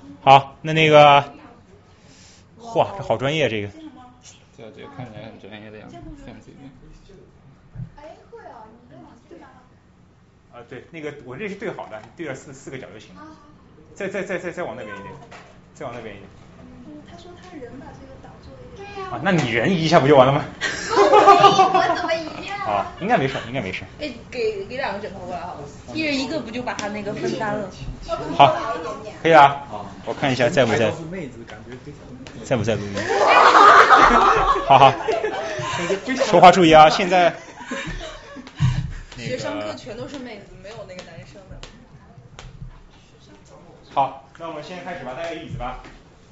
好，那个，嚯，这好专业这个。 这看起来很专业的样子，这样子。 哎，会哦，你在往对吗？ 对，那个我这是对好的，对着四个角就行了。再往那边一点，再往那边一点。 他说他人把这个导做一点。对呀。 啊，那你人移一下不就完了吗？ 我怎么移呀？ 啊，应该没事，应该没事。 哎，给2个枕头过来好了，一人一个不就把他那个分担了？ 好，可以啊。我看一下在不在。在不在录音？好好。说话注意啊！现在。 学生课全都是妹子，没有那个男生的。 好，那我们现在开始吧，大家有椅子吧。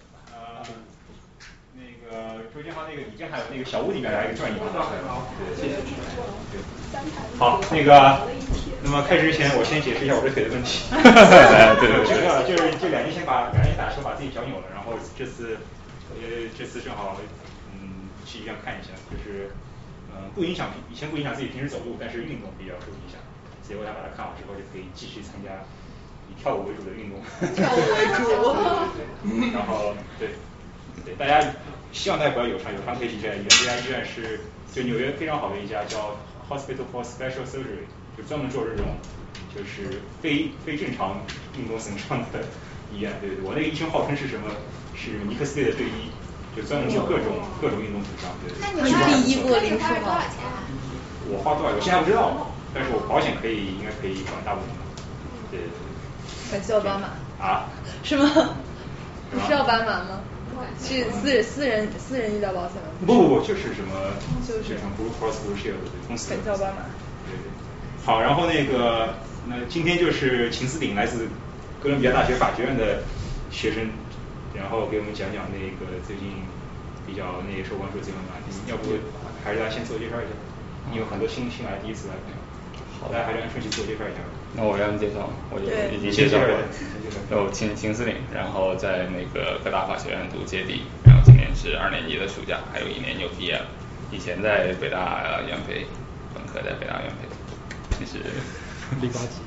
那个周建豪那个椅垫还有那个小屋里面来一个转椅。对。好，那个，那么开始之前，我先解释一下我这腿的问题。对，这个就是这2年前打球把自己脚扭了，然后这次正好去医院看一下，就是不影响以前不影响自己平时走路，但是运动比较受影响，所以我想把它看好之后就可以继续参加以跳舞为主的运动。 跳舞为主。 对，然后对，大家希望大家不要有伤可以去这家医院，这家医院是就纽约非常好的一家叫 Hospital for Special Surgery， 就专门做这种就是非正常运动损伤的医院。对，我那个医生号称是什么？是尼克斯队的队医，就专门做各种运动损伤。对。 那你第一个零是吗？ 我花多少？我现在不知道，但是我保险应该可以管大部分。对。 很需要斑马。 啊？ 是吗？不需要斑马吗？是私人医疗保险吗？ 不，就是什么？ 就是什么 Blue Cross Blue Shield 公司。 很需要斑马。 对。好，然后那今天就是秦思鼎来自哥伦比亚大学法学院的学生，然后给我们讲讲那个最近比较受关注的新闻吧。要不还是大家先自我介绍一下，因为很多新来第一次来朋友。好，大家还是按顺序自我介绍一下。 那我让你介绍，我就已经介绍过了。有秦思鼎，然后在那个各大法学院读阶地，然后今年是2年级的暑假，还有1年就毕业了。以前在北大元培，本科在北大元培，你是 08级，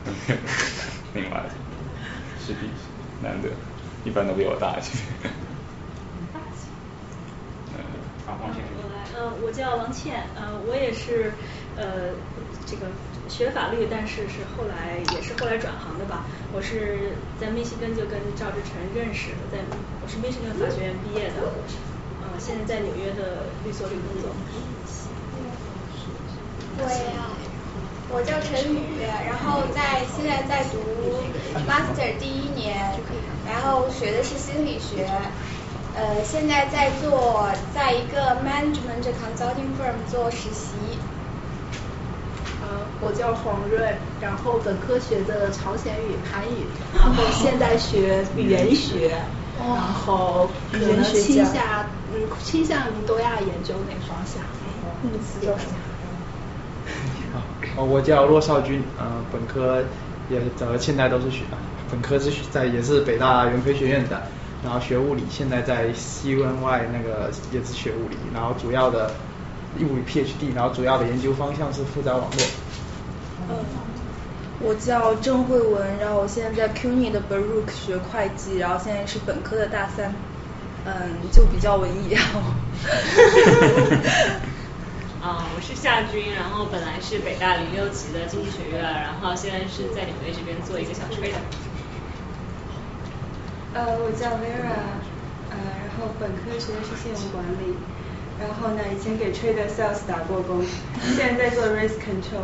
是比难得，一般都比我大一些。 我叫王倩，我也是这个学法律，但是后来转行的吧。我是在密西根就跟赵志成认识的，我是密西根法学院毕业的，现在在纽约的律所里工作。 我叫陈宇，然后现在在读 Master 第1年，然后学的是心理学。现在在一个 management consulting firm 做实习。 我叫黄瑞，然后本科学的朝鲜语、韩语，然后现在学语言学，然后可能倾向于东亚研究那个方向。 我叫骆少军，本科现在都是本科也是北大元培学院的，然后学物理，现在在 CUNY 那个也是学物理，然后主要的物理 PhD， 然后主要的研究方向是复杂网络。 我叫郑慧文，然后我现在在 CUNY 的 Baruch 学会计，然后现在是本科的大3，就比较文艺。 我是夏军，然后本来是北大06级的经济学院，然后现在是在纽约这边做一个小 trader。 我叫 Vera，然后本科学的是信用管理，然后呢以前给 Trader Sales 打过工，现在在做 risk control。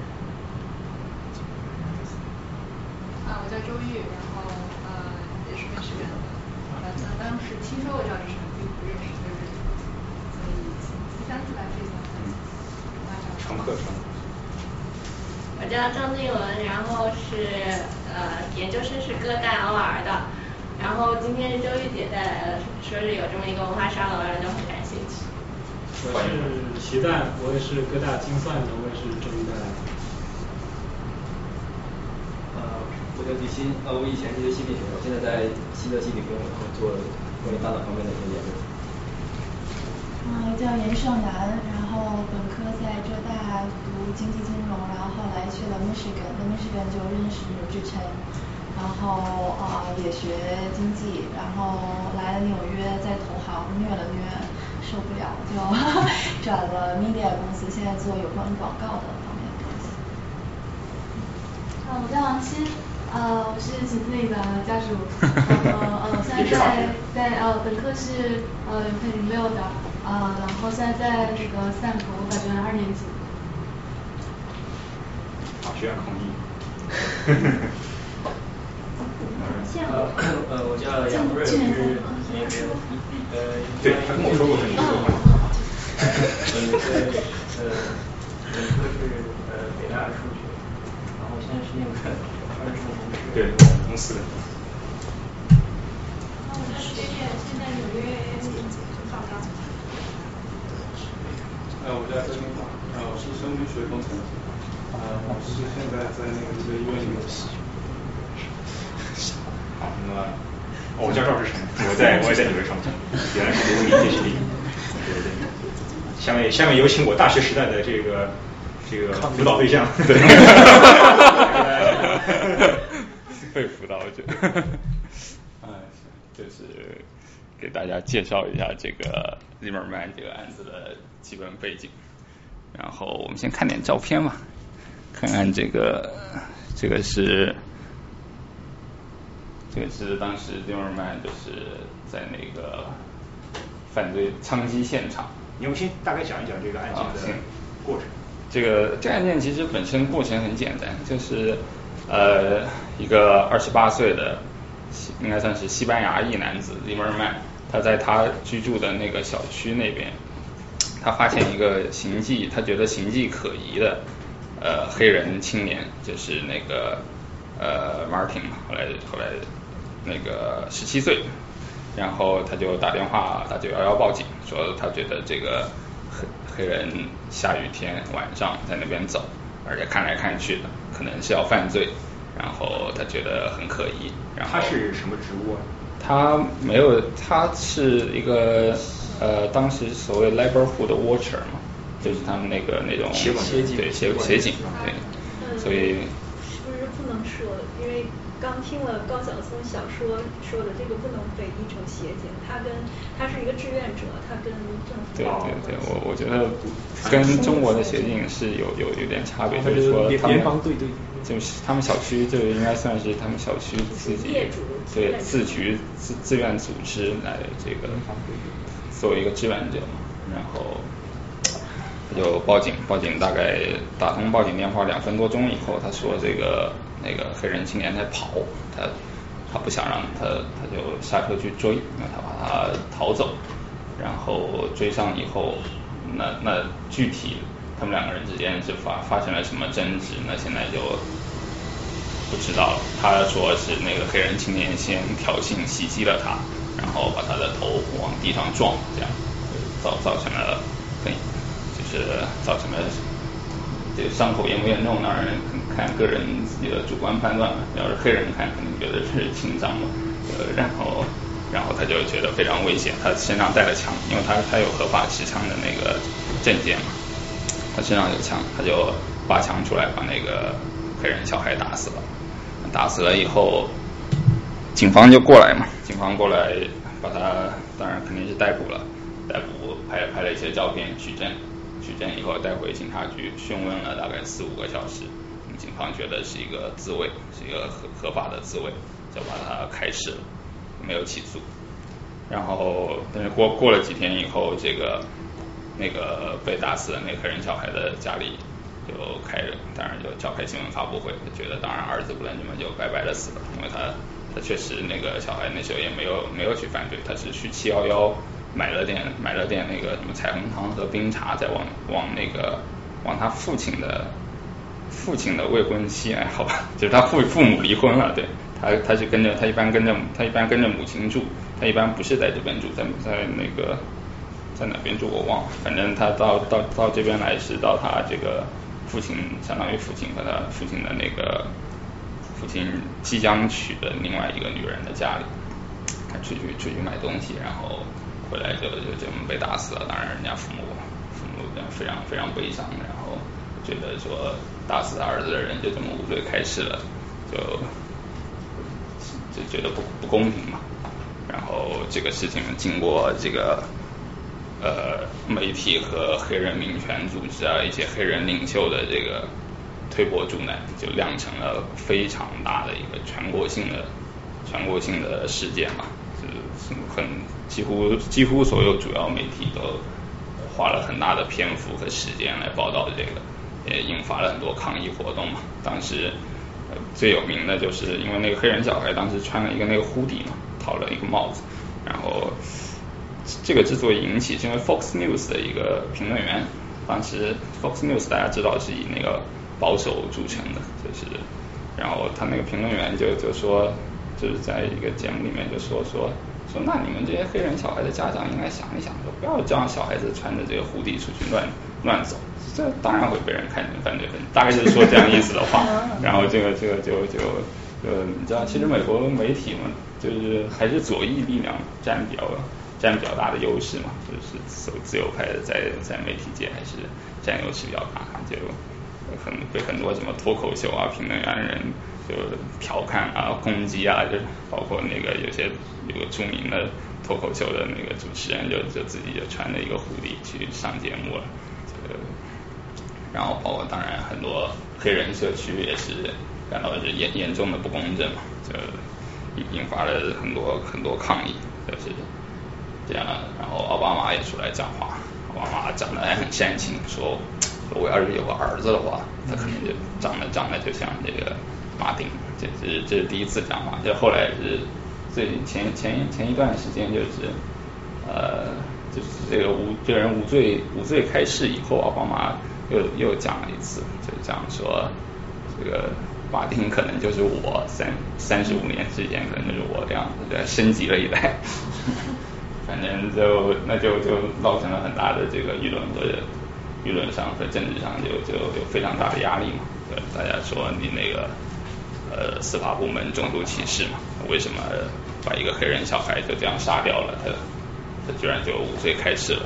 我叫周玉，然后也是面试员的，当时听说过赵志成，并不认识这个人，所以第3次来这边。 乘客。 我叫张静文，然后是研究生是哥大 OR 的，然后今天周玉姐带来了，说是有这么一个文化沙龙，让人都很感兴趣。 我是徐赞，我也是哥大精算的，我也是周玉带来的。 我叫李欣，我以前是学心理学的，现在在新的心理学做关于大脑方面的一些研究。 我叫严胜楠，然后本科在浙大读经济金融，然后后来去了 Michigan 就认识志成， 然后也学经济，然后来了纽约在投行虐了虐，受不了就转了 media 公司，现在做有关广告的方面的东西。 我叫王鑫，我是秦思颖的家属，我现在在本科是原配06的，然后现在在那个斯坦福法学院2年级。 法学院控艺。 我叫杨瑞，我是对，他跟我说过是你说过。 本科是北大数学，然后现在是那个对公司的。 我叫学姐，现在纽约报告。 我叫周明华，我是生物学工程，我是现在在那个医院里面实习。 好，那么我叫赵志成，我也在纽约上班，原来是留理PhD。对。下面有请我大学时代的这个辅导对象。对。 被辅导者。就是给大家介绍一下这个 Zimmerman 这个案子的基本背景。然后我们先看点照片吧，看看这个是当时 Zimmerman 就是在那个犯罪枪击现场。 你们先大概讲一讲这个案件的过程。 这个案件其实本身过程很简单，就是一个28岁的应该算是西班牙裔男子 Zimmerman， 他在他居住的那个小区那边，他发现一个他觉得形迹可疑的黑人青年，就是那个Martin， 后来那个17岁，然后他就打电话打911报警，说他觉得这个黑人下雨天晚上在那边走，而且看来看去的可能是要犯罪，然后他觉得很可疑。然后他是什么职务啊？ 他没有，他是一个当时所谓 neighborhood watcher 嘛，就是他们那种协警，对，所以是不是不能说？因为刚听了高晓松小说说的，这个不能被译成协警，他是一个志愿者，他跟政府。 对，我觉得跟中国的协警是有点差别，就是说联邦队， 就是他们小区就应该算是他们小区自己对自愿组织来这个作为一个志愿者嘛，然后他就报警大概打通报警电话2分多钟以后，他说那个黑人青年在跑，他不想让他就下车去追，他把他逃走，然后追上以后，那具体他们2个人之间是发生了什么争执，那现在就不知道了。他说是那个黑人青年先挑衅袭击了他，然后把他的头往地上撞，这样造成了这个伤口严不严重，当然看个人自己的主观判断了。要是黑人看，肯定觉得是轻伤嘛。然后他就觉得非常危险，他身上带了枪，因为他有合法持枪的那个证件嘛，他身上有枪，他就拔枪出来把那个黑人小孩打死了。打死了以后，警方就过来嘛，警方过来把他当然肯定是逮捕了，拍了一些照片取证以后带回警察局讯问了大概4-5个小时，警方觉得是一个自卫，是一个合法的自卫，就把他开释了，没有起诉。然后但是过了几天以后，那个被打死的那个黑人小孩的家里就当然就召开新闻发布会，觉得当然儿子不能这么就白白的死了，因为他确实那个小孩那时候也没有去犯罪，他是去711买了点那个什么彩虹糖和冰茶，再往他父亲的未婚妻好吧，就是他父母离婚了，对，他一般跟着母亲住，他一般不是在这边住，在哪边住我忘了，反正他到这边来是到他这个父亲，相当于父亲和他父亲的那个父亲即将娶的另外一个女人的家里，他出去买东西，然后回来就这么被打死了。当然人家父母非常非常悲伤，然后觉得说打死他儿子的人就这么无罪开释了，就就觉得不公平嘛。然后这个事情经过这个媒体和黑人民权组织啊一些黑人领袖的这个推波助澜，就酿成了非常大的一个全国性的事件嘛，就是几乎所有主要媒体都花了很大的篇幅和时间来报道这个，也引发了很多抗议活动嘛。当时最有名的就是因为那个黑人小孩当时穿了一个那个hoodie嘛，套了一个帽子，然后这个之所以引起是因为 Fox News 的一个评论员，当时 Fox News 大家知道是以那个保守著称的，就是然后他那个评论员就说，就是在一个节目里面就说那你们这些黑人小孩的家长应该想一想，说不要让小孩子穿着这个hoodie出去乱走，这当然会被人看成犯罪分子，大概就是说这样意思的话。然后这个就你知道，其实美国媒体嘛，就是还是左翼力量占比较大的优势嘛，就是自由派的在媒体界还是占优势比较大，就被很多什么脱口秀啊评论员人就调侃啊攻击啊，就包括那个有个著名的脱口秀的那个主持人就自己就穿着一个hoodie去上节目了，然后包括当然很多黑人社区也是感到是严重的不公正嘛，就引发了很多抗议，就是这样。然后奥巴马也出来讲话，奥巴马讲的还很煽情，说我要是有个儿子的话，他可能就长得就像这个马丁，这是第一次讲话，就后来是前一段时间就是这个人无罪开释以后，奥巴马又讲了一次，就讲说这个马丁可能就是我35年之前可能就是我这样子，升级了一代。反正就造成了很大的这个舆论上和政治上就有非常大的压力嘛。大家说你那个司法部门种族歧视嘛，为什么把一个黑人小孩就这样杀掉了，他居然就无罪开释了。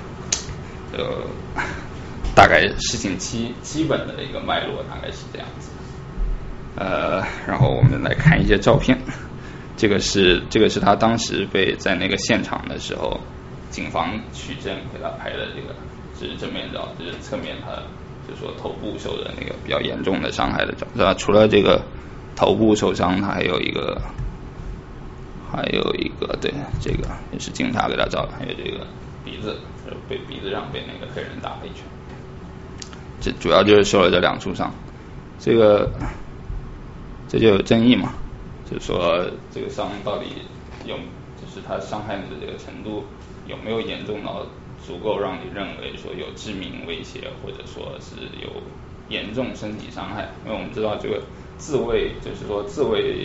大概事情基本的一个脉络大概是这样子。然后我们来看一些照片，这个是他当时被在那个现场的时候，警方取证给他拍的，这是正面照，这是侧面他就说头部受的那个比较严重的伤害的照。除了这个头部受伤，他还有一个对，这个也是警察给他照的，还有这个鼻子上被那个黑人打了一拳。这主要就是受了这2处伤，这就有争议嘛，就是说这个伤到底就是他伤害你的这个程度有没有严重到足够让你认为说有致命威胁，或者说是有严重身体伤害。因为我们知道这个自卫，就是说自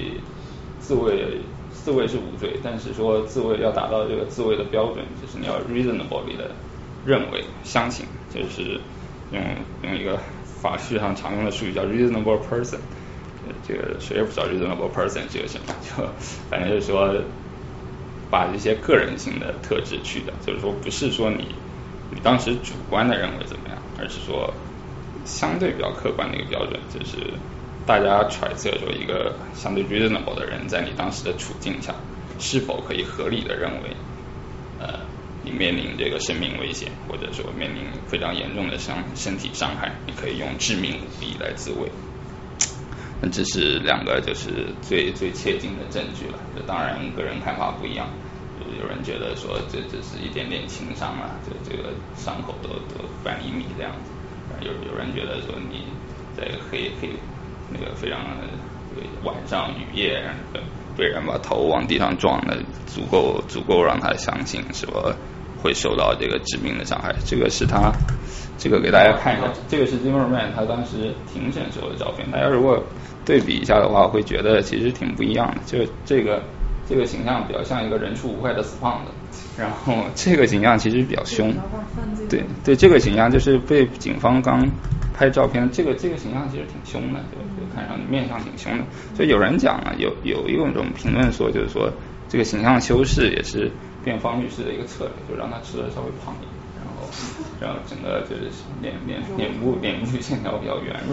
卫是无罪，但是说自卫要达到这个自卫的标准，就是你要 reasonably 的认为相信，就是用一个法律上常用的术语叫 reasonable person。这个谁也不知道 reasonable person 是个什么，就反正就是说把这些个人性的特质去掉，就是说不是说你当时主观的认为怎么样，而是说相对比较客观的一个标准，就是大家揣测说一个相对 reasonable 的人在你当时的处境下是否可以合理的认为你面临这个生命危险，或者说面临非常严重的身体伤害，你可以用致命武力来自卫。那这是2个就是最切近的证据了。这当然个人看法不一样，就是有人觉得说这是一点点轻伤啊，就这个伤口都半厘米这样子。有人觉得说你在黑那个非常晚上雨夜被人把头往地上撞的足够让他相信说会受到这个致命的伤害。这个给大家看一下，这个是 Zimmerman 他当时庭审时候的照片，大家如果对比一下的话会觉得其实挺不一样的。就这个形象比较像一个人畜无害的死胖子，然后这个形象其实比较凶。对，这个形象就是被警方刚拍照片，这个形象其实挺凶的，就看上去面相挺凶的。所以有人讲了，有一种评论说，就是说这个形象修饰也是辩方律师的一个策略，就让他吃的稍微胖一点，然后整个就是脸部线条比较圆润，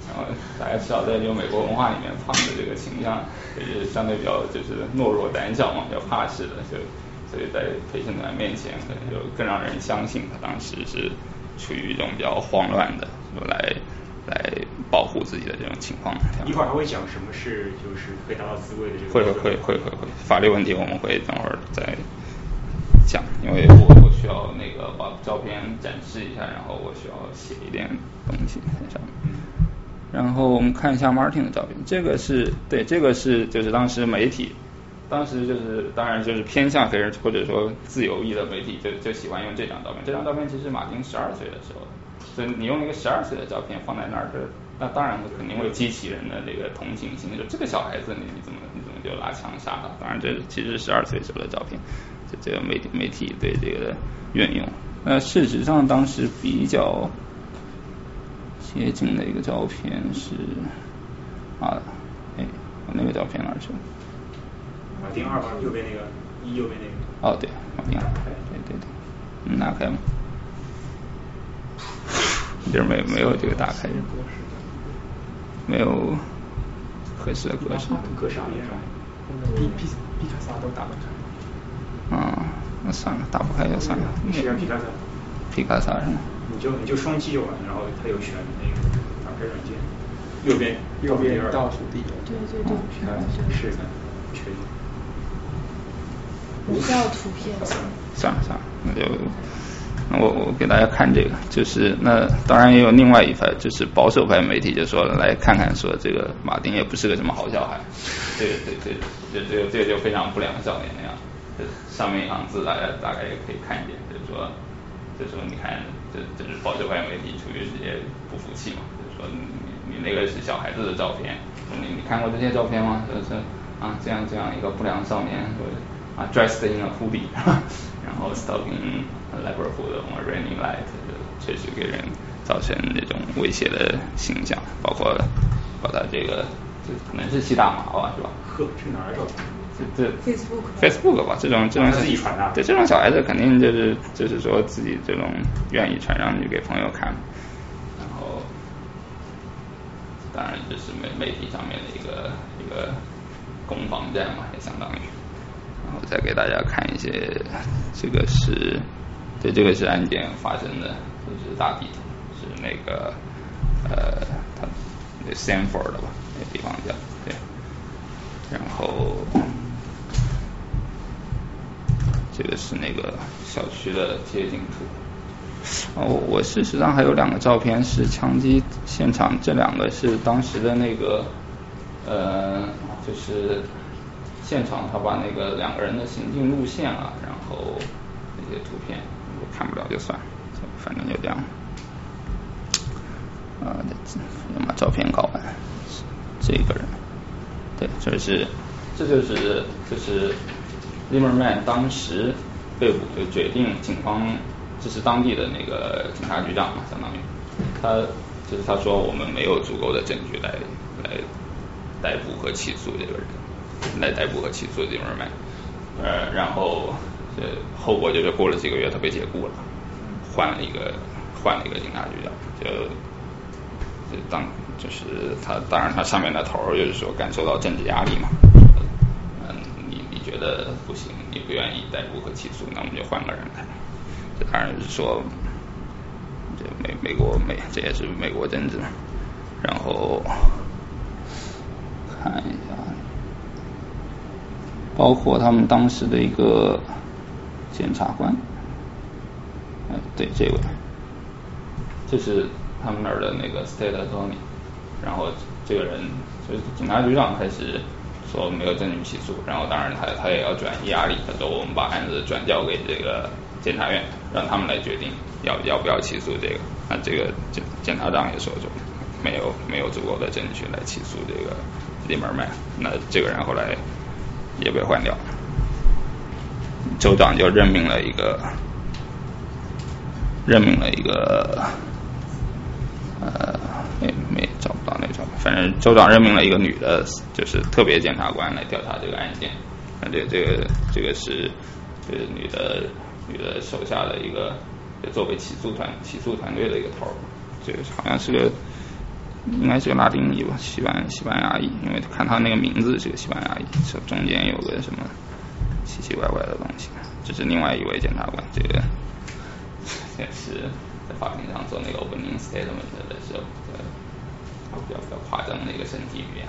然后大家知道在美国文化里面，胖的这个形象也是相对比较就是懦弱胆小嘛，比较怕事的，所以在陪审团面前可能就更让人相信他当时是处于一种比较慌乱的，来保护自己的这种情况。 一会儿还会讲什么是就是可以达到自卫的这个。 会，法律问题我们会等会儿再讲，因为我需要那个把照片展示一下，然后我需要写一点东西在上面。然后我们看一下 Martin 的照片，这个是就是当时媒体，当时就是当然就是偏向黑人或者说自由裔的媒体就喜欢用这张照片。这张照片其实马丁12岁的时候，所以你用一个12岁的照片放在那儿，那当然肯定会激起人的这个同情心，就这个小孩子你怎么就拿枪杀他？当然这其实是12岁时候的照片，这个媒体对这个的运用。事实上当时比较接近的一个照片是我那个照片哪儿去了？ 马丁2吧，右边那个右边那个。 哦，对，马丁2，对，拿开吗？这儿没有这个打开，没有合适的格式。 格式也是。 毕卡萨都打不开。 那算了，打不开就算了。 是皮卡萨。 皮卡萨是吗？ 你就双击就完，然后它有选那个打开软件，右边倒数第一。 对， 是的，确定。 不要图片。 算了，那我给大家看这个，就是那当然也有另外一派，就是保守派媒体就说来看看说这个马丁也不是个什么好小孩，这个就非常不良少年那样。上面一行字大概也可以看见，就是说你看这是保守派媒体出于这些不服气嘛，就是说你那个是小孩子的照片，你看过这些照片吗？就是这样一个不良少年dressed in a hoodie， 然后 stalking Liverpool on a rainy night， 确实给人造成这种威胁的形象，包括他这个可能是吸大麻吧，是吧？ 这哪来照片？ 这 Facebook 吧，这种自己传的。 对，这种小孩子肯定就是说自己这种愿意传上去给朋友看，然后当然这是媒体上面的一个攻防战嘛，也相当于。然后再给大家看一些，这个是案件发生的，就是大地，是那个他Sanford 的吧，那个地方叫对，然后这个是那个小区的街景图。我事实上还有2个照片是枪击现场，这2个是当时的那个就是现场他把那个2个人的行进路线然后那些图片我看不了就算了，反正就这样。先把照片搞完。这个人，对，这就是 Zimmerman 当时被捕就决定警方，这是当地的那个警察局长嘛，相当于他说我们没有足够的证据来逮捕和起诉这个人。来逮捕和起诉 Zimmerman， 然后后果就是过了几个月他被解雇了，换了一个警察局长，就是他当然他上面的头就是说感受到政治压力嘛，你觉得不行，你不愿意逮捕和起诉，那我们就换个人来。这当然是说这这也是美国政治。然后看一下。包括他们当时的一个检察官，对，这位，这是他们那儿的那个 state attorney， 然后这个人就是警察局长开始说没有证据起诉，然后当然他也要转移压力，他说我们把案子转交给这个检察院，让他们来决定要不要起诉这个。那这个检察长也说就没有足够的证据来起诉这个 Zimmerman， 那这个人后来也被换掉，州长就任命了一个没找不到那个，反正州长任命了一个女的，就是特别检察官来调查这个案件。这个是女的手下的一个作为起诉团队的一个头，这个好像是个应该是个拉丁裔吧，西班牙裔，因为看他那个名字是个西班牙裔，中间有个什么奇奇怪怪的东西。这是另外一位检察官，这个也是在法庭上做那个 opening statement 的时候，比较夸张的一个身体语言。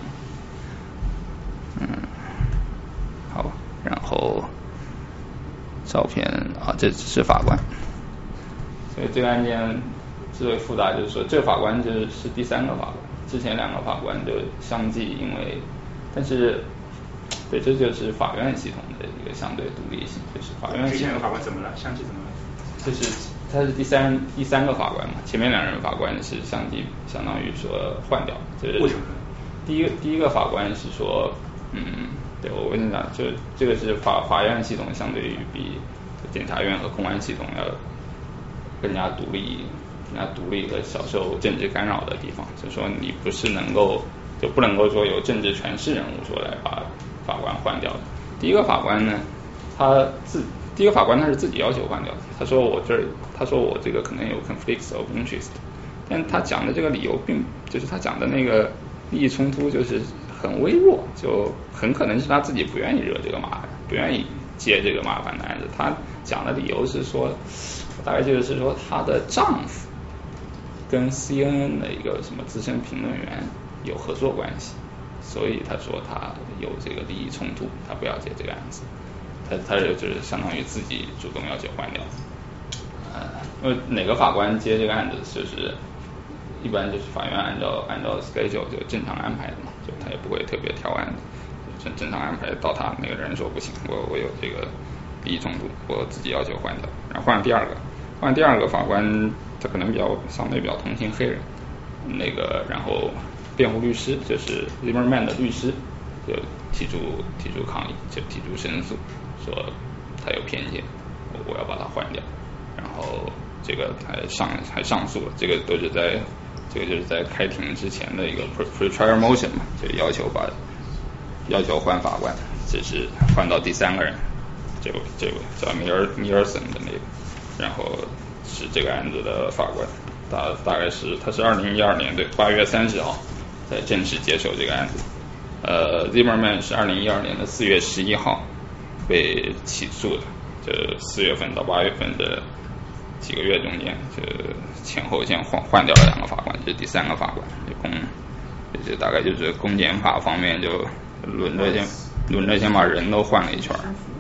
好，然后照片啊，这只是法官。所以这个案件之所以复杂，就是说这个法官就是第三个法官，之前两个法官就相继但是对，这就是法院系统的一个相对独立性，就是法院系统。 法官怎么了？相继怎么了？ 就是他是第三个法官嘛，前面两人法官是相当于说换掉。就是为什么？ 第一个法官是说，对，我跟你讲，就这个是法院系统相对于比检察院和公安系统要更加独立和少受政治干扰的地方，就是说你不能够说有政治权势人物说来把法官换掉的。第一个法官呢，他是自己要求换掉的。他说我这个可能有 conflicts of interest， 但他讲的这个理由就是他讲的那个利益冲突就是很微弱，就很可能是他自己不愿意惹这个麻烦，不愿意接这个麻烦的案子。他讲的理由是说，大概就是说她的丈夫跟 CNN 的一个什么资深评论员有合作关系，所以他说他有这个利益冲突，他不要接这个案子。他就是相当于自己主动要求换掉。因为哪个法官接这个案子，就是一般就是法院按照 schedule 就正常安排的嘛，就他也不会特别挑案子，正常安排到他那个人说不行，我有这个利益冲突，我自己要求换掉，然后换第二个法官，他可能相对比较同情黑人，然后辩护律师就是 Zimmerman 的律师就提出抗议，就提出申诉，说他有偏见，我要把他换掉，然后这个还上诉了，这个就是在开庭之前的一个 pre-trial motion 嘛，就要求换法官，只是换到第三个人，这位叫米尔森的那个，然后是这个案子的法官，大概是他是2012年8月30号才正式接手这个案子。Zimmerman 是2012年的4月11号被起诉的，就4月份到8月份的几个月中间，就前后先换掉了两个法官，这是第三个法官，就大概就是公检法方面就轮着先把人都换了一圈。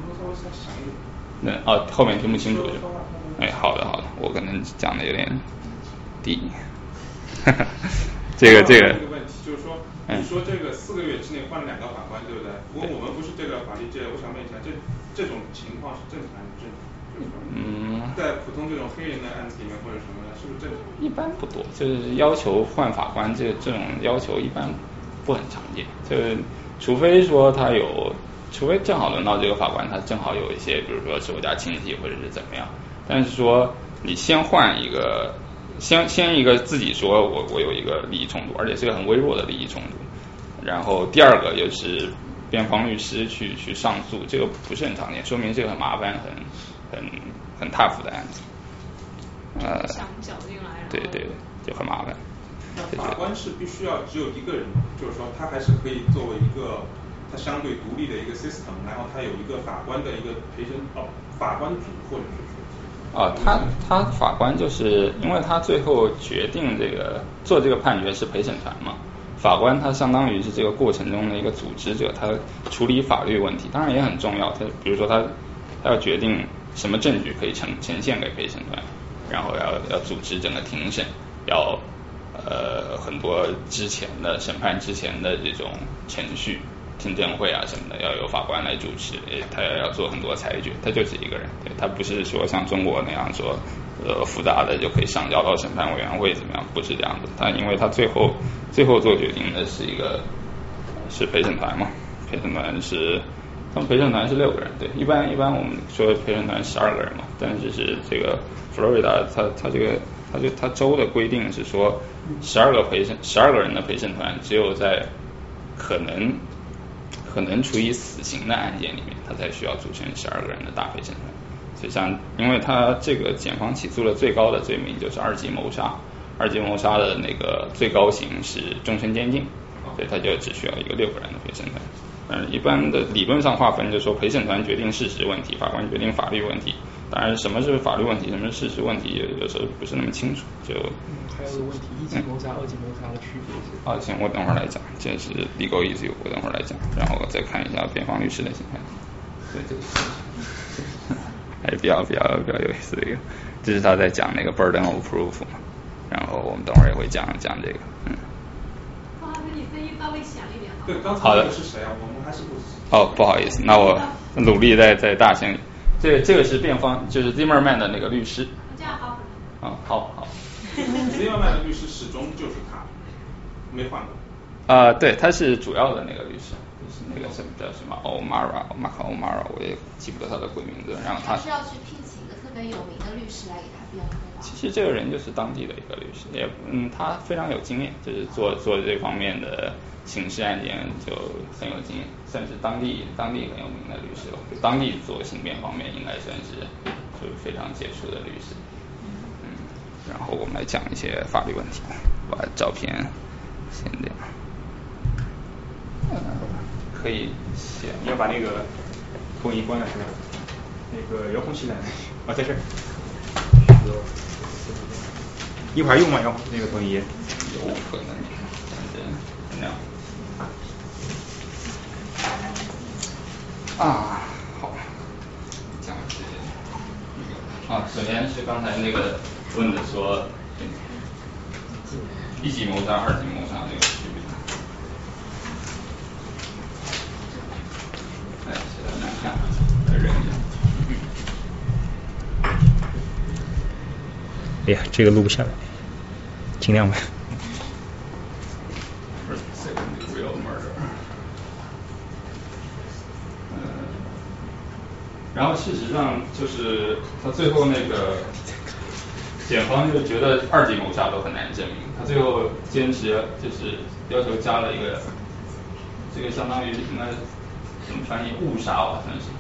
后面听不清楚是吧？好的，我可能讲的有点低。这个问题就是说，你说这个4个月之内换了2个法官，对不对？不过我们不是这个法律界，我想问一下，这种情况是正常还是不正常？在普通这种黑人的案子里面或者什么的，是不是正常？ 一般不多，就是要求换法官这种要求一般不很常见，就是除非正好轮到这个法官，他正好有一些，比如说是我家亲戚或者是怎么样，但是说你先换一个。先一个自己说我有一个利益冲突，而且是个很微弱的利益冲突，然后第二个又是辩方律师去上诉，这个不是很常见，说明这个很麻烦很 tough 的案子。 想不小进来， 对，就很麻烦。 那法官是必须要只有一个人，就是说他还是可以作为一个他相对独立的一个 system， 然后他有一个法官的一个法官组或者是。 他法官就是因为他最后决定做这个判决是陪审团嘛，法官他相当于是这个过程中的一个组织者，他处理法律问题，当然也很重要。他比如说他要决定什么证据可以呈现给陪审团，然后要组织整个庭审，要很多审判之前的这种程序。听证会啊什么的要由法官来主持，他要做很多裁决，他就是一个人，他不是说像中国那样说复杂的就可以上交到审判委员会怎么样，不是这样的。他因为他最后做决定的是陪审团嘛，陪审团是6个人，对，一般我们说陪审团12个人嘛，但是这个佛罗里达他州的规定是说12个人的陪审团只有在可能处以死刑的案件里面，他才需要组成12个人的大陪审团。所以因为他这个检方起诉了最高的罪名就是2级谋杀， 2级谋杀的那个最高刑是终身监禁，所以他就只需要一个6个人的陪审团。一般的理论上划分就是说陪审团决定事实问题，法官决定法律问题。当然什么是法律问题，什么是事实问题，有时候不是那么清楚。就还有个问题，1级谋杀、2级谋杀的区别是？ 行，我等会儿来讲，这是 legal issue， 我等会儿来讲，然后我再看一下辩方律师的情况。对这个还比较有意思的一个，这是他在讲那个 burden of proof 嘛，然后我们等会儿也会讲这个， 你声音稍微响一点。 对，刚才那个是谁啊？我们还是不知道。不好意思，那我努力再大声。这个是辩方，就是 Zimmerman 的那个律师。 这样好。 好。 Zimmerman 的律师始终就是他，没换过。 对，他是主要的那个律师，就是那个叫什么 Marco O'Mara， 我也记不得他的鬼名字。然后他是要去聘请一个特别有名的律师来给他辩护吗？ 其实这个人就是当地的一个律师，他非常有经验，就是做这方面的刑事案件就很有经验，算是当地很有名的律师了。就当地做刑辩方面应该算是就是非常杰出的律师。然后我们来讲一些法律问题，把照片先这样。可以写， 你要把那个投影仪关了是吧？那个遥控器呢？在这儿。一会儿用吗？那个投影仪？ 有可能，这样。好，讲这个。首先是刚才那个问的说1级谋杀、2级谋杀这个区别。写的难看，忍一下。 哎呀，这个录不下来，尽量吧。 然后事实上就是他最后那个检方就觉得2级谋杀都很难证明，他最后坚持就是要求加了一个，这个相当于应该怎么翻译误杀吧，算是。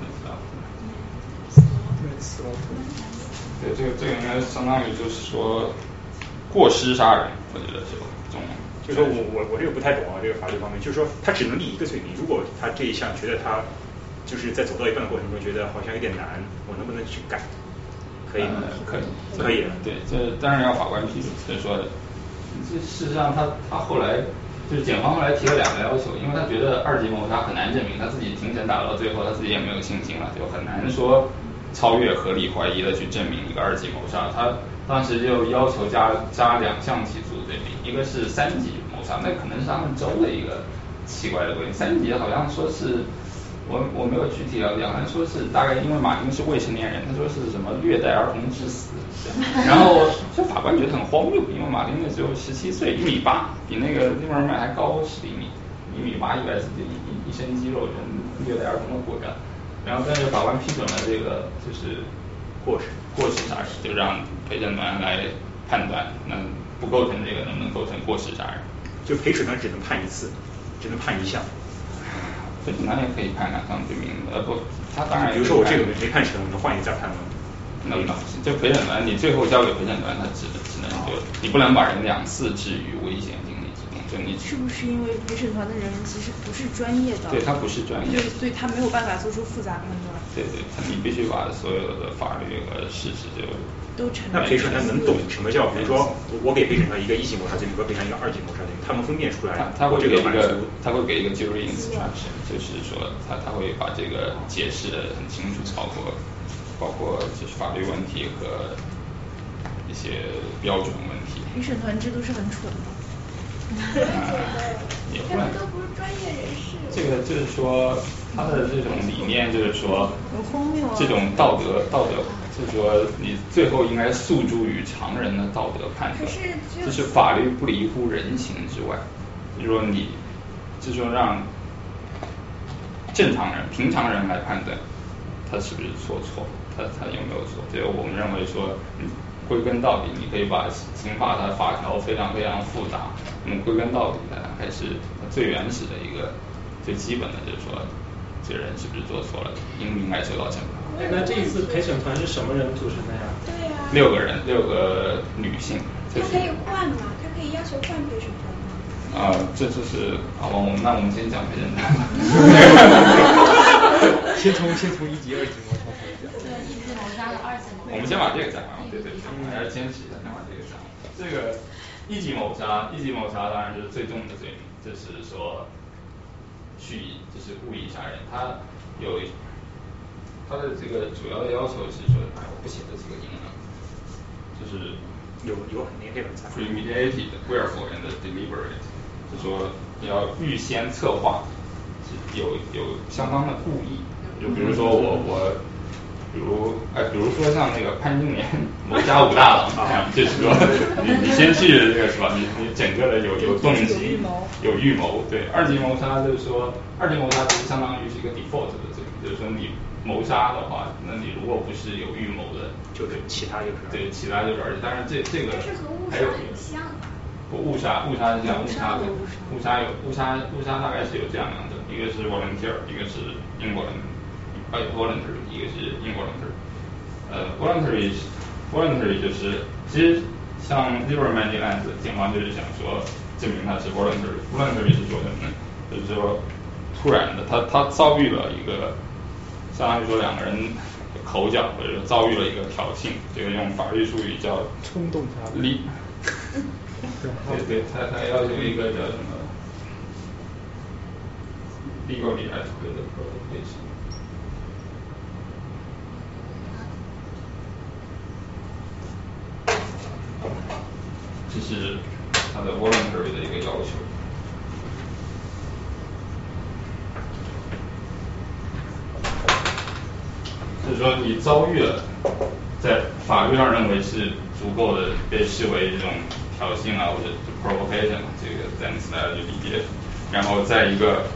对，这个应该相当于就是说过失杀人，我觉得是吧？ 就是说我这个不太懂啊，这个法律方面，就是说他只能立一个罪名，如果他这一项觉得他就是在走到一半的过程中觉得好像有点难，我能不能去改？可以吗？可以。 对，这当然要法官批准。所以说，这事实上他后来就是检方后来提了2个要求，因为他觉得2级谋杀很难证明，他自己庭审打到最后，他自己也没有信心了，就很难说超越合理怀疑的去证明一个2级谋杀。他当时就要求加2项起诉罪名，一个是3级谋杀，那可能是他们州的一个奇怪的规定，3级好像说是。我没有具体了解，好像说是大概因为马丁是未成年人，他说是什么虐待儿童致死，然后这法官觉得很荒谬，因为马丁那只有17岁，1.8米，比那个利莫尔曼还高10厘米，1.8米140斤，一身肌肉，人虐待儿童的果干。然后但是法官批准了这个就是过失杀人，就让陪审团来判断，那不构成这个能不能构成过失杀人？ 就陪审团只能判一次，只能判一项。 陪审团也可以判2项罪名，不，他当然。 比如说我这个没判成，我能换一个再判吗？ 能，就陪审团，你最后交给陪审团，他只能就你不能把人2次置于危险境地之中，就你。 是不是因为陪审团的人其实不是专业的？ 对，他不是专业的， 所以他没有办法做出复杂判断。 对，你必须把所有的法律和事实就都承认。 那陪审团能懂什么叫？比如说我给陪审团一个1级谋杀罪名和陪审团一个2级谋杀罪名，他能分辨出来？ 他会给一个 jury instruction， 就是说他会把这个解释的很清楚，包括就是法律问题和一些标准问题。 陪审团制度是很蠢的。 他们都不是专业人士。 这个就是说他的这种理念就是说， 很荒谬啊。 这种道德，就是说你最后应该诉诸于常人的道德判断，就是法律不离乎人情之外。就是说就是说让正常人、平常人来判断他是不是做错，他有没有错。所以我们认为说，归根到底，你可以把刑法它法条非常非常复杂，归根到底呢，还是最原始的一个最基本的，就是说这个人是不是做错了，应不应该受到惩罚。 那这一次陪审团是什么人组成的呀？ 对呀。 6个人，6个女性， 它可以换吗？它可以要求换陪审团吗？ 这就是那我们先讲陪审团。 先从1级、2级谋杀开始讲。 对，1级谋杀和2级谋杀。 我们先把这个讲完，对，还是坚持一下，先把这个讲完。这个1级谋杀当然就是最重的罪名，就是说蓄意，就是故意杀人。它的这个主要的要求是说，我不写这几个英文，就是有您可以参考。 premeditated, willful and deliberate， 就说要预先策划，有相当的故意。就比如说比如说像那个潘金莲谋杀武大郎这样，就是说你先去这个是吧？你整个的有动机，有预谋。对，2级谋杀就是说，2级谋杀其实相当于是一个 default 的罪，就是说你谋杀的话，那你如果不是有预谋的， 就是其他就是。 对，其他就是，而且当然这个还有像吧？ 不，误杀是这样，误杀大概是有这样两种，一个是 volunteer， 一个是 involuntary， 一个是 involuntary。voluntary 就是其实像 Lieberman 这个案子，警方就是想说证明他是 voluntary 是说什么呢？就是说突然的他遭遇了一个，相当于说2个人口角，或者说遭遇了一个挑衅，这个用法律术语叫冲动杀人。对，他要求一个叫什么 legally adequate provocation， 这是他的 voluntary 的一个要求。就是说你遭遇了，在法律上认为是足够的，被视为这种挑衅啊，或者 provocation 这个单词大家就理解。然后在一个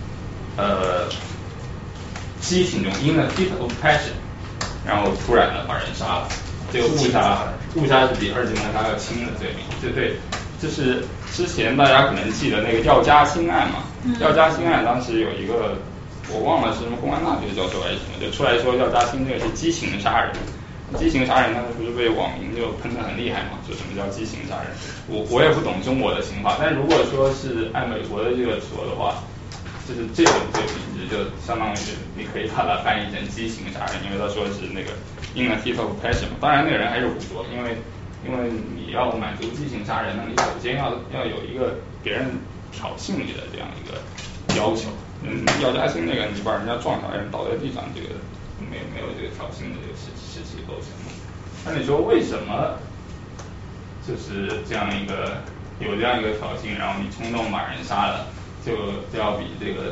激情中 in a fit of passion， 然后突然的把人杀了。这个误杀是比2级谋杀要轻的罪名。对，就是之前大家可能记得那个药家鑫案嘛，药家鑫案当时有一个我忘了是什么公安大学教授还是什么，就出来说药家鑫这个是激情杀人。激情杀人当时不是被网民就喷得很厉害嘛？说什么叫激情杀人？我也不懂中国的刑法，但如果说是按美国的这个说的话，就是这种罪名就相当于你可以把它翻译成激情杀人，因为他说是那个 in a heat of passion。当然那个人还是胡说，因为你要满足激情杀人呢，你首先要有一个别人挑衅你的这样一个要求。药家鑫那个你把人家撞下来，人倒在地上，这个没有这个挑衅的这个事情构成。那你说为什么就是这样一个有这样一个挑衅，然后你冲动把人杀了，就要比这个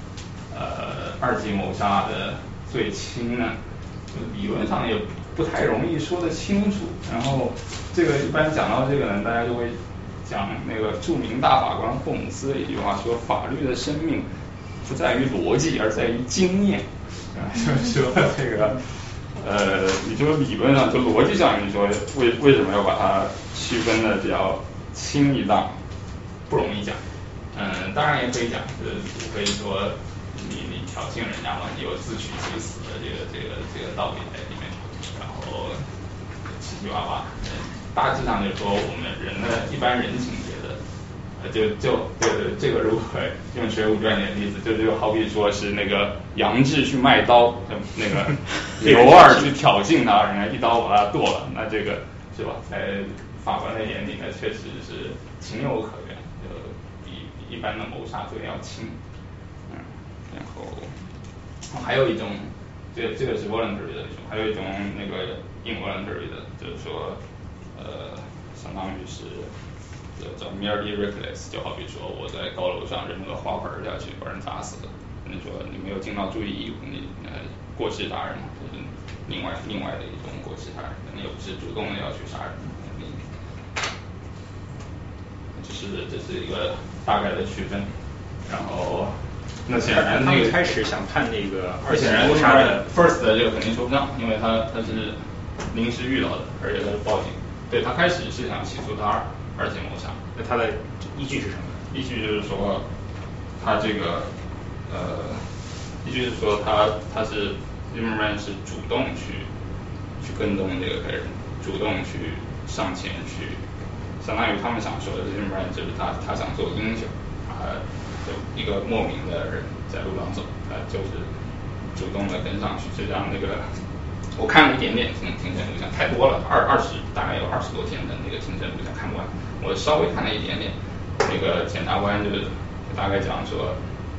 2级谋杀的罪轻呢？理论上也不太容易说得清楚。然后这个一般讲到这个呢，大家就会讲那个著名大法官霍姆斯的一句话，说法律的生命不在于逻辑，而在于经验。就是说这个你说理论上就逻辑上，你说为什么要把它区分的比较轻一档，不容易讲。当然也可以讲，可以说你挑衅人家嘛，你有自取其死的这个道理在里面，然后七七八八。大致上就是说我们人的一般人情节的。对，这个如果用《水浒传》的例子，就好比说是那个杨志去卖刀，那个刘二去挑衅他，人家一刀把他剁了，那这个是吧？在法官的眼里呢，确实是情有可原，比一般的谋杀罪要轻。然后还有一种，这个是 voluntary 的一种，还有一种那个 involuntary 的，就是说相当于是。叫 merely reckless， 就好比说我在高楼上扔了个花盆下去，把人砸死了。你说你没有尽到注意义务，你过失杀人嘛，这是另外的一种过失杀人，你又不是主动的要去杀人。这是一个大概的区分。然后那显然那个开始想判那个 2级谋杀的 first 的这个肯定说不上，因为他是临时遇到的，而且他是报警。对，他开始是想起诉他2级谋杀。 那他的依据是什么？ 依据就是说，他这个依据是说他是 Lieberman 是主动去跟踪这个黑人，主动去上前去相当于他们想说的是 Zimmerman 就是他想做英雄，就一个莫名的人在路上走，就是主动的跟上去，就像那个我看了一点点听证录像，太多了，大概有20多天的那个听证录像看不完，我稍微看了一点点，那个检察官就是大概讲说，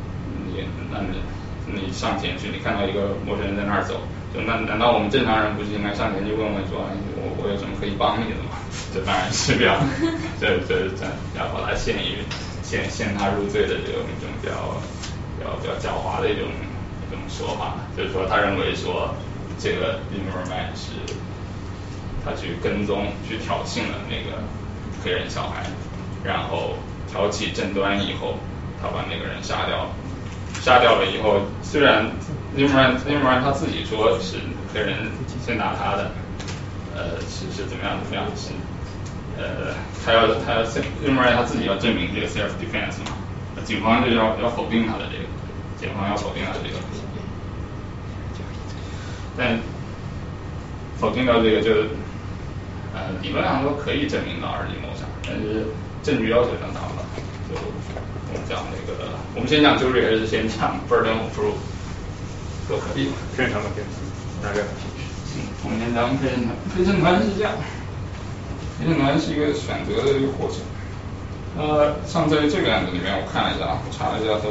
你上前去，你看到一个陌生人在那儿走，就难道我们正常人不是应该上前去问问说，我有什么可以帮你的吗？这当然是这样，这要把他陷他入罪的这种比较狡猾的一种说法，就是说他认为说这个 Zimmerman 是他去跟踪去挑衅了那个黑人小孩，然后挑起争端以后，他把那个人杀掉了以后，虽然 Zimmerman 他自己说是黑人先打他的，是怎么样是Zimmerman 他自己要证明这个 self defense 嘛，警方就要否定他的这个，但否定掉这个就理论上说可以证明到2级谋杀，但是证据要求上达不到。就我们讲那个，我们先讲jury还是先讲 burden of proof 都可以。 正常的大概。 我们先讲陪审团是这样，陪审团是一个选择的一个过程。像在这个案子里面，我看了一下，我查了一下，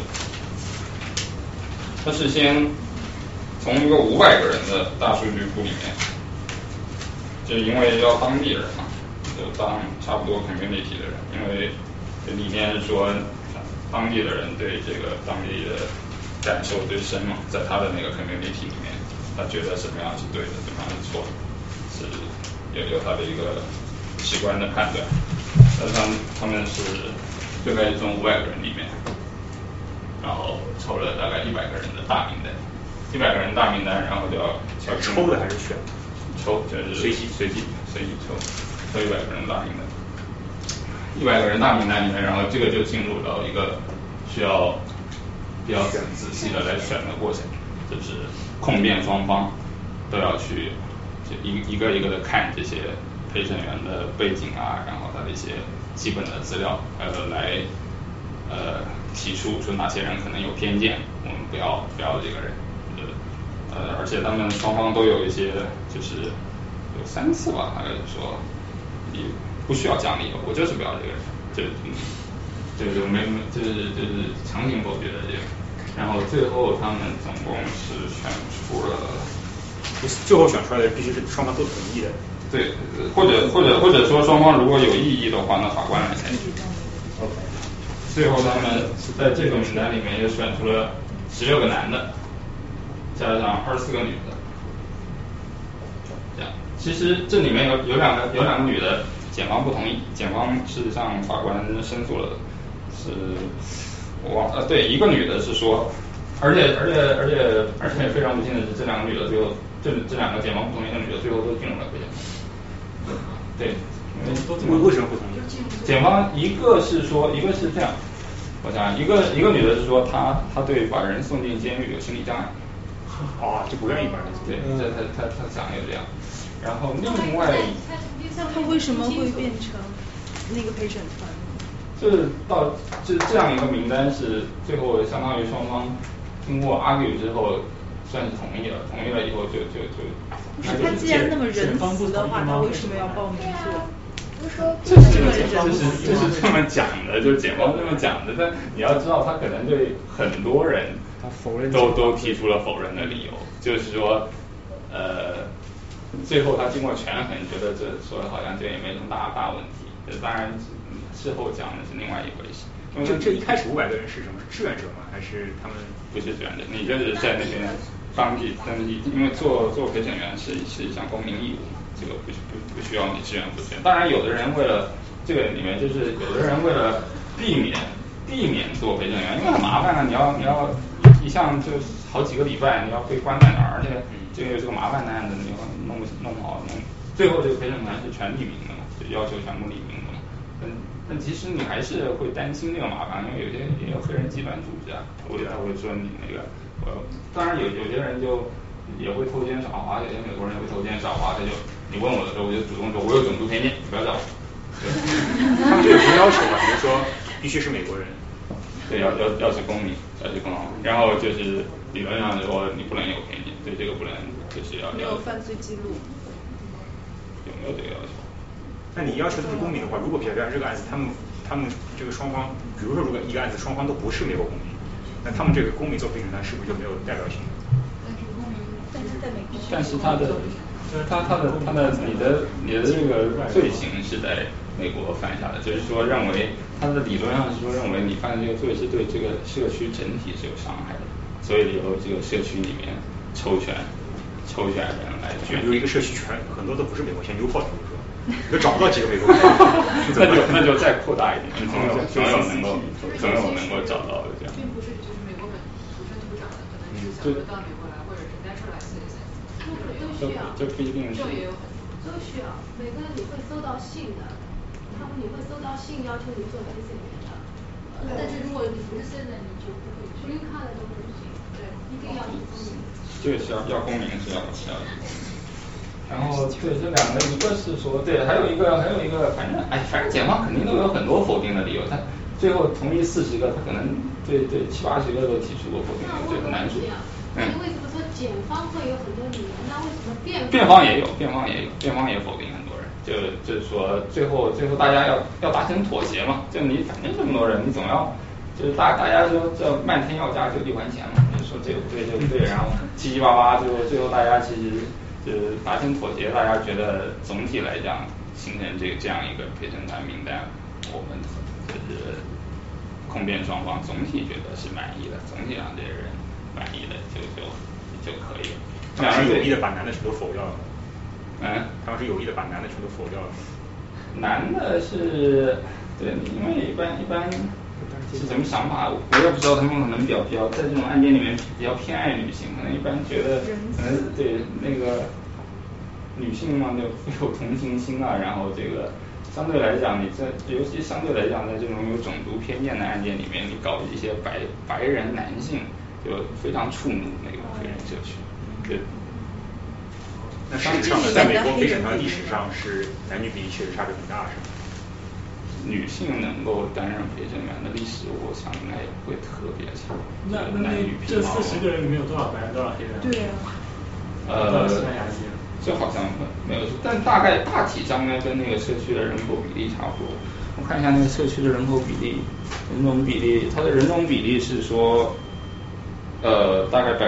他是先从一个500个人的大数据库里面，就因为要当地人嘛，就当差不多 community 的人，因为里面是说当地的人对这个当地的感受最深嘛，在他的那个 community 里面，他觉得什么样是对的，什么样是错的，是有他的一个直观的判断。他们是就在这种500个人里面，然后抽了大概100个人的大名单，100个人大名单，然后就要抽的还是选的？ 抽就是随机抽100个人大名单，100个人大名单里面，然后这个就进入到一个需要比较仔细的来选的过程，就是控辩双方都要去就一个一个的看这些陪审员的背景啊，然后他的一些基本的资料，来提出说哪些人可能有偏见，我们不要这个人，而且他们双方都有一些就是有3次吧，大概就说你不需要讲理由，我就是不要这个人，就是强行否决的这个，然后最后他们总共是选出了， 最后选出来的必须是双方都同意的。 对，或者说双方如果有异议的话，那法官来裁决。最后他们在这个名单里面也选出了16个男的，加上24个女的。这样，其实这里面有两个女的，检方不同意，检方是向法官申诉了的，是我忘了，对，一个女的是说，而且非常不幸的是，这2个女的最后这2个检方不同意的女的最后都进入了陪审团。对， 为什么不同意？ 检方一个是这样，我想一个女的是说她对把人送进监狱有心理障碍， 就不愿意把人送进。 对，她想也这样。然后另外， 他为什么会变成那个陪审团？ 就是这样一个名单是最后相当于双方经过 argue 之后算是同意了以后就。 他既然那么仁慈的话，他为什么要报名做？ 这是这么讲的，就是检方这么讲的，但你要知道，他可能对很多人都提出了否认的理由，就是说，最后他经过权衡，觉得这说的好像这也没什么大问题。当然，事后讲的是另外一回事。 因为这一开始500个人是什么？是志愿者吗？还是他们不是志愿者？你就是在那边登记，因为做陪审员是一项公民义务，这个不需要你志愿不志愿。当然，有的人为了这个里面就是有的人为了避免做陪审员，因为很麻烦啊，你要一项就好几个礼拜，你要被关在那儿，而且这个是个麻烦的案子，你要弄不好，最后这个陪审团是全匿名的嘛，就要求全部匿名的嘛。但其实你还是会担心这个麻烦，因为也有黑人极端组织啊，他会说你那个，当然有些人就也会偷奸耍滑，有些美国人也会偷奸耍滑，你问我的时候，我就主动说，我有种族偏见，你不要找我。 他们就有什么要求吗？比如说必须是美国人。 对，要是公民，要是公民，然后就是理论上说你不能有偏见，对这个不能就是要没有犯罪记录。 有没有这个要求？ 那你要求都是公民的话，如果比如这个案子，他们这个双方，比如说如果一个案子双方都不是美国公民，那他们这个公民做陪审团是不是就没有代表性？ 但是他的你的这个罪行是在美国犯下的，就是说认为他的理论上是说认为你犯的这个罪是对这个社区整体是有伤害的，所以由这个社区里面抽选人来决定。 比如一个社区很多都不是美国，像 Newport 比如说，都找不到几个美国人， 那就再扩大一点，总有能够找到的这样。 并不是就是美国本土生土长的，可能是想到美国来或者是待出来写一写。 都需要， 这不一定是。 都需要，每个人你会收到信的，你会收到信要求你做陪审员的。但是如果你不是现在，你就不会去看的都不行，对，一定要有公民。 这个是要公民是要的。然后对这两个，一个是说对，还有一个，反正检方肯定都有很多否定的理由，他最后同意40个，他可能对70-80个都提出过否定，这很难说。 那为什么说检方会有很多理由？那为什么辩方也否定很多人，就是说最后大家要达成妥协嘛，就你反正这么多人，你总要就是大家说这漫天要价就地还钱嘛，你说这个不对这个不对，然后七七八八最后大家其实就是达成妥协，大家觉得总体来讲形成这样一个陪审团名单，我们就是控辩双方总体觉得是满意的，总体让这些人满意的就可以了。 他们是有意的把男的全都否掉了。他们是有意的把男的全都否掉了。 男的是，对，因为一般是什么想法，我也不知道，他们可能比较在这种案件里面比较偏爱女性，可能一般觉得可能对那个女性嘛就有同情心啊，然后这个相对来讲尤其相对来讲在这种有种族偏见的案件里面，你搞一些白人男性就非常触怒那个黑人社区，对。 那事实上，在美国陪审团历史上是男女比例确实差别很大，是吗？ 女性能够担任陪审员的历史，我想应该也不会特别长。 那这40个人里面有多少白人，多少黑人？ 对呀。 多少西班牙籍？ 这好像没有，但大体上应该跟那个社区的人口比例差不多。我看一下那个社区的人口比例，它的人种比例是说，大概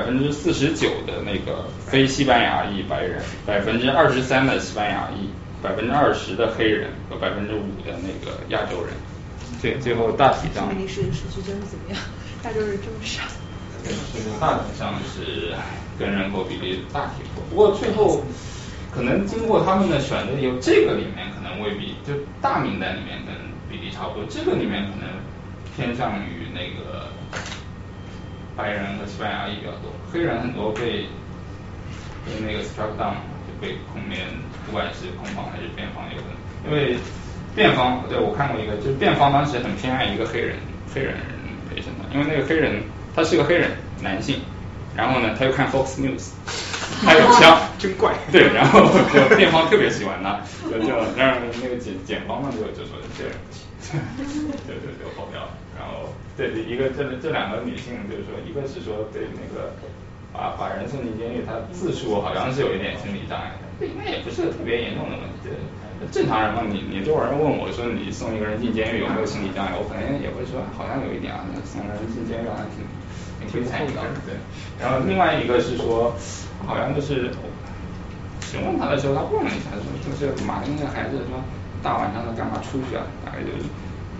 49%的那个非西班牙裔白人，23%的西班牙裔，20%的黑人和5%的那个亚洲人。对，最后大体上。 比利时社区真是怎么样？亚洲人这么少。 对，大体上是跟人口比例大体不过最后可能经过他们的选择以后，这个里面可能未必就大名单里面跟比例差不多，这个里面可能偏向于那个白人和西班牙裔比较多，黑人很多被那个 struck down 就被控辩，不管是控方还是辩方有的，因为辩方对我看过一个，就是辩方当时很偏爱一个黑人陪审团，因为那个黑人他是个黑人男性，然后呢他又看 Fox News， 他有枪， 真怪， 对，然后辩方特别喜欢他，就让那个检方呢就说这人不行，对就跑掉了，然后对一个这两个女性就是说，一个是说对那个把人送进监狱，她自述好像是有一点心理障碍的，应该也不是特别严重的问题。正常人嘛，你这会儿问我说你送一个人进监狱有没有心理障碍，我可能也会说好像有一点啊，送人进监狱还挺悲惨一个，对。然后另外一个是说，好像就是询问他的时候，他问了一下，说就是马丁这个孩子说大晚上的干嘛出去啊？大概就是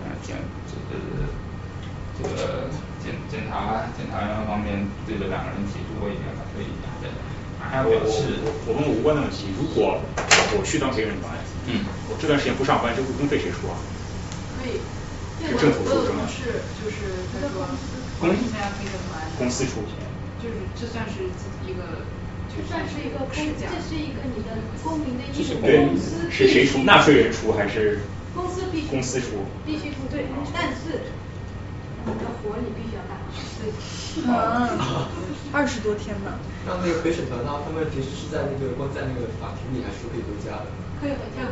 检察员方面对这两个人提出过一点反对意见，对。还表示我问无关的问题，如果我去当陪审团，我这段时间不上班，这误工费谁出啊？ 可以， 是政府出是吗？ 是就是他说参加陪审团， 公司出钱， 就是这算是一个。 这算是一个这是一个你的公民的义务， 对， 公司是谁出？纳税人出还是公司必须出？ 公司出， 必须出，对，但是你的活你必须要干好。 20多天呢。 那个陪审团他们平时是在那个光在那个法庭里，还是可以回家的？ 可以回家，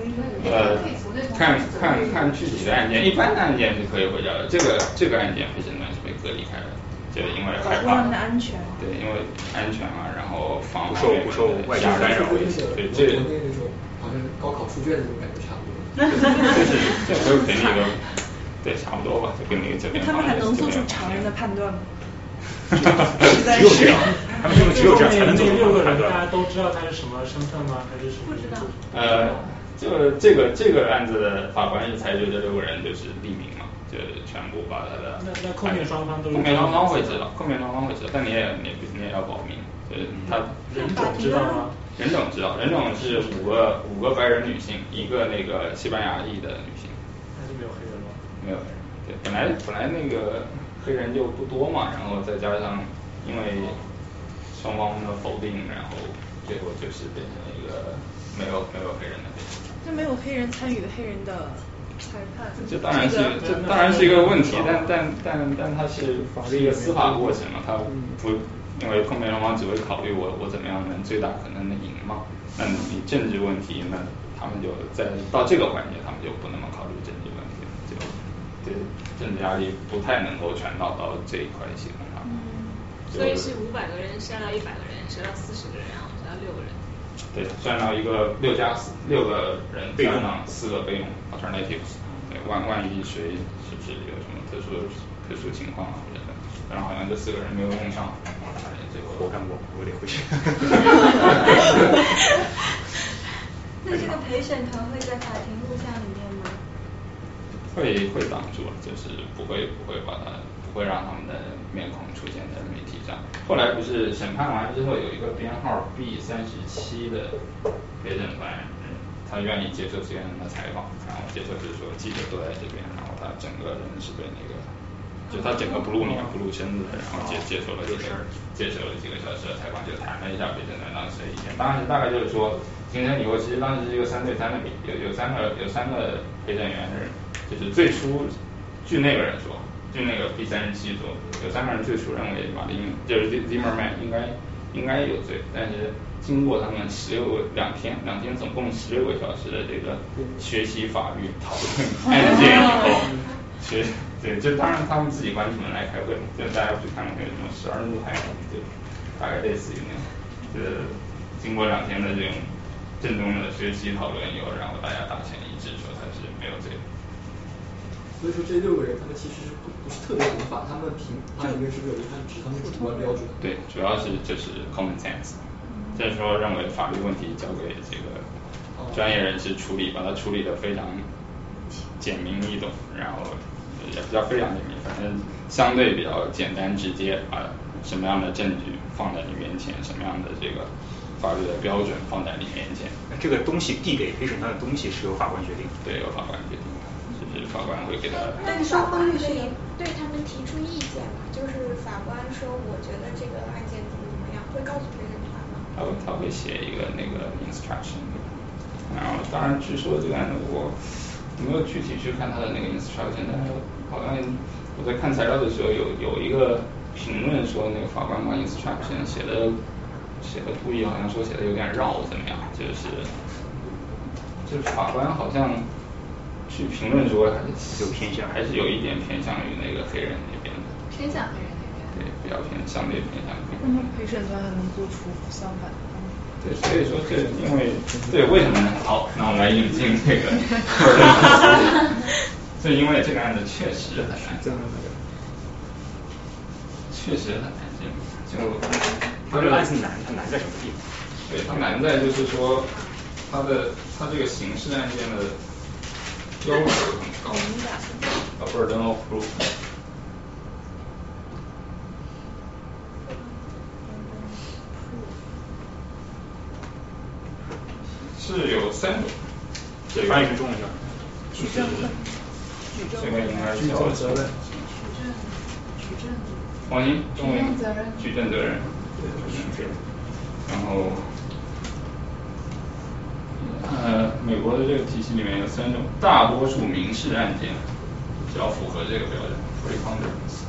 看具体的案件，一般案件是可以回家的。这个案件陪审团是被隔离开的，就因为害怕。 的安全。 对，因为安全嘛，然后防不受外界干扰。 对，这国内那种好像高考出卷的那种感觉差不多。 这就给你一个，对，差不多吧，就跟你这边。 他们还能做出常人的判断吗？ 只有这样，他们只有这样才能做出 6个人，大家都知道他是什么身份吗？还是什么？ 不知道。 就这个案子的法官是裁决这6个人就是匿名嘛，就全部把他的。 那控辩双方都。 控辩双方会知道，但你也要保密，就是他。 人种知道吗？ 人种知道，人种是5个白人女性，1个那个西班牙裔的女性。 那就没有黑人了。 没有黑人，对，本来那个黑人就不多嘛，然后再加上因为双方的否定，然后最后就是变成一个没有黑人的黑人。 就没有黑人参与黑人的裁判。 这当然是一个问题，但它是一个司法过程嘛，它不因为控辩双方只会考虑我怎么样能最大可能的赢嘛。那你政治问题，那他们就到这个环节，他们就不那么考虑政治问题，就对政治压力不太能够传导到这一块系统上。 所以是500个人筛到100个人，筛到40个人，然后筛到6个人。 对，算到一个6个人加上4个备用 alternatives。对，万一谁是不是有什么特殊情况啊之类的，然后好像这4个人没有用上，这个我干过，我得回去。 那这个陪审团会在法庭录像里面吗？ 会挡住，就是不会让他们的面孔出现在媒体上。后来不是审判完之后有一个编号 B37的陪审团，他愿意接受这样的采访，然后接受就是说记者都在这边，然后他整个人是被那个，就他整个不露面不露身子的，然后接受了几个小时的采访，就谈了一下陪审团当时的意见。当时大概就是说形成以后，其实当时是一个3对3的比，有三个陪审员的人，就是最初据那个人说，据那个 B37说，有3个人最初认为马丁就是 Zimmerman 应该有罪，但是经过他们2天总共16个小时的这个学习法律讨论案件以后，对，就当然他们自己关起门来开会，就大家去看那个什么12怒海，就大概类似于那样，经过2天的这种郑重的学习讨论以后，然后大家达成一致，说他是没有罪的。 所以说这6个人他们其实不是特别懂法，他们里面是不是有一指他们主观标准？ 对，主要是就是 common sense， 就是说认为法律问题交给这个专业人士处理，把它处理得非常简明易懂，然后也不叫非常简明，反正相对比较简单直接，把什么样的证据放在你面前，什么样的这个法律的标准放在你面前。 这个东西递给陪审团的东西是由法官决定， 对，由法官决定，就是法官会给他。 但是双方律师对他们提出意见嘛，就是法官说我觉得这个案件怎么样，会告诉陪审团吗？ 他会写一个那个 instruction， 然后当然据说这个案子我没有具体去看他的那个 instruction， 但是好像我在看材料的时候有一个评论说那个法官把 instruction 写的故意好像说写的有点绕怎么样，就是法官好像去评论说还是有偏向，还是有一点偏向于那个黑人那边的。 偏向黑人那边。 对，比较相对偏向黑人。 那么陪审团还能做出相反的？ 对，所以说因为为什么呢？好，那我们来引进这个。是因为这个案子确实很难进，确实很难进。就他这个案子难，它难在什么地方？ 对，它难在就是说，它这个刑事案件的标准很高，burden of proof。是有3种， 翻译成中文叫举证恨， 这个应该是叫责任， 放心，中文举证责任，对，然后美国的这个体系里面有3种，大多数民事案件只要符合这个标准， preponderance。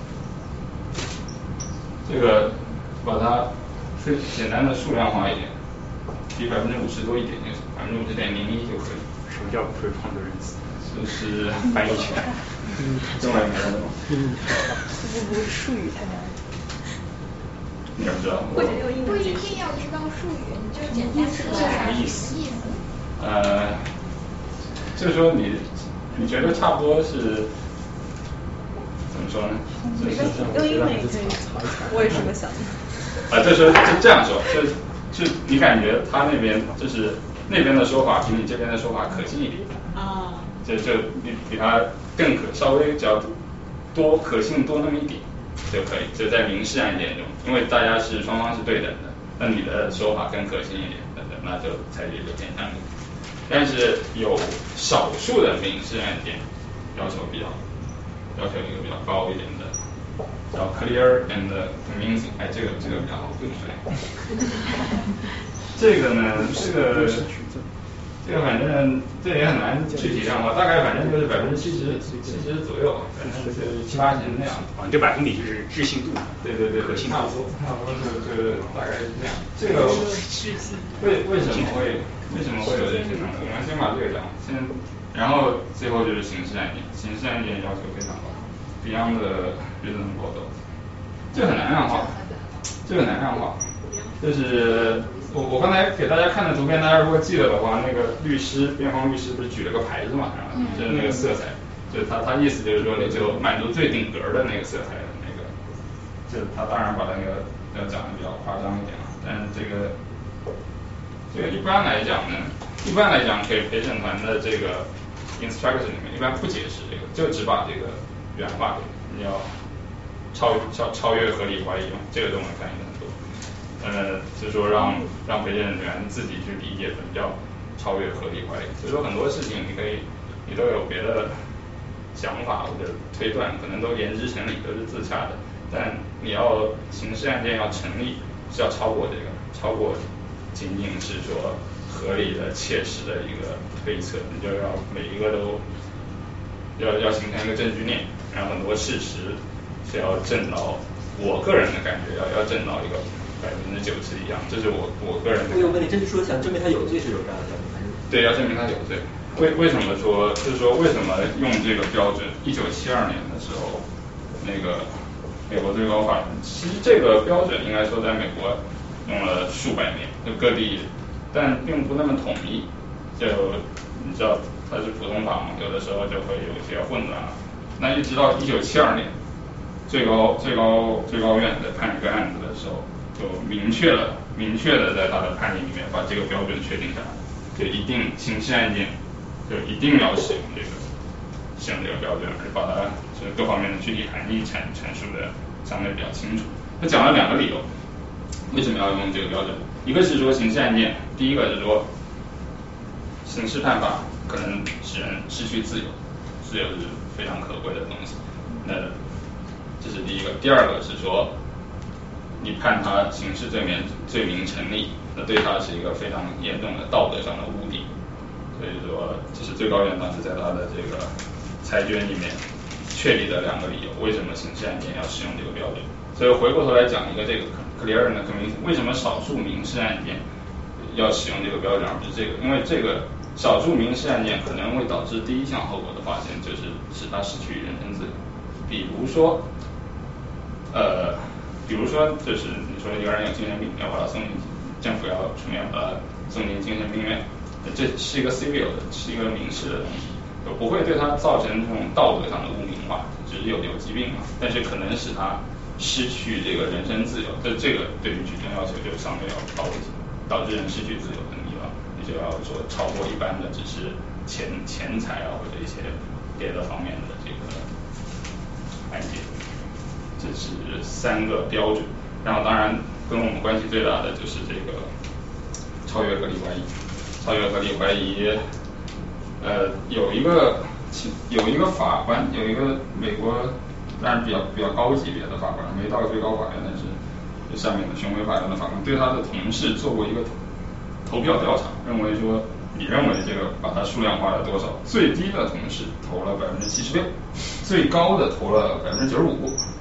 这个把它简单的数量化一点，比50%多一点就50.01%就可以。 什么叫 preponderance？ 就是翻译起来， 中文没有。 不，术语太难。 你要知道？ 或者用英文不一定要知道术语，你就简单说一下什么意思。 就是说你觉得差不多是怎么说呢？ 用英文也可以。我也是这么想的。 就是这样说，就你感觉他那边就是那边的说法比你这边的说法可信一点。 啊。 就你比他更稍微只要多可信多那么一点就可以，就在民事案件中，因为大家双方是对等的，那你的说法更可信一点，那就采取一个偏向力。但是有少数的民事案件要求一个比较高一点的，叫 clear and convincing， 这个比较好对。这个呢是个。这个反正这也很难具体量化，大概反正就是70%左右，反正是70-80%那样。 这百分比就是置信度。 对， 可信度。 差不多是大概是这样。这个为什么会有这些呢？我们先把这个讲，然后最后就是刑事案件，刑事案件要求非常高 ，Beyond reasonable doubt， 这很难量化，就是我刚才给大家看的图片，大家如果记得的话，那个辩方律师不是举了个牌子嘛，就是那个色彩，就是他意思就是说你就满足最顶格的那个色彩的那个，就他当然把那个讲的比较夸张一点了，但是这个一般来讲给陪审团的这个 instruction 里面一般不解释这个，就只把这个原话给你要超越合理怀疑嘛，这个中文翻译的很多。就是说让陪审员自己去理解什么叫超越合理怀疑，就是说很多事情你都有别的想法或者推断，可能都言之成理，都是自洽的，但你要刑事案件要成立，是要超过仅仅是说合理的切实的一个推测，你就要每一个都要形成一个证据链，然后很多事实是要证到，我个人的感觉要证到一个90%以上，这是我个人的。 我有问题，这是说想证明他有罪是有这样的标准还是？ 对，要证明他有罪。为什么说就是说为什么用这个标准？1972年的时候，那个美国最高法院，其实这个标准应该说在美国用了数百年，就各地，但并不那么统一。就你知道它是普通法嘛，有的时候就会有一些混乱。那一直到1972年，最高院在判一个案子的时候，就明确的在他的判例里面把这个标准确定下来，就一定刑事案件就一定要使用这个标准，而把它就是各方面的具体含义阐述的相对比较清楚。他讲了2个理由，为什么要用这个标准？一个是说刑事案件，第一个是说刑事判罚可能使人失去自由，自由是非常可贵的东西，那这是第一个。第二个是说你判他刑事罪名成立，那对他是一个非常严重的道德上的污点。所以说这是最高院当时在他的这个裁决里面确立的2个理由，为什么刑事案件要使用这个标准。所以回过头来讲一个这个 clear and convincing， 为什么少数民事案件要使用这个标准而不是这个？因为这个少数民事案件可能会导致第一项后果的发现，就是使他失去人身自由。比如说就是你说一个人有精神病，要把他送进政府要出面把他送进精神病院，这是一个 civil 的，是一个民事的东西，不会对他造成这种道德上的污名化，只是有疾病嘛，但是可能使他失去这个人身自由，这个对于举证要求就相对要高一些，导致人失去自由的你就要说超过一般的只是钱财啊或者一些别的方面的这个案件。这是3个标准，然后当然跟我们关系最大的就是这个超越合理怀疑。超越合理怀疑，有一个法官，有一个美国当然比较高级别的法官，没到最高法院，但是上面的巡回法院的法官对他的同事做过一个投票调查，认为说你认为这个把它数量化了多少？最低的同事投了76%， 最高的投了95%。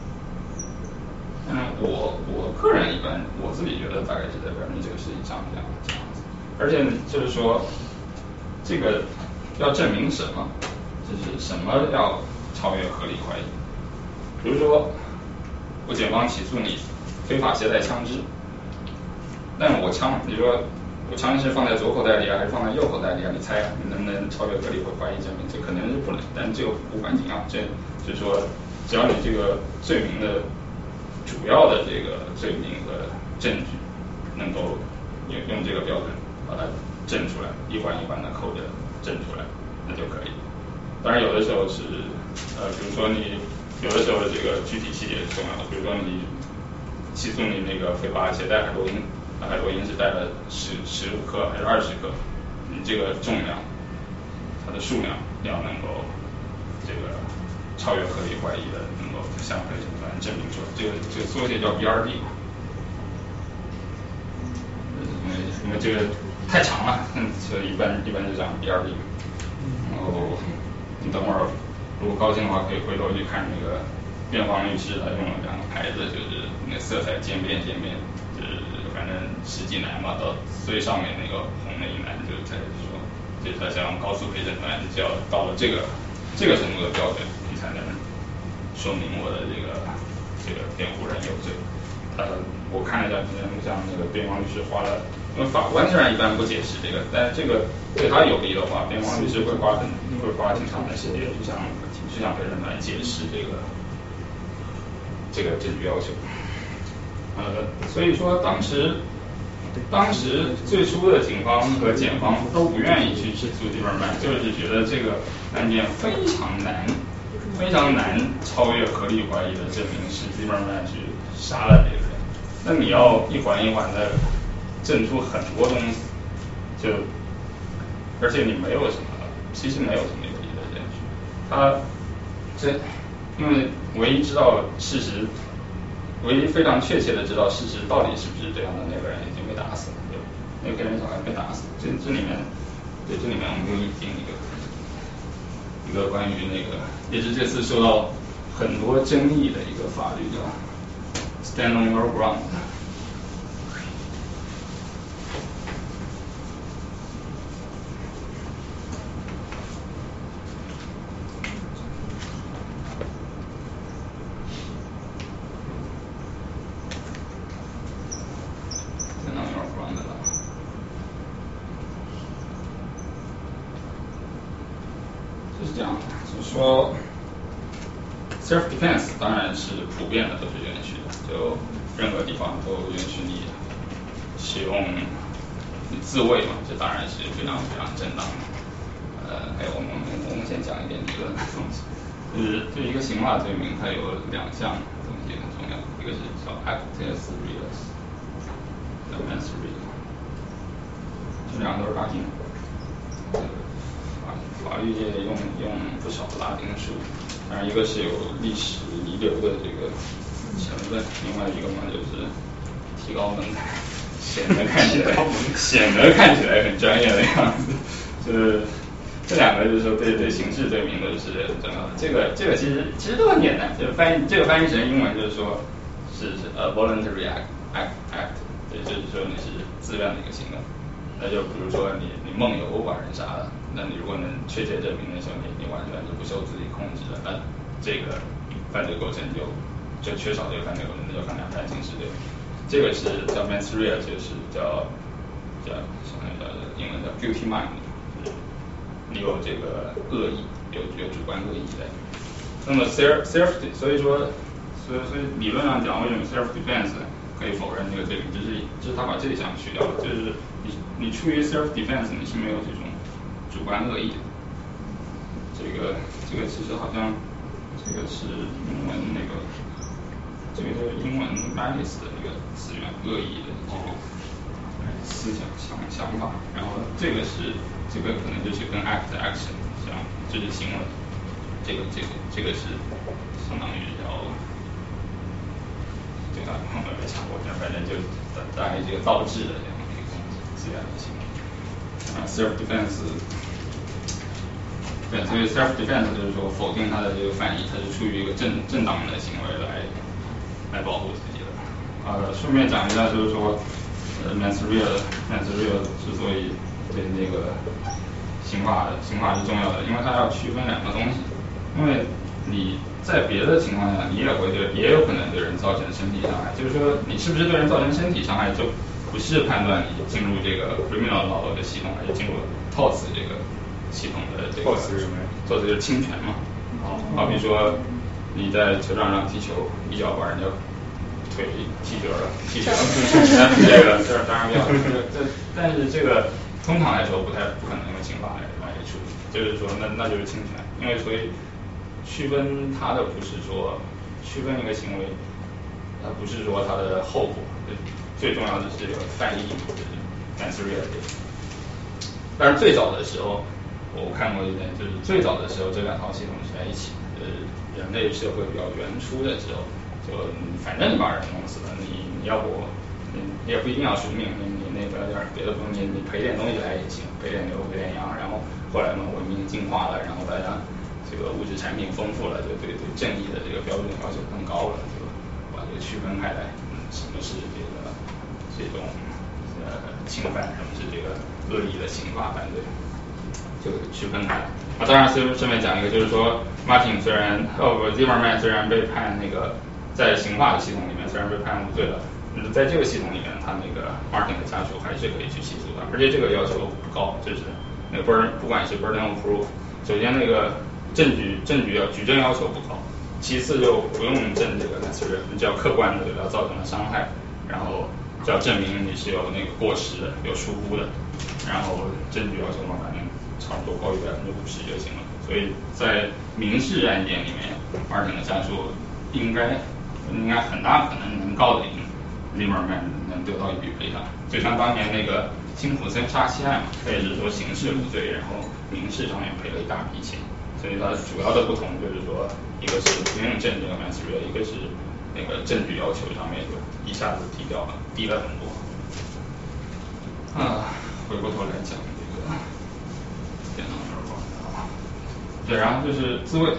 我个人一般我自己觉得大概是在90%以上这样子。而且就是说，这个要证明什么，就是什么要超越合理怀疑。比如说，我检方起诉你非法携带枪支，但我枪，比如说我枪是放在左口袋里啊，还是放在右口袋里啊？你猜啊，你能不能超越合理怀疑证明？这可能是不能，但这个无关紧要。这就是说，只要你这个罪名的主要的这个罪名和证据能够用这个标准把它证出来，一环一环的扣着证出来，那就可以。当然有的时候是比如说你有的时候这个具体细节是重要的，比如说你起诉你那个非法携带海洛因，海洛因是带了15克还是20克，你这个重量，它的数量要能够这个超越合理怀疑的，能够向陪审团证明出来。这个缩写叫 BRD。因为这个太长了，所以一般就讲 BRD。然后你等会儿如果高兴的话，可以回头去看那个辩方律师他用了2个牌子，就是那色彩渐变，就是反正10几栏吧，到最上面那个红的一栏就在说，就是他想告诉陪审团，只要到了这个程度的标准，你才能说明我的这个辩护人有罪。我看了一下，像那个辩方律师花了，因为法官虽然一般不解释这个，但是这个对他有利的话，辩方律师会花挺长的时间去向陪审团解释这个证据要求。所以说当时最初的警方和检方都不愿意去起诉蒂尔曼，就是觉得这个案件非常难超越合理怀疑的证明是蒂尔曼去杀了这个人。那你要一环一环的证出很多东西，而且你其实没有什么有力的证据。因为唯一非常确切的知道事实到底是不是这样的那个人已经被打死了，那个黑人小孩被打死。这里面我们又引进一个关于那个也是这次受到很多争议的一个法律叫 Stand on your ground。说 self defense 当然是普遍的都是允许的，就任何地方都允许你使用你自卫嘛，这当然是非常非常正当的。还有我们先讲一点理论的东西，就一个刑法罪名它有2项东西很重要，一个是叫 actus reus， 叫 mens rea， 这2个都是拉丁。法律界用不少拉丁术，当然一个是有历史遗留的这个成分，另外一个嘛就是提高门槛，显得看起来很专业的样子。就是这2个就是说对刑事罪名都是很重要的。这个其实都很简单，这个翻译成英文就是说是voluntary act， 对，就是说你是自愿的一个行为。那就比如说你梦游把人杀了，那你如果能确切证明的时候，你完全是不受自己控制的，那这个犯罪构成就缺少这个犯罪构成，那就很难判刑事罪。这个是叫 mens rea， 就是叫英文叫 guilty mind， 就是你有这个恶意，有主观恶意在。那么 self， 所以理论上讲，为什么 self defense 可以否认这个罪名，就是他把这一项去掉了，就是你出于 self defense 你是没有这种主观恶意的。这个其实好像这个是英文那个这个就是英文 malice 的一个词源，恶意的这个思想法。然后这个可能就是跟 action 像就是行为，这个是相当于叫。这个我们没查过，反正就大概这个倒置的这样一个自然的行为。self defense 对，所以 self defense 就是说否定它的这个犯意，它是出于一个正当的行为来保护自己的。顺便讲一下，就是说mens rea 之所以对那个刑法是重要的，因为它要区分两个东西。因为你在别的情况下，你也有可能对人造成身体伤害，就是说你是不是对人造成身体伤害，就不是判断你进入这个 criminal law 的系统，还是进入 TOS 这个系统的这个 TOS 是什么 ？TOS 就是侵权嘛。好比说你在球场上踢球，一脚把人家腿踢折了，这个这当然比较但是这个通常来说不可能用刑法来处理，就是说那就是侵权，因为所以区分它的不是说区分一个行为，不是说它的后果，最重要的是这个犯意，就是 mens rea。但是最早的时候，我看过一点，就是最早的时候这两套系统是在一起的，人类社会比较原初的时候，就反正你把人弄死了，你要不你也不一定要赎命，你那个点别的东西，你赔点东西来也行，赔点牛赔点羊，然后后来嘛文明进化了，然后大家这个物质产品丰富了，就对正义的这个标准要求更高了，就把这个区分开来，什么是这种侵犯，什么是这个恶意的刑法犯罪，就区分开。当然顺便讲一个，就是说 Zimmerman 虽然被判那个在刑法的系统里面虽然被判无罪了，在这个系统里面，他那个 Martin 的家属还是可以去起诉的，而且这个要求不高，就是那个不管是 burden of proof， 首先那个举证要求不高，其次就不用证这个 mens rea， 你只要客观的对他造成了伤害，然后只要证明你是有那个过失的，有疏忽的，然后证据要求嘛，反正差不多高于50%就行了。所以在民事案件里面 ，Martin 的家属应该很大可能能告得赢 Zimmerman， 能得到一笔赔偿。就像当年那个辛普森杀妻案嘛，他也是说刑事无罪，然后民事上面赔了一大笔钱。所以它主要的不同就是说，一个是不用证这个 mens rea， 一个是那个证据要求上面就一下子低了很多。回过头来讲这个电脑那儿对，然后就是自卫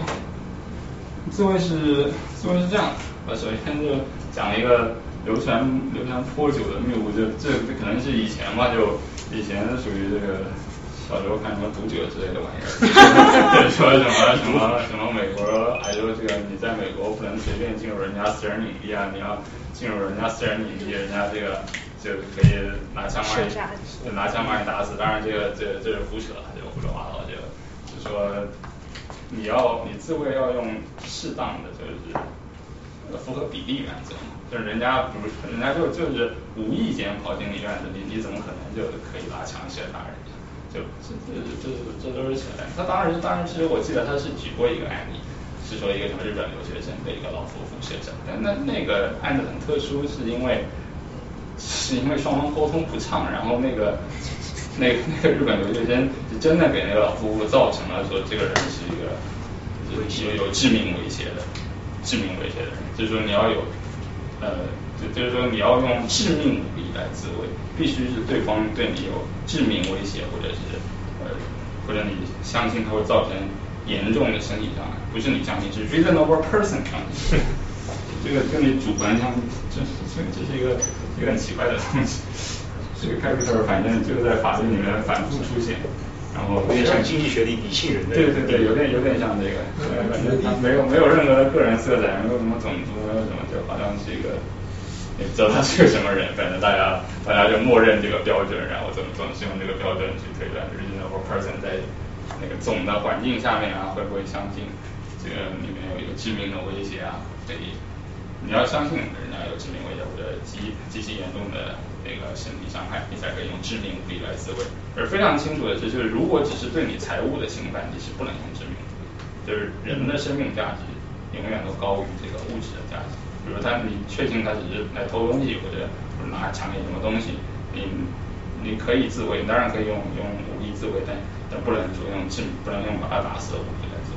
是这样的，我首先就讲一个流传颇久的谬误，这可能是以前嘛，就以前属于这个小时候看什么读者之类的玩意儿，对，说什么美国，还说这个你在美国不能随便进入人家私人领地啊，你要进入人家私人领地，人家这个就可以拿枪把你打死。当然这是胡扯，这个胡说八道，就说你自卫要用适当的，就是符合比例原则嘛，就是人家就是无意间跑进你院子里，你怎么可能就可以拿枪射杀人家？这都是扯淡。他当然其实我记得他是举过一个案例，是说一个什么日本留学生被一个老夫妇射杀，但那个案子很特殊，是因为双方沟通不畅，然后那个日本留学生是真的给那个老夫妇造成了说这个人是一个有致命威胁的人，就是说你要有就是说你要用致命武力来自卫，必须是对方对你有致命威胁，或者你相信它会造成严重的身体伤害，不是你相信，是 reasonable person 相信。这个跟你主观相信，这是一个很奇怪的东西。这个 character 反正就在法律里面反复出现，然后有点像经济学里理性人的。 对，有点像这个，反正他没有任何的个人色彩，没有什么种族，没有什么，就好像是一个。也不知道他是个什么人，反正大家就默认这个标准，然后总是用这个标准去推断 reasonable person 在那个总的环境下面啊，会不会相信这个里面有一个致命的威胁啊？所以你要相信人家有致命威胁或者极其严重的那个身体伤害，你才可以用致命武力来自卫。而非常清楚的是，就是如果只是对你财物的侵犯，你是不能用致命武力，就是人的生命价值永远都高于这个物质的价值。比如你确信他只是来偷东西或者抢你什么东西，你可以自卫，当然可以用武力自卫，但不能说不能用把他打死的武力来自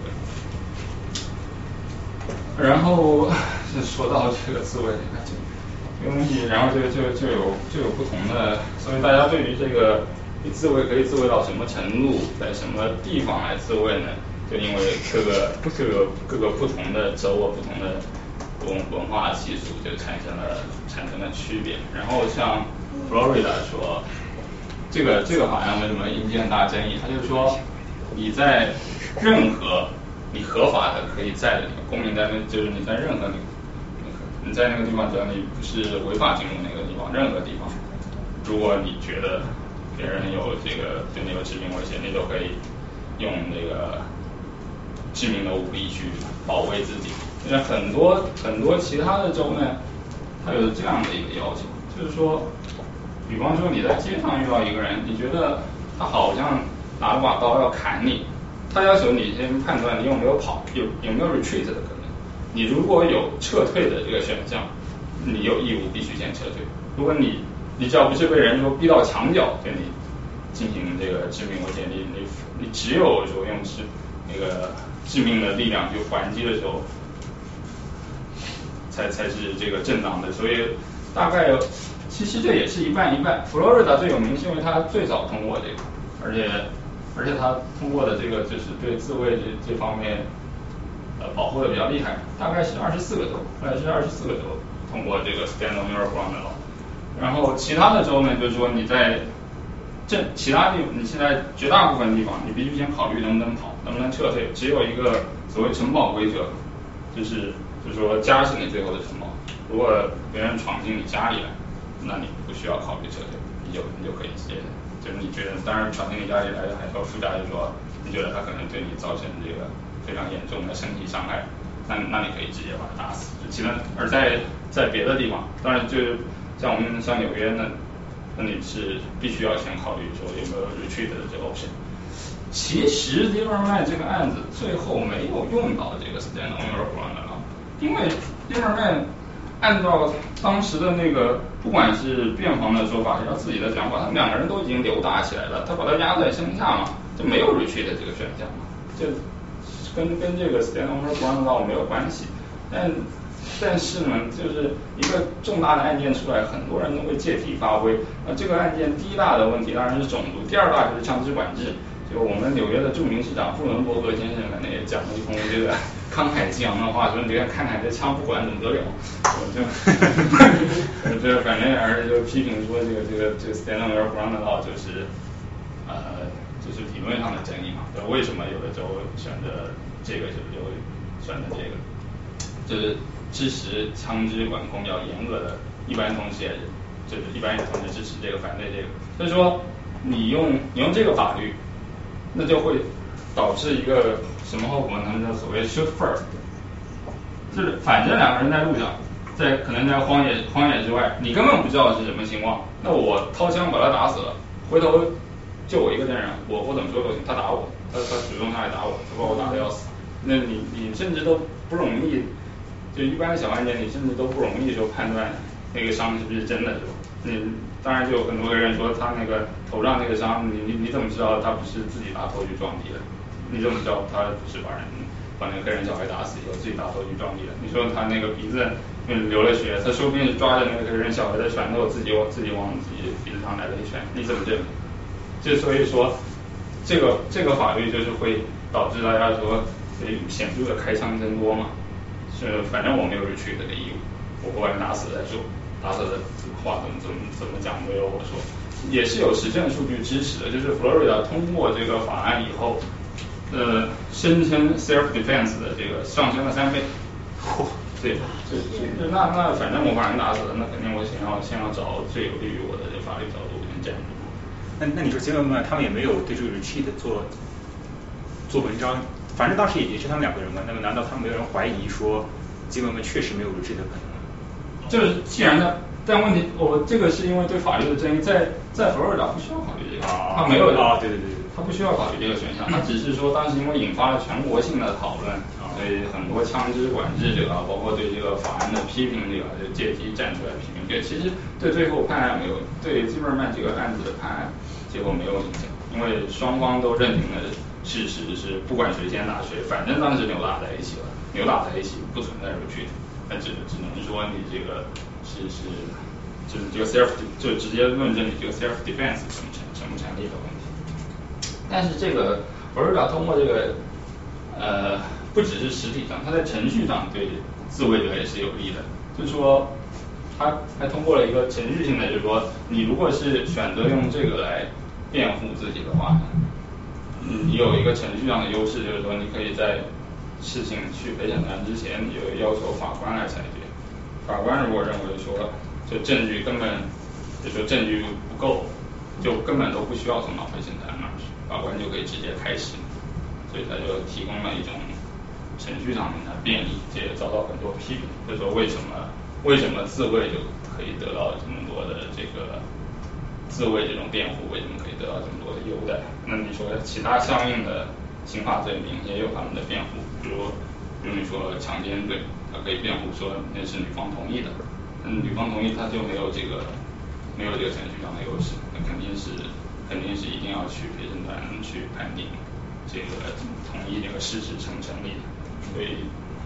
卫。然后说到这个自卫这个东西，然后就有不同的，所以大家对于这个你自卫可以自卫到什么程度，在什么地方来自卫呢？就因为各个不同的州啊，不同的文化习俗就产生了区别。然后像 Florida 说，这个法案为什么引起很大争议？他就是说你在任何你合法的可以在的地方，公民在那就是你在任何你在那个地方，只要你不是违法进入那个地方，任何地方，如果你觉得别人有这个对你有致命威胁，你都可以用那个致命的武力去保卫自己。因为很多其他的州呢，它有这样的一个要求，就是说，比方说你在街上遇到一个人，你觉得他好像拿了把刀要砍你，他要求你先判断你有没有跑，有没有 retreat 的可能。你如果有撤退的这个选项，你有义务必须先撤退。如果你只要不是被人说逼到墙角对你进行这个致命威胁，你只有说用那个致命的力量去还击的时候，才是这个正当的。所以大概其实这也是一半一半。Florida 最有名是因为它最早通过这个，而且它通过的这个就是对自卫这方面保护的比较厉害，大概是24个州通过这个 Stand on Your Ground Law。然后其他的州呢，就是说你在其他地方，你现在绝大部分地方，你必须先考虑能不能跑，能不能撤退。只有一个所谓城堡规则，就是说家是你最后的城堡。如果别人闯进你家里来，那你不需要考虑撤退，你就可以直接，就是你觉得，当然闯进你家里来还要附加，就是说你觉得他可能对你造成这个非常严重的身体伤害，那你可以直接把他打死。其他而在别的地方，当然就是像我们像纽约那你是必须要先考虑说有没有 retreat 的这个 option。其实 Lieberman 这个案子最后没有用到这个 Stand on Your Ground Law，因为 Lieberman 按照当时的那个不管是辩方的说法还是他自己的讲法，他们两个人都已经扭打起来了，他把他压在身下嘛，就没有 retreat 的这个选项嘛，就跟这个 Stand on Your Ground Law 没有关系。但是呢，就是一个重大的案件出来，很多人都会借题发挥。这个案件第一大的问题当然是种族，第二大就是枪支管制。就我们纽约的著名市长布伦伯格先生可能也讲了一通这个慷慨激昂的话，说你看看这枪不管怎么得了，就反正而就批评说这个 Stand on Your Ground Law 就是理论上的争议嘛，为什么有的州选择这个，就选择这个，就是支持枪支管控要严格的，一般同时也就是一般同时支持这个，反对这个。所以说你用这个法律，那就会导致一个什么后果呢？叫所谓 shoot first， 就是反正两个人在路上，可能在荒野之外，你根本不知道是什么情况，那我掏枪把他打死了，回头就我一个证人，我怎么说都行，他打我，他主动上来打我，他把我打得要死，那你甚至都不容易。就一般的小案件，你甚至都不容易说判断那个伤是不是真的，是吧？当然就有很多人说他那个头上那个伤，你怎么知道他不是自己拿头去撞地的？你怎么知道他不是把那个黑人小孩打死以后自己拿头去撞地的？你说他那个鼻子流了血，他说不定是抓着那个黑人小孩的拳头自己往自己鼻子上来了一拳，你怎么证明？就所以说这个法律就是会导致大家说显著的开枪增多嘛。是，反正我没有retreat的义务，我把人打死再说，打死的话怎么讲都由我说，也是有实证数据支持的，就是 Florida 通过这个法案以后，声称 self defense 的这个上升了3倍，对，那反正我把人打死了，那肯定我先要找最有利于我的这法律角度先站住。 那你说结论嘛，他们也没有对这个retreat做文章。反正当时也是他们两个人嘛，那么难道他们没有人怀疑说基本们确实没有retreat的可能吗？ 就是既然呢，但问题这个是因为对法律的争议，在佛罗里达不需要考虑这个，他没有对， 他不需要考虑这个选项，他只是说当时因为引发了全国性的讨论，所以很多枪支管制者啊，包括对这个法案的批评者就借机站出来批评，这其实对最后判案没有，对基本曼这个案子的判案结果没有影响，因为双方都认定了事实是不管谁先打谁，反正当时扭打在一起了，扭打在一起不存在retreat，那只能说你这个是就是这个 就直接论证你这个 self defense 成不成立的问题。但是这个 Bermuda 通过这个不只是实体上，它在程序上对自卫者也是有利的，就是说它还通过了一个程序性的，就是说你如果是选择用这个来辩护自己的话，你有一个程序上的优势，就是说你可以在事情去陪审团之前，你就要求法官来裁决。法官如果认为说这证据根本就说证据不够，就根本都不需要送到陪审团那儿去，法官就可以直接开始，所以他就提供了一种程序上面的便利，这也遭到很多批评，就是说为什么自卫就可以得到这么多的这个自卫这种辩护，为什么可以得到这么多的优待？那你说其他相应的刑法罪名也有他们的辩护，比如你说强奸罪，他可以辩护说那是女方同意的，女方同意他就没有这个程序上的优势，那肯定是一定要去陪审团去判定这个同意这个事实成不成立的，所以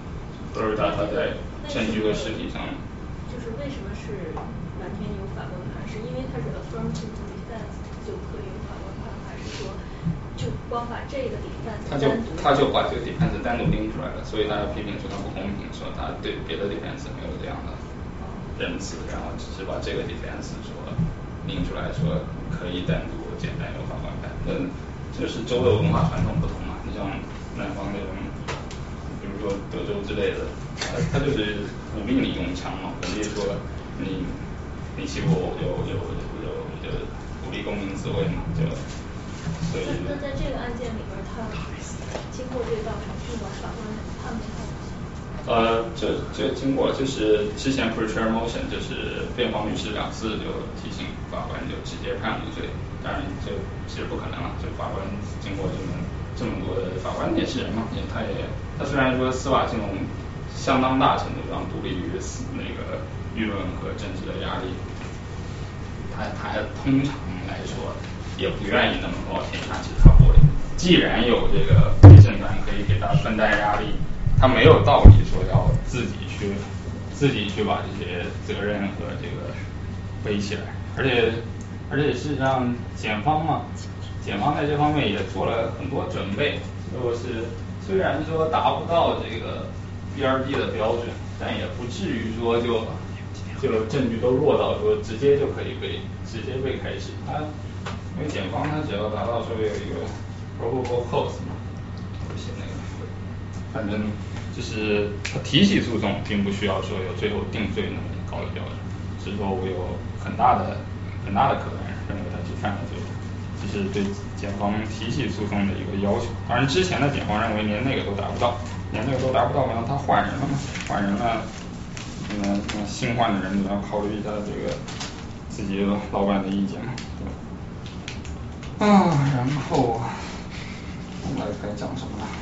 Bermuda他在证据和实体上。 就是为什么是完全由法官判？是因为它是 affirmative defense 就可以由法官判，还是说就光把这个 defense 他就把这个 defense 单独拎出来了，所以大家批评说他不公平，说他对别的 defense 没有这样的仁慈，然后只是把这个 defense 说拎出来说可以单独简单由法官判。这是州的文化传统不同嘛，你像南方那种，比如说德州之类的，他就是鼓励你用枪嘛，鼓励说你欺负我，就鼓励公民自卫嘛，就所以。 那在这个案件里边，他经过这道程序吧，法官判没判？ 这经过就是之前 pretrial motion 就是辩方律师2次就提醒法官就直接判无罪，当然这其实不可能了，就法官经过这么多的法官也是人嘛，他虽然说司法系统相当大程度上独立于那个舆论和政治的压力，他通常来说也不愿意那么冒天下之大不韪。既然有这个陪审团可以给他分担压力，他没有道理说要自己去把这些责任和这个背起来，而且事实上检方在这方面也做了很多准备，就是虽然说达不到这个 BRD 的标准，但也不至于说就证据都落到说直接就可以直接被开始。因为检方他只要达到说有一个 probable cause 嘛，不写那个，反正就是提起诉讼并不需要说有最后定罪那么高的标准，只是说我有很大的可能认为他是犯了罪，这是对检方提起诉讼的一个要求。当然之前的检方认为连那个都达不到，然后他换人了，那新换的人你要考虑一下这个自己老板的意见嘛，对吧？然后我们该讲什么了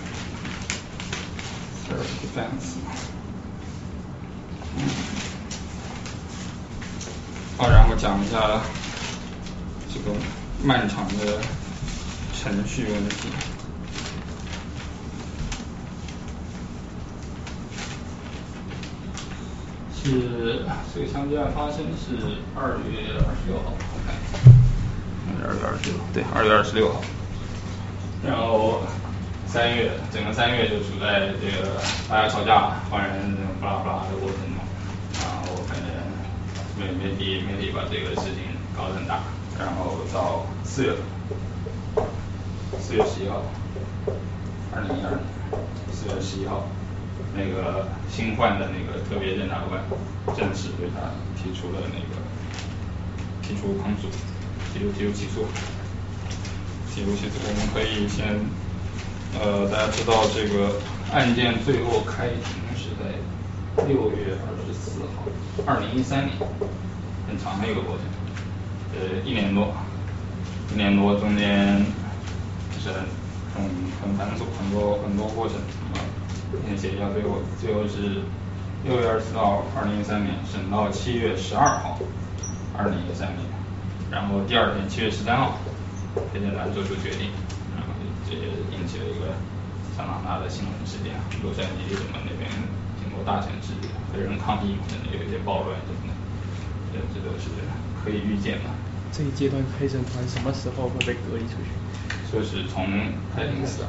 ？Self defense。然后讲一下这个漫长的程序问题。这个枪击案发生是2月26号，我看2月26号，然后整个3月就处在这个大家吵架换人巴拉巴拉的过程中，然后反正媒体把这个事情搞得很大，然后到4月11号，2012年4月11号，那个新换的那个特别检察官正式对他提出控诉，提出起诉。我们可以先大家知道这个案件最后开庭是在6月24号，2013年，很长的一个过程，1年多中间就是很繁琐，很多过程先写一下最后是6月24号2013年审到7月12号2013年，然后第二天7月13号陪审团做出决定，然后这也引起了一个相当大的新闻事件，洛杉矶什么那边挺多大城市黑人抗议，甚至有一些暴乱什么的。 这都是可以预见的。 这一阶段陪审团什么时候会被隔离出去？ 说是从开庭死，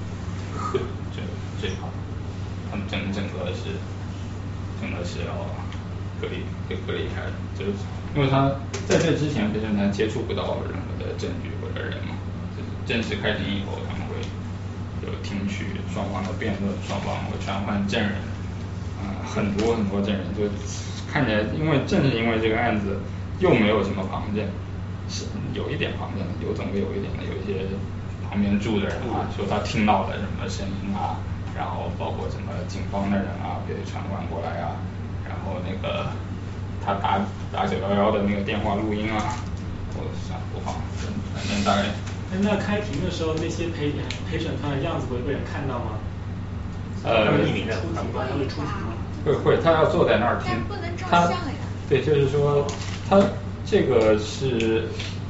这一块，他们整个是要隔离开的，就是因为他在这之前陪审团接触不到任何的证据或者人嘛，就是正式开庭以后，他们会有听取双方的辩论，双方会传唤证人，很多证人，就看起来，正是因为这个案子又没有什么旁证，是有一点旁证，总归有一点的，有一些旁边住的人啊，说他听到了什么声音啊，然后包括什么警方的人啊被传唤过来啊，然后那个他打911的那个电话录音啊，我想不放，反正大概。 那开庭的时候，那些陪审团的样子会被人看到吗？ 匿名的， 他会出庭吗？ 会，他要坐在那儿听。 但不能照相呀。 对，就是说，他这个是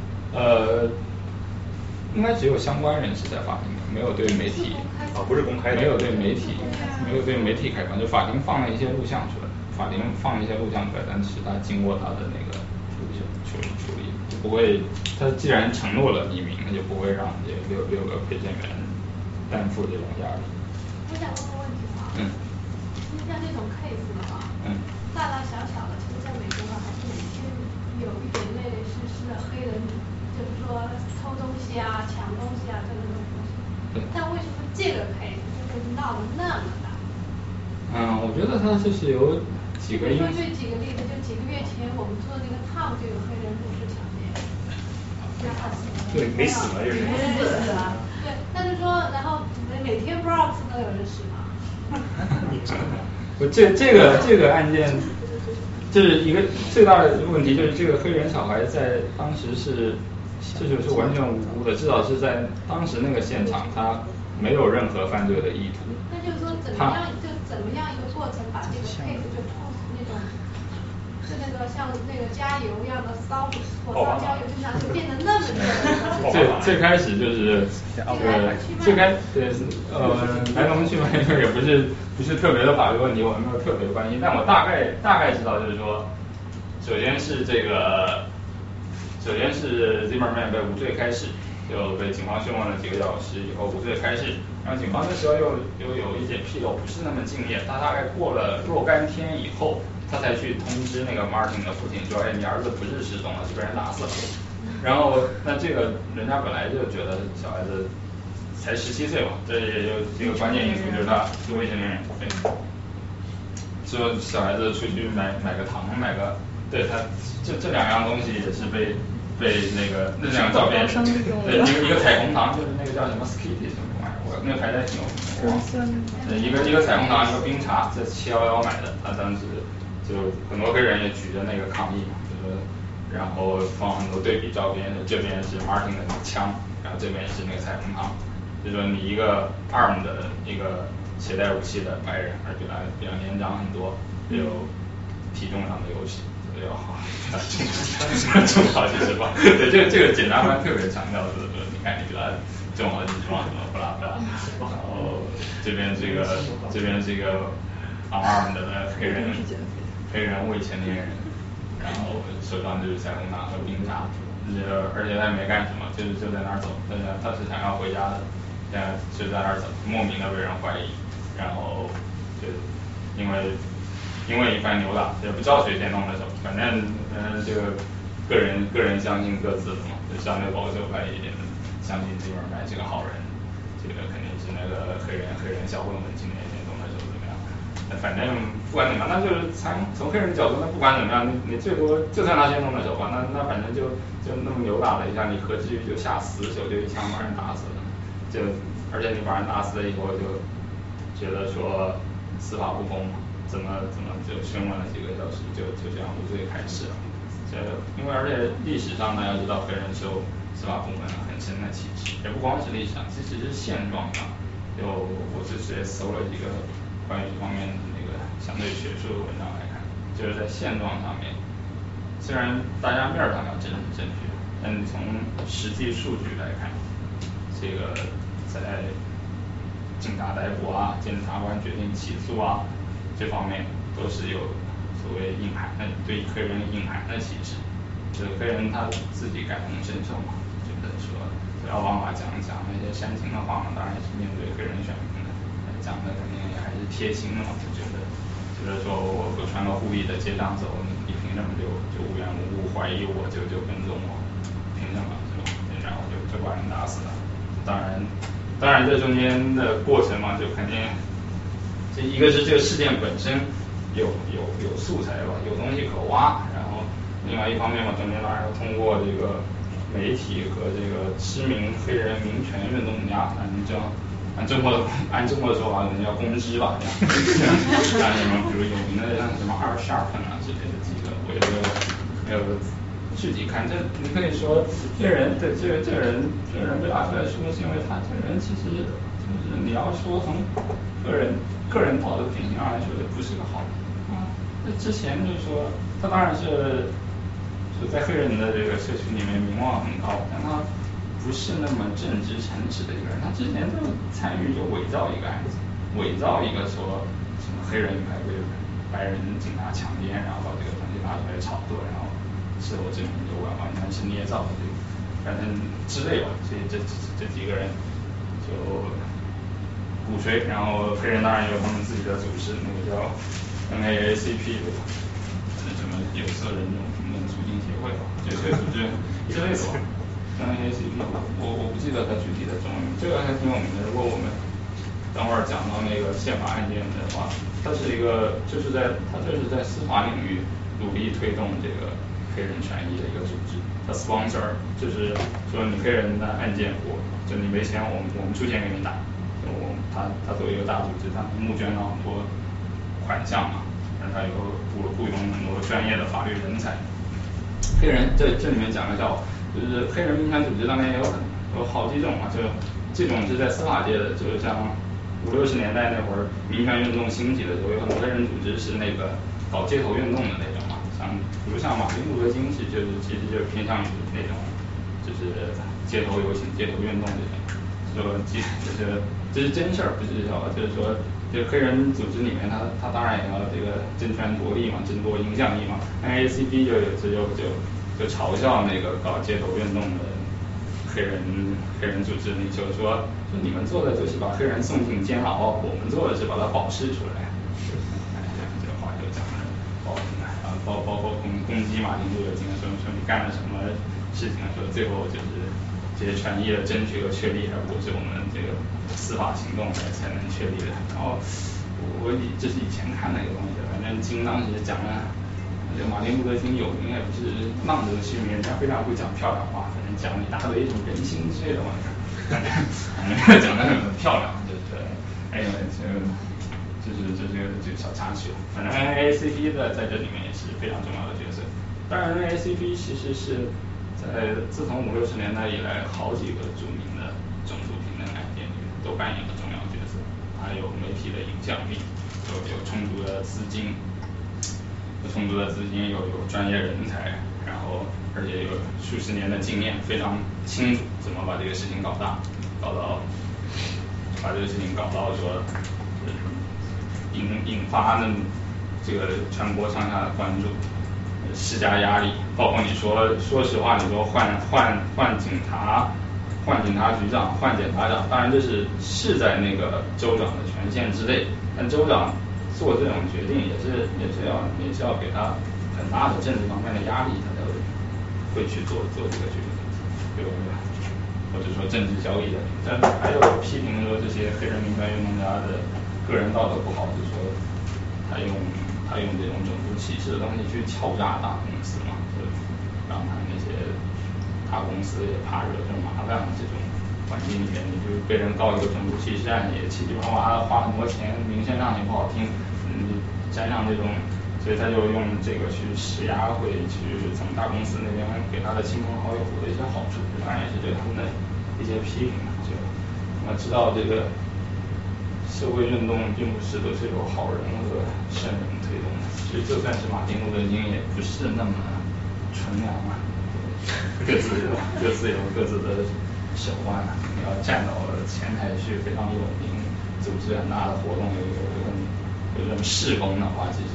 应该只有相关人士在法庭，没有对媒体不是公开的， 没有对媒体开放，就法庭放了一些录像出来，但是他经过他的那个处理，就不会，他既然承诺了匿名，那就不会让这6个陪审员担负这种压力。 我想问个问题啊，像这种 case 的话，大大小小的，其实在美国还是每天有一点类似的黑人，就是说偷东西啊、抢东西啊这种东西。但为什么这个 case 就是闹得那么大？ 我觉得它就是有几个因素。 比如说举几个例子，就几个月前我们做那个 Tom 就有黑人入室抢劫， 对，没死嘛，就是没死啊。对，但是说，然后每天 Bronx 都有人死嘛。 这个案件，就是一个最大的问题，就是这个黑人小孩在当时这就是完全无辜的，至少是在当时那个现场，他没有任何犯罪的意图。 那就是说怎么样一个过程把这个 case 就那种是那个像那个加油一样的火烧加油就像就变得那么热。 最开始就是来龙去脉也不是特别的法律问题，我没有特别关心，但我大概知道，就是说，首先是 Zimmerman 被无罪开释，就被警方讯问了几个小时以后无罪开释，然后警方那时候又有一些纰漏，不是那么敬业，他大概过了若干天以后，他才去通知那个 Martin 的父亲说，你儿子不是失踪了，是被人打死了。然后那这个人家本来就觉得小孩子才17岁嘛，这也有一个关键因素，就是他是未成年人，对，说小孩子出去买个糖，对他这两样东西也是被那两个照片，对，一个彩虹糖，就是那个叫什么 Skitty 什么玩意儿，那个牌子挺有名的，一个彩虹糖，一个冰茶，在711买的，他当时就很多黑人也举着那个抗议嘛，就是然后放很多对比照片，这边是 Martin 的那个枪，然后这边是那个彩虹糖，就说你一个 arm 的一个携带武器的白人，而且比他年长很多，有体重上的优势。要好，重好几十磅。对，这个检察官特别强调的，你看你比他重好几十磅，什么不拉不拉。然后这边这个 unarmed 的黑人未成年人，然后手上就是彩虹糖和冰茶，而且他也没干什么，就在那儿走，他是想要回家的，现在就在那儿走，莫名的被人怀疑，然后就因为一番扭打，也不知道谁先动的手，反正这个个人相信各自的嘛，就相对保守派一点的，相信这边买是个好人，这个肯定是那个黑人小混混今年先动的手怎么样？反正不管怎么样，那就是从黑人角度，那不管怎么样，你最多就算他先动的手吧，那反正就那么扭打了一下，你何至于就下死手就一枪把人打死了？而且你把人打死了以后，就觉得说司法不公嘛。怎么就讯问了几个小时就这样无罪开释了？因为而且历史上大家知道黑人受司法部门很深的歧视，也不光是历史上，其实是现状上。我是直接搜了几个关于这方面的那个相对学术的文章来看，就是在现状上面，虽然大家面上要证据，但从实际数据来看，这个在警察逮捕啊，检察官决定起诉啊。这方面都是有所谓隐含的对黑人隐含的歧视，就是黑人他自己感同身受嘛，觉得说奥巴马讲那些煽情的话嘛，当然也是面对黑人选民的，讲的肯定也还是贴心的嘛，就觉得就是说我穿个护翼的街上走，你凭什么就无缘无故怀疑我就跟踪我，凭什么是吧？然后就把人打死了。当然这中间的过程嘛，就肯定这一个是这个事件本身有素材吧，有东西可挖，然后另外一方面嘛，中间当然要通过这个媒体和这个知名黑人民权运动家，按中国的说法，可能叫公知吧，这样，像什么比如有名的像什么R Sharpton啊之类的几个，我觉得没有具体看，这你可以说这个人对这个人被拿出来说，是因为他这个人其实就是你要说从个人道德品行上来说，也不是个好人啊。那之前就是说他当然是在黑人的这个社区里面名望很高，但他不是那么正直诚实的一个人。他之前就参与就伪造一个案子，伪造一个说什么黑人女孩被白人警察强奸，然后把这个东西拿出来炒作，然后事后证明就完全是捏造的这个，反正之类吧。所以这几个人就鼓吹，然后黑人当然有他们自己的组织，那个叫 NAACP 对吧？什么有色人种平等促进协会吧，这些组织之类的吧。NAACP 我不记得它具体的中文名，这个还挺有名的。如果我们等会儿讲到那个宪法案件的话，它是就是在司法领域努力推动这个黑人权益的一个组织。它 sponsor 就是说你黑人的案件，就你没钱，我们出钱给你打。他作为一个大组织，他募捐到很多款项嘛，然后他有雇佣很多专业的法律人才。黑人这里面讲的就是黑人民权组织当然有好几种嘛，就这种是在司法界的，就是像50、60年代那会儿民权运动兴起的时候，有很多黑人组织是那个搞街头运动的那种嘛，比如像马丁路德金其实就偏向于那种就是街头游行、街头运动这种，这是真事儿，不是笑话，就是说这个黑人组织里面他当然也要这个争权夺利嘛，争夺影响力嘛。NAACP 就嘲笑那个搞街头运动的黑人组织领袖说你们做的就是把黑人送进监牢，我们做的是把它保释出来。这个话就讲的不好听啊，包括攻击马丁路德金说你干了什么事情，说最后就是这些权益的争取和确立，而不是我们这个司法行动才能确立的。然后这是以前看的一个东西，反正金当时讲了，这马丁路德金有名也不是浪得虚名，人家非常会讲漂亮话，反正讲了一大堆什么人心之类的玩意儿，反正讲的很漂亮，就是这是小插曲。反正 NAACP 在这里面也是非常重要的角色。当然 NAACP 其实是在自从50、60年代以来，好几个著名的种族平等案件里面都扮演了重要角色。它有媒体的影响力，有充足的资金，有专业人才，然后而且有数十年的经验，非常清楚怎么把这个事情搞大，把这个事情搞到说引发那这个全国上下的关注，施加压力，包括你说实话，你说换警察、换警察局长、换检察长，当然这是在那个州长的权限之内，但州长做这种决定也是要给他很大的政治方面的压力，他才会去做这个决定，对吧？或者说政治交易的。但还有批评说这些黑人民权运动家的个人道德不好，就是说他用这种种族歧视的东西去敲诈大公司嘛，就让他那些大公司也怕惹这种麻烦，这种环境里面，你就被人告一个种族歧视案，也七七八八花很多钱，名声上也不好听，沾上这种，所以他就用这个去施压，会去从大公司那边给他的亲朋好友获得一些好处，当然也是对他们的一些批评嘛。就我知道这个社会运动并不是都是由好人和圣人推动的，所以就算是马丁路德金也不是那么纯良啊，各自有各自的手腕，你要站到前台去非常有名，组织很大的活动，有这种事工的话，其实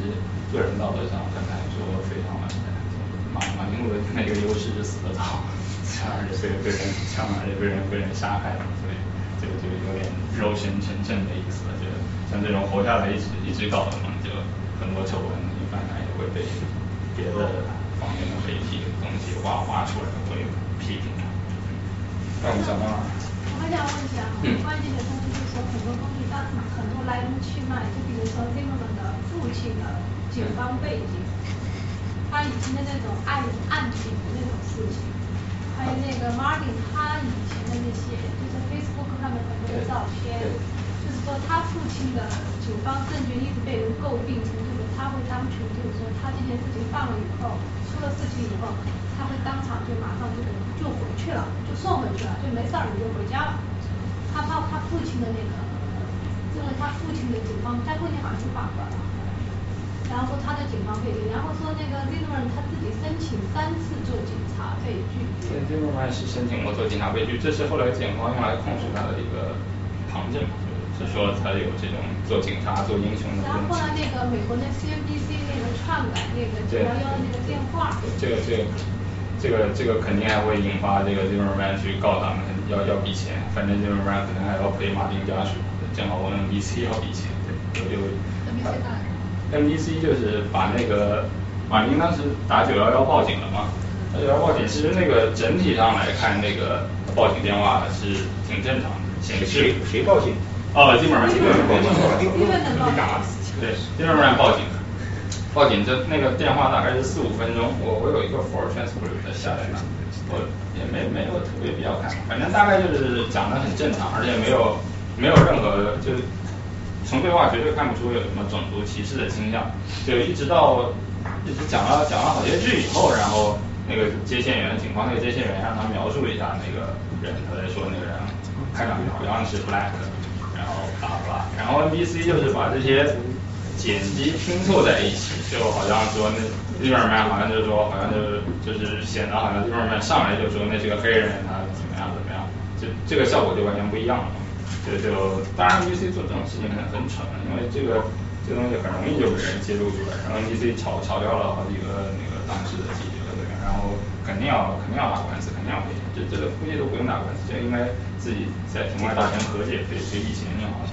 个人道德上很难说非常完美。马丁路的那个优势是死得早，而且被人杀害了，所以就有点肉身成正的意思了。就像这种活下来一直搞的嘛，就很多丑闻一般来也会被别的方面的媒体东西挖出来，会批评。那我们讲到哪？ 我还想问一下，关键的东西就是说很多东西它很多来龙去脉，就比如说Zimmerman的父亲的警方背景，他以前的那种案情的那种事情，还有那个 Martin 他以前的那些，就是 Facebook 上面很多的照片，就是说他父亲的警方证据一直被人诟病成这个，他会当成就是说他这件事情办了以后，出了事情以后，他会当场就马上就回去了，就送回去了，就没事儿你就回家了。他怕他父亲的那个，因为他父亲的警方，他父亲好像是法官了。然后说他的警方背景，然后说那个 Zimmerman 他自己申请3次做警察被拒绝。 对 ，Zimmerman 是申请过做警察被拒，这是后来检方用来控诉他的一个旁证，是说他有这种做警察做英雄的。 然后后来那个美国的 CNBC 那个篡改那个911的那个电话。 这个肯定还会引发这个 Zimmerman 去告他们，要笔钱，反正 Zimmerman 可能还要赔马丁家属，正好我们 NBC 要笔钱，对，NBC 就是把那个马丁当时打911报警了嘛，911报警其实那个整体上来看，那个报警电话是挺正常的，显示谁报警？ Zimmerman 对 Zimmerman 报警这那个电话大概是4-5分钟，我有一个 for transcript 下来了，我也没有特别必要看，反正大概就是讲得很正常，而且没有任何就是从对话绝对看不出有什么种族歧视的倾向，就一直讲了好些句以后，然后那个警方那个接线员让他描述一下那个人，他在说那个人看上去好像是 black， 然后然后 NBC 就是把这些剪辑拼凑在一起，就好像说那 Zimmerman 好像就是说好像就是显得好像 Zimmerman 上来就说那是个黑人，他怎么样，就这个效果就完全不一样了。就当然 NBC 做这种事情很蠢，因为这个东西很容易就被人揭露出来，然后 NBC 炒掉了好几个那个当时的记者，对吧？然后肯定要打官司，肯定要赔钱，这个估计都不用打官司，这应该自己在庭外大权和解，赔笔钱就好了。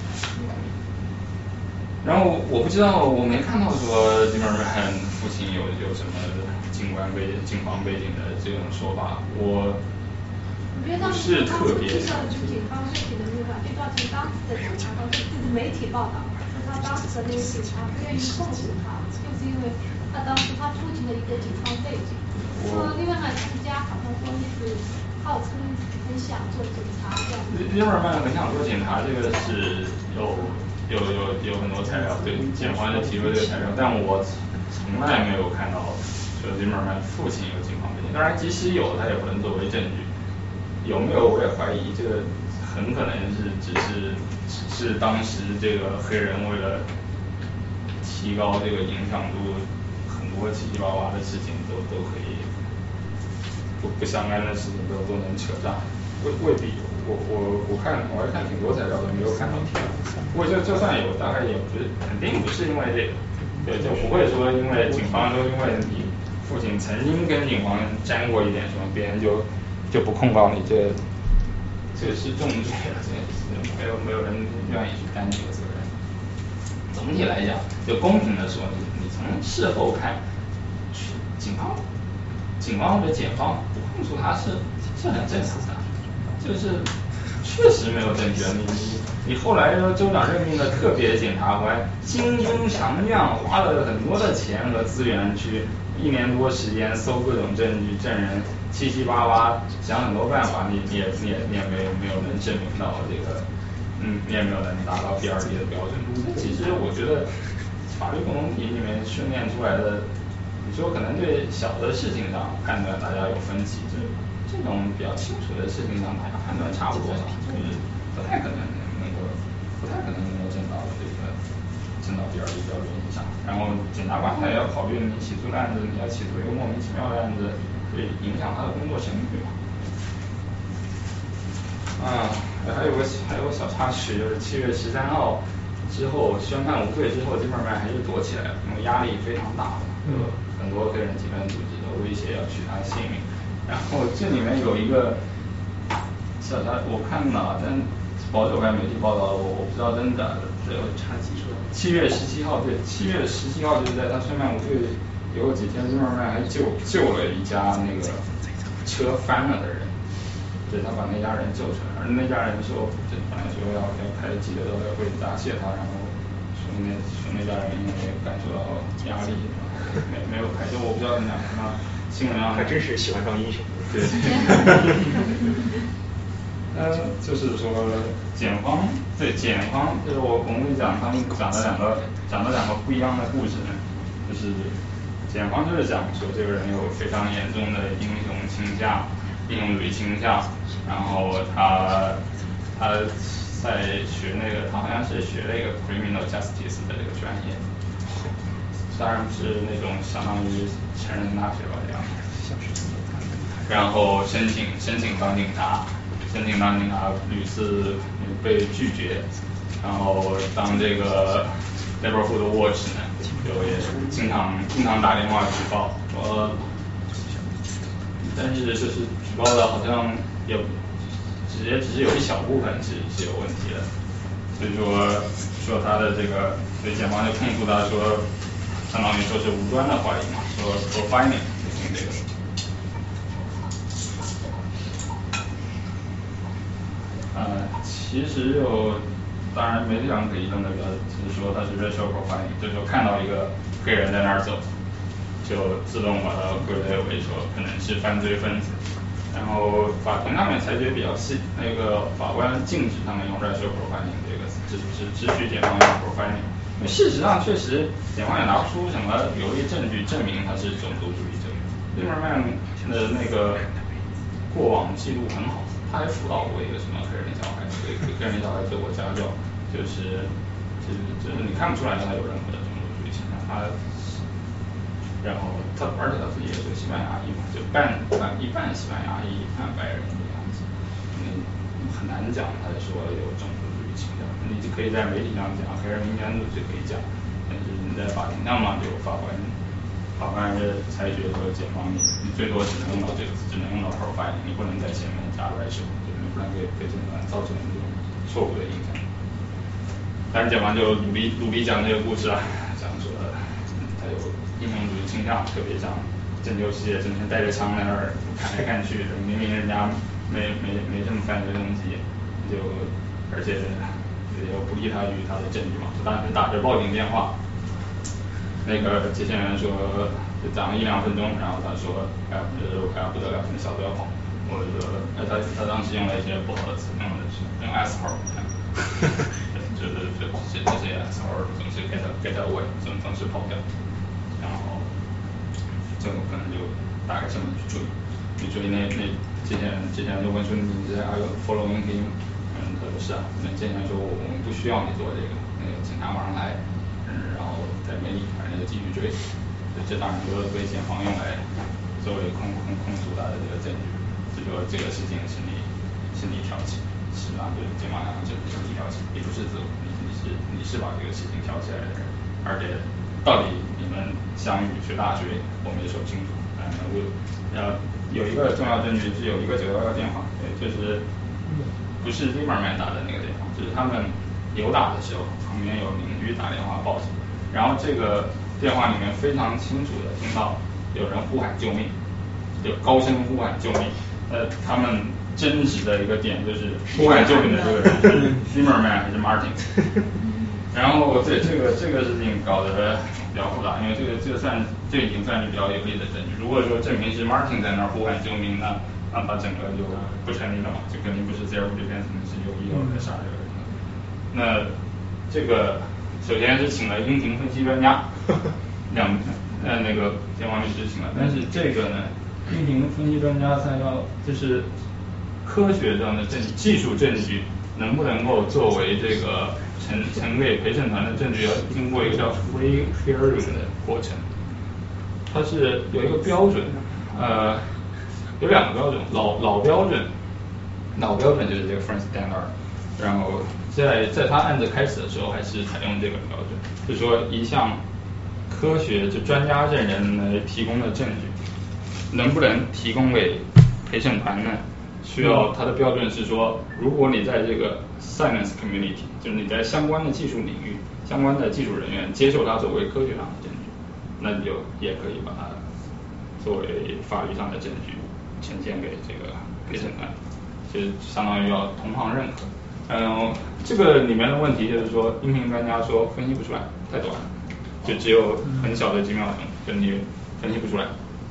然后我不知道，我没看到说 Zimmerman 父亲有什么警方背景的这种说法，我不是特别。 警方背景的那个，这段是当时的警察，这是媒体报道，说他当时的那个警察不愿意控制他，就是因为他当时他父亲的一个警方背景，说另外他家好像说是号称很想做警察这样。 Zimmerman 很想做警察，这个是有很多材料，对，检方就提出这个材料，但我从来没有看到说 Zimmerman 父亲有警方背景，当然即使有，他也不能作为证据，有没有我也怀疑，这个很可能只是当时这个黑人为了提高这个影响度，很多七七八八的事情都可以不相干的事情都能扯上，未必。我还看挺多材料的，没有看到提到。不过就算有，大概也不是，肯定不是因为这个，对，就不会说因为警方说因为你父亲曾经跟警方沾过一点什么，别人就不控告你，这是重罪了，这没有人愿意去担这个责任。总体来讲，就公平的说，你从事后看，警方或者检方不控诉他是很正常的。就是确实没有证据，你后来说州长任命的特别检察官精兵强将，花了很多的钱和资源去1年多时间搜各种证据证人，七七八八想很多办法，你也没有能证明到这个，你也没有能达到BRD的标准。其实我觉得法律共同体里面训练出来的，你说可能对小的事情上判断大家有分歧，这种比较清楚的事情上，大家判断差不多少，就是不太可能能够挣到BRD标准以上。然后检察官他也要考虑，你起诉的案子，你要起诉一个莫名其妙的案子，会影响他的工作声誉嘛。还有个小插曲，就是7月13号， 之后宣判无罪之后，这面还是躲起来了，因为压力非常大，有很多黑人极端组织的威胁要取他的性命。然后这里面有一个小插，我看了，但保守派媒体报道，我不知道真的假的。7月17号，对，7月17号就是在他宣判无罪有几天，这面还救了一家那个车翻了的人。对，他把那家人救出来，而那家人说，本来说要派记者到会答谢他，然后说那家人因为感受到压力，没有拍，就我不知道你讲什么新闻上还真是喜欢当英雄。 对。就是说检方，就是我们会讲他们讲了两个不一样的故事呢，就是检方就是讲说这个人有非常严重的英雄主义倾向，然后他在学那个，他好像是学那个 criminal justice 的这个专业，当然是那种相当于成人大学吧这样，然后申请当警察屡次被拒绝，然后当这个 neighborhood watch 呢，就也经常打电话举报说。但是就是举报的好像也只是有一小部分是有问题的，所以说他的这个，所以检方就控诉他说，相当于说是无端的怀疑嘛，说 profiling 这个。其实当然媒体上可以用那个，就是说他是 racial profiling， 就是说看到一个黑人在那儿走。就自动把它归类为说可能是犯罪分子，然后法庭上面裁决比较细，那个法官禁止他们用 racial profiling 这个词，只许检方用 profiling。事实上确实检方也拿不出什么有力证据证明他是种族主义者。Zimmerman的那个过往记录很好，他还辅导过一个什么黑人小孩，黑人小孩做过家教，就是你看不出来他有任何的种族主义倾向，然后而且他自己也是个西班牙裔嘛，就一半西班牙裔，一半白人的样子，很难讲他说有种族主义倾向。你就可以在媒体上讲，黑人民权组织可以讲，但是你在法庭上嘛，就法官是裁决说检方你最多只能用到这个词，只能用到 profiling， 你不能在前面加 racial， 就是你不能给诊断造成这种错误的影响。但是检方就努力讲这个故事啊，讲说他有英雄主义倾向，特别像针灸师也整天带着枪在那儿看来看去，明明人家没什么犯罪动机，而且也不利他于他的证据嘛，当时打着报警电话，那个接线员说就讲了1-2分钟，然后他说不得了，你小子要跑，我就说他当时用了一些不好的词，用 asshole， 就是这些 asshole 总是 get away， 总是跑掉。然后政府可能就大概这么去追那这些人就问说你在 following him， 他说是啊，那这些人说我们不需要你做这个，那个警察马上来，然后在媒体反正就继续追，这当然就是被检方用来作为控诉他的这个证据，就说这个事情是你挑起，实际上就是检方就是你挑起，也不是自我，你是把这个事情挑起来的人，而且到底你们相遇学大学，我们也说不清楚。有一个重要证据是有一个911电话，就是不是 Zimmerman 打的那个电话，就是他们有打的时候，旁边有邻居打电话报警，然后这个电话里面非常清楚的听到有人呼喊救命，就高声呼喊救命。他们争执的一个点就是呼喊救命的这个人是 Zimmerman 还是 Martin。然后这个事情搞得比较复杂，因为这已经算是比较有力的证据。如果说证明是 Martin 在那儿呼喊救命，那他整个就不成立了嘛，就肯定不是 self defense， 是有意来杀这个人。那这个首先是请了音频分析专家，那个检方律师请了，但是这个呢，音频分析专家他要就是科学上的技术证据能不能够作为这个呈给陪审团的证据，要经过一个叫 free hearing 的过程。它是有一个标准，有2个标准，老标准就是这个 French standard， 然后在他案子开始的时候还是采用这个标准，就是说一项科学就专家证人来提供的证据，能不能提供给陪审团呢？需要它的标准是说，如果你在这个 science community， 就是你在相关的技术领域、相关的技术人员接受它作为科学上的证据，那你就也可以把它作为法律上的证据呈现给这个陪审团，就相当于要同行认可。这个里面的问题就是说，音频专家说分析不出来，太短了，就只有很小的几秒钟，就你分析不出来，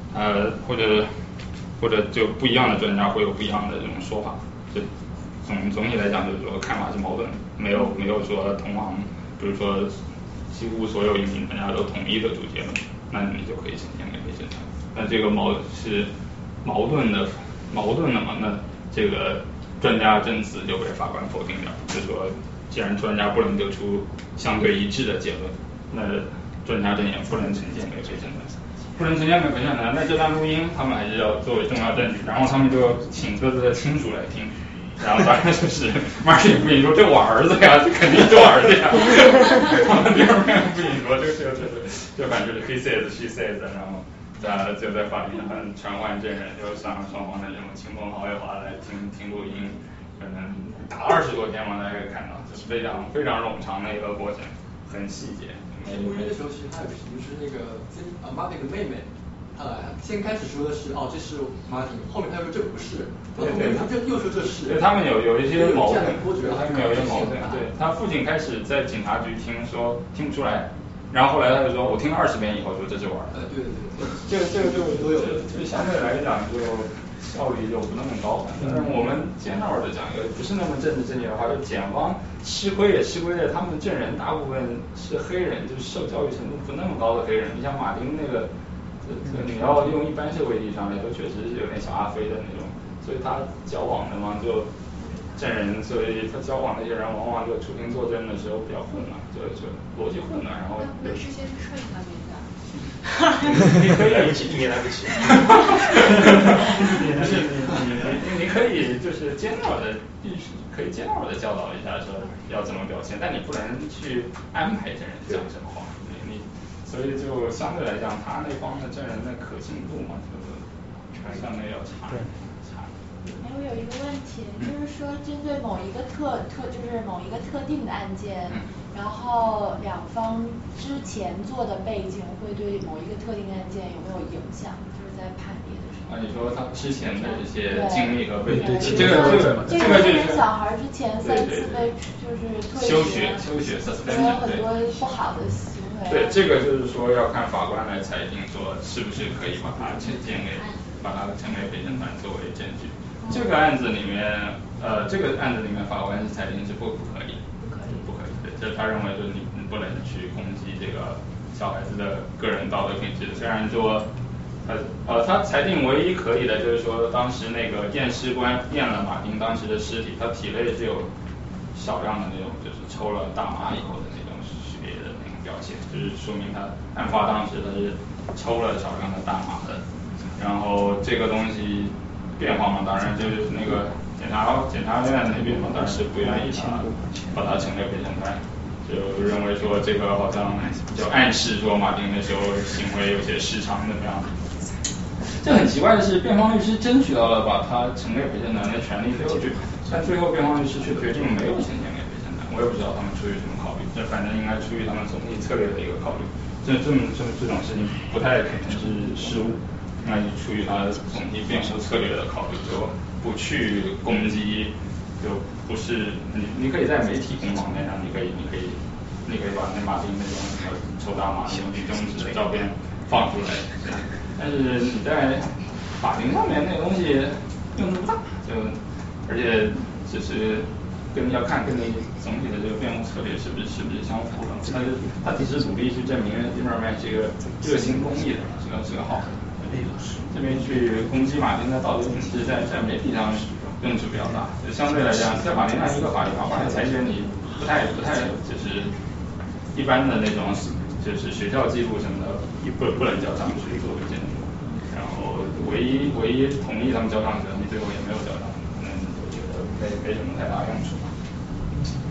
或者就不一样的专家会有不一样的这种说法，就总体来讲就是说看法是矛盾，没有说同行，比如说几乎所有音频专家都统一的主结论，那你就可以呈现给陪审团。那这个是矛盾的嘛？那这个专家证词就被法官否定掉，就是说既然专家不能得出相对一致的结论，那专家证言不能呈现给陪审团。不能呈现给陪审团，那这段录音他们还是要作为重要证据，然后他们就请各自的亲属来听，然后当然就是Martin不仅说这我儿子呀，这肯定是我儿子呀，他们第二面不仅说就反正是 he says she says， 然后就在法庭上传唤证人，就上双方的这种亲朋好友啊来听录音，可能打20多天嘛，大家可以看到，就是非常非常冗长的一个过程，很细节。 录音的时候，其实他有就是那个Martin 的妹妹，先开始说的是这是 Martin， 后面他又说这不是，后面他又说这是。 对，他们有一些矛盾， 他们有一些矛盾。对，他父亲开始在警察局听说听不出来，然后后来他就说我听了20遍以后说这是我儿子。 对， 这个就相对来讲就效率就不那么高。但是我们尖锐的讲一个不是那么政治正确的话，就检方吃亏也吃亏在他们证人大部分是黑人，就是受教育程度不那么高的黑人。你像马丁那个，你要用一般社会意义上来说，确实是有点小阿飞的那种，所以他交往的嘛就证人，所以他交往那些人往往就出庭作证的时候比较混乱，就逻辑混乱，然后。 那事先是劝他们的。 你可以1年来不及。 不是你可以就是尖锐的，可以尖锐的教导一下说要怎么表现，但你不能去安排证人讲什么话，所以就相对来讲，他那方的证人的可信度嘛，就是相对要差。 我有一个问题，就是说针对某一个就是某一个特定的案件，然后两方之前做的背景会对某一个特定案件有没有影响？就是在判别的时候。 你说他之前的一些经历和背景， 这个就是小孩之前3次被就是休学 suspension， 有很多不好的行为。 对，这个就是说要看法官来裁定，说是不是可以把它呈现给陪审团作为证据。这个案子里面法官是裁定是不可以，对，就是他认为就是你不能去攻击这个小孩子的个人道德品质。虽然说他裁定唯一可以的就是说，当时那个验尸官验了马丁当时的尸体，他体内是有少量的那种就是抽了大麻以后的那种血液的那种表现，就是说明他案发当时他是抽了少量的大麻的。然后这个东西变化嘛，当然就是那个检察院那边嘛，当时不愿意把它呈给陪审团，就认为说这个好像就暗示说马丁那时候行为有些失常怎么样。这很奇怪的是，辩方律师争取到了把它呈给陪审团的权利6句，但最后辩方律师却决定没有呈现给陪审团。我也不知道他们出于什么考虑，这反正应该出于他们总体策略的一个考虑。这种事情不太可能是失误。那就出于他总体辩护策略的考虑，就不去攻击，就不是你可以在媒体公方面上，你可以把那马丁那种什么抽大麻那种女中指的照片放出来，但是你在法庭上面那个东西用处不大，而且只是要看跟你总体的这个辩护策略是不是相符的。他只是努力去证明Zimmerman是一个热心公益的，是个好人。这边去攻击马丁的道德品质，在媒体上用处比较大。就相对来讲，在法庭上一个法官的裁决，你不太就是一般的那种，就是学校记录什么的，不能交上去作为证据。然后唯一同意他们交上去的，你最后也没有交上，可能我觉得没什么太大用处。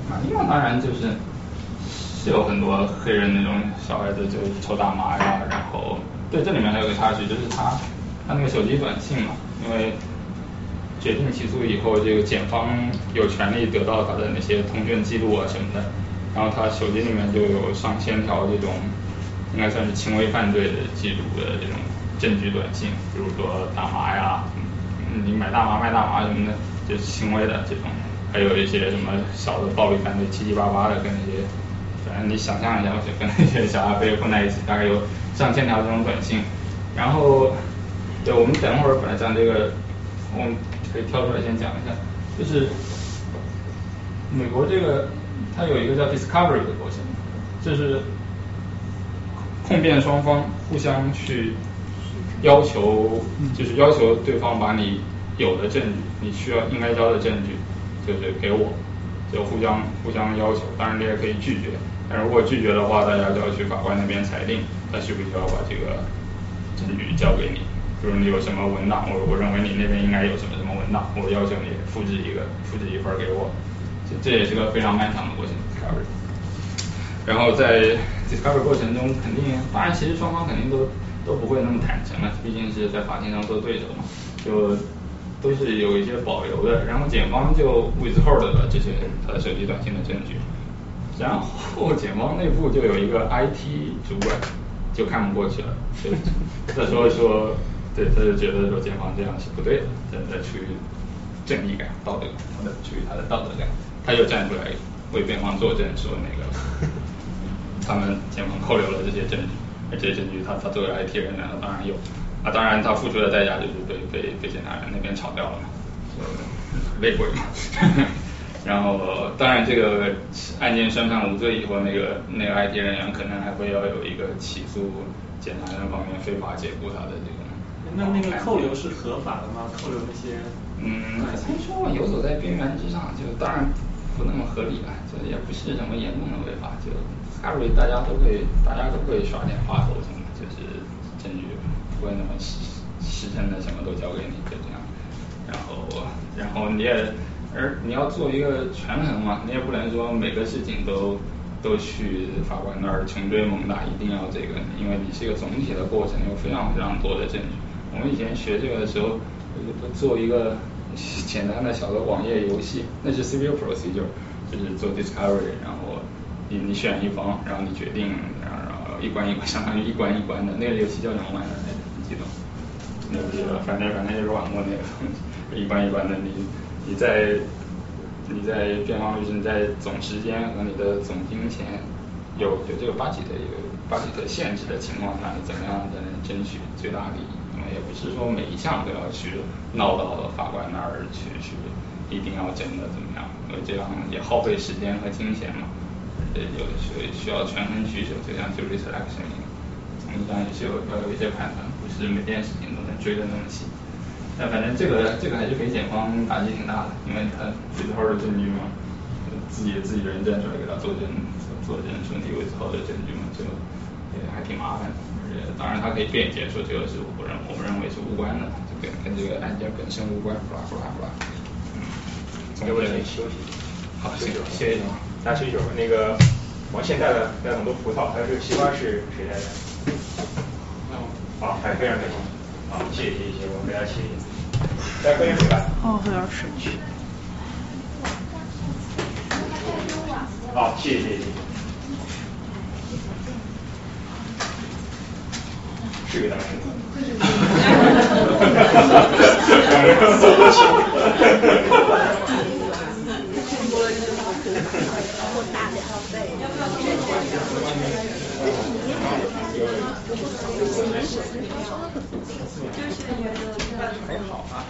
马丁当然就是有很多黑人那种小孩子就抽大麻呀，然后对这里面还有个插曲，就是他那个手机短信嘛，因为决定起诉以后，这个检方有权利得到他的那些通讯记录啊什么的，然后他手机里面就有上千条这种应该算是轻微犯罪的记录的这种证据短信，比如说大麻呀，你买大麻卖大麻什么的，就是轻微的这种，还有一些什么小的暴力犯罪七七八八的，跟那些反正你想象一下，就跟那些小阿飞混在一起，大概有上千条这种短信。然后对，我们等会儿本来讲这个，我们可以挑出来先讲一下，就是美国这个它有一个叫 discovery 的过程，就是控辩双方互相去要求，就是要求对方把你有的证据，你应该交的证据，就是给我，就互相要求。当然你也可以拒绝，但如果拒绝的话，大家就要去法官那边裁定，他需不需要把这个证据交给你。比如你有什么文档，我认为你那边应该有什么文档，我要求你复制一份给我，这也是个非常漫长的过程 discovery。然后在 discovery 过程中，肯定当然其实双方肯定都不会那么坦诚了，毕竟是在法庭上做对手嘛，就都是有一些保留的。然后检方就 withhold 了这些他的手机短信的证据，然后检方内部就有一个 IT 主管就看不过去了，就他说对，他就觉得说检方这样是不对的，在出于正义感、道德感，或者出于他的道德感，他就站出来为辩方作证，说那个他们检方扣留了这些证据，而这些证据他作为 IT 人员当然有，当然他付出的代价就是被检察人那边炒掉了嘛，内鬼嘛。然后当然这个案件宣判无罪以后，那个 IT 人员可能还会要有一个起诉检察人方面非法解雇他的这种。 那个扣留是合法的吗？扣留那些？ 听说游走在边缘之上，就当然不那么合理了，就也不是什么严重的违法，就 Harry 大家都会耍点花头什么，就是证据不会那么实诚的什么都交给你，就这样。然后你要做一个权衡嘛，你也不能说每个事情都去法官那儿穷追猛打，一定要这个，因为你是一个总体的过程，有非常非常多的证据。我们以前学这个的时候，做一个简单的小的网页游戏，那是 civil procedure， 就是做 discovery， 然后你选一方，然后你决定，然后一关一关，相当于一关一关的那个游戏叫什么玩意儿来着？你记得吗？那不记得，反正就是网络那个东西，一关一关的，你在辩方律师，你在总时间和你的总金钱有这个budget 限制的情况下，你怎么样才能争取最大利益？因为也不是说每一项都要去闹到法官那儿去一定要争的怎么样，因为这样也耗费时间和金钱嘛，有的需要权衡取舍，就像 jury selection 一样，总之上也是要有一些判断，不是每件事情都能追得那么细。但反正这个还是给检方打击挺大的，因为他最后的证据嘛，自己的人站出来给他作证，说你withhold的证据嘛，就也还挺麻烦的。而且当然他可以辩解说这个是我们认为是无关的，就跟这个案件本身无关，不啦。 给我先休息。好，谢谢大家休息会儿。那个王倩带了很多葡萄，还有这个西瓜是谁带的？好，非常感谢。好，谢谢，我们大家谢谢。大家喝点水吧。 喝点水去。 好，谢谢。是给大家说的。 还好啊。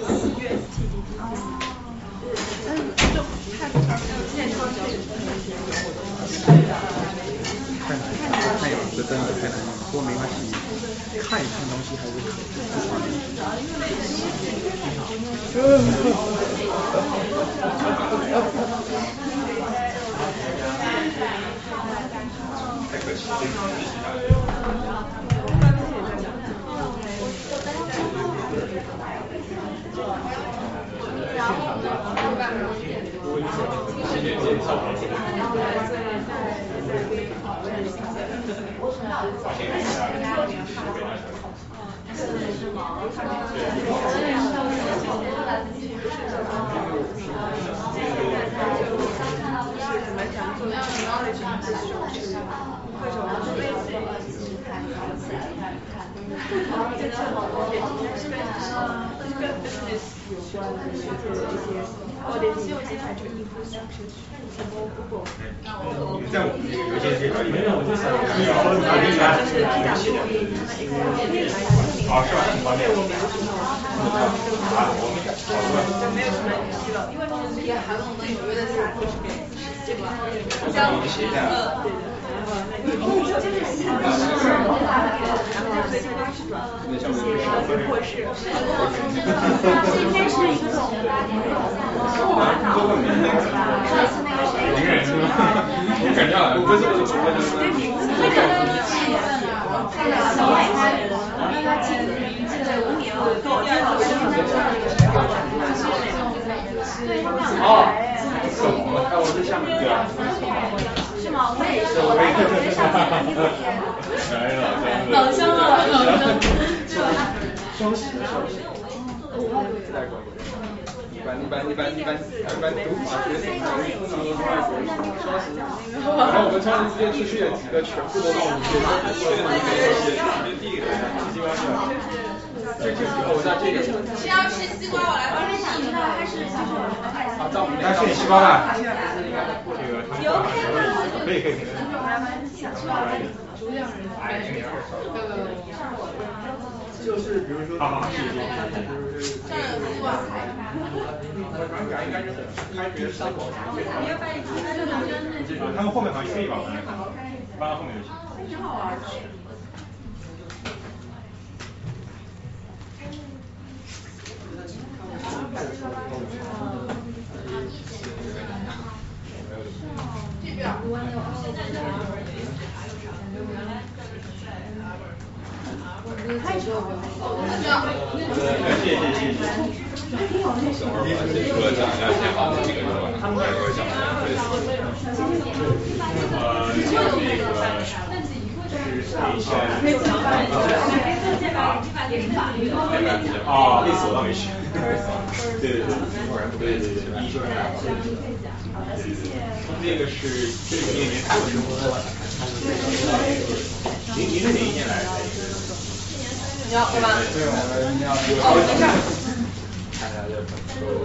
太有这真的太难用，不过没关系，看一看东西还是可太可惜了。谢谢。 在我们这个邮件这条里面，我就想是吧？挺方便。 就没有什么遗漏，因为也还有我们纽约的下都是给这个像对的，然后最近开始转一些或是应该是一个总的名人是吗？我感觉我不是我对名字会觉得气氛啊，看到小海开他记得对5年我做第二个是对他们俩我是厦门对啊， 是吗？我也是，我来纽约上次看纪录片。 老乡了，老乡。 双十。一般读法学生双十，然后我们双十之间出去的几个全部都是我们学是要吃西瓜，我来帮你想一下，他是他是西瓜吧？这个可以。 就是比如说， 他们后面好像可以吧？搬到后面就行。 挺好玩的。这边。太丑了。 谢谢。 除了讲一下写好的几个之外，还会讲类似我倒没去。对。那个是2006年谈的时候，您是哪一年来的？ 你要对吧？ 对，我们要没事。 看一下这本书。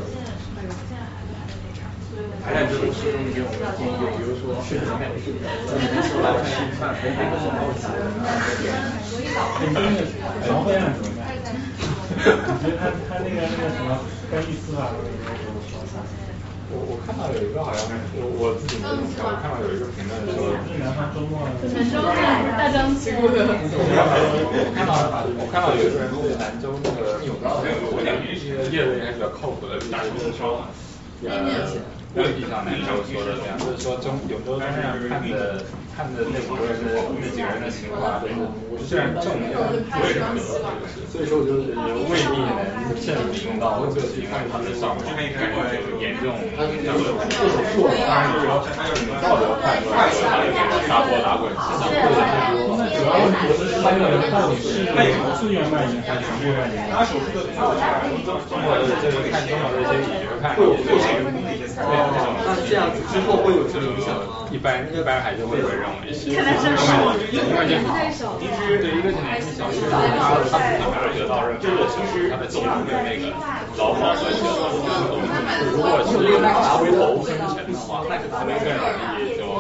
还有就是书中给我们建议，比如说是哪本书，出来吃饭，很多都是好几个人。 你这个王慧案怎么样？我觉得他那个什么干预司法我看到有一个好像我自己没怎么看，我看到有一个评论说南方周末泉州大张旗鼓的。 我看到有一个人是兰州那个业务员还比较靠谱的律师说，未必像南州说的这样，就是说永州那样看的那几个人的情况，就是虽然证明不是很合适，所以说就是未必能证明到这个情况他们上面感觉有严重当然有说道德判断打波打滚是想或者是说主要问题是他这个到底是自愿卖淫还是强迫卖淫？他手术的中国的这个看中国的一些理学看那这样子之后会有什么影响吗？ 一般还是会认为是，因为太少。 对一个是年纪小，因为他不可能得到任何的，其实他的走路的那个劳保和这个如果是回头生成的话，那可能更容易就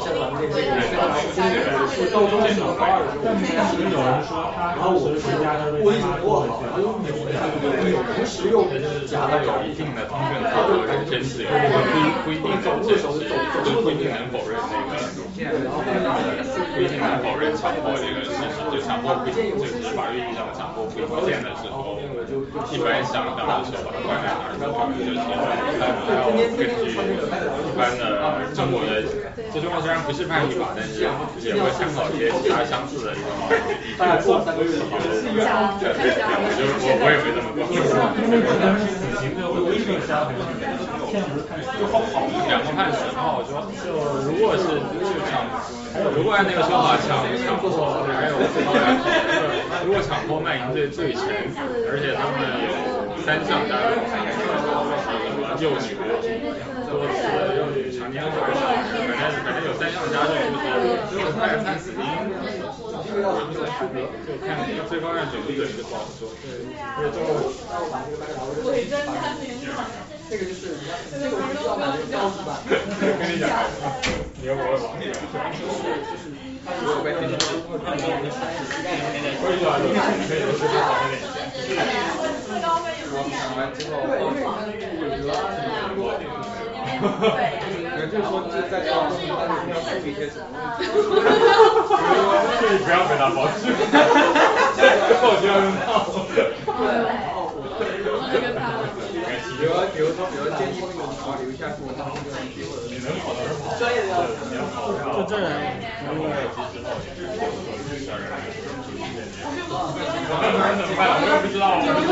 但是有人说他当时回家他为他做同时又夹的有一定的方便和真实，不一定能证实，不一定能否认那个，不一定能否认强迫这个事实，就强迫不就是法律意义上的强迫不见得是说一般想象的说把它关在哪儿，就是还要根据一般的中国的，就中国虽然不是判例法，但是也会参考一些其他相似的一种法律依据。我也没这么过。 死刑的会不会更加？ 就好跑2个半10号，就如果是如果按那个说法抢破还有如果抢破麦赢最前，而且他们有3项加入，右女多次又强奸手，反正有3项加入，就是如果看死盯，就看最高让准不准就不好说。 伪真他明白。 这个就是这个我知道买的高是吧？ 跟你讲，你要我网就是他是有被黑的， 我也知道，可以有时间好一点。 讲完之后，对，因为他那个韦德啊什么的，就是说在这样中他一定要注意一些什么？ 所以不要给他保持，后期要用到。 比如说建议那个留一下给我当那个你能跑到是跑， 专业的要你要跑就这人，如果有及时怎么办？我也不知道， 就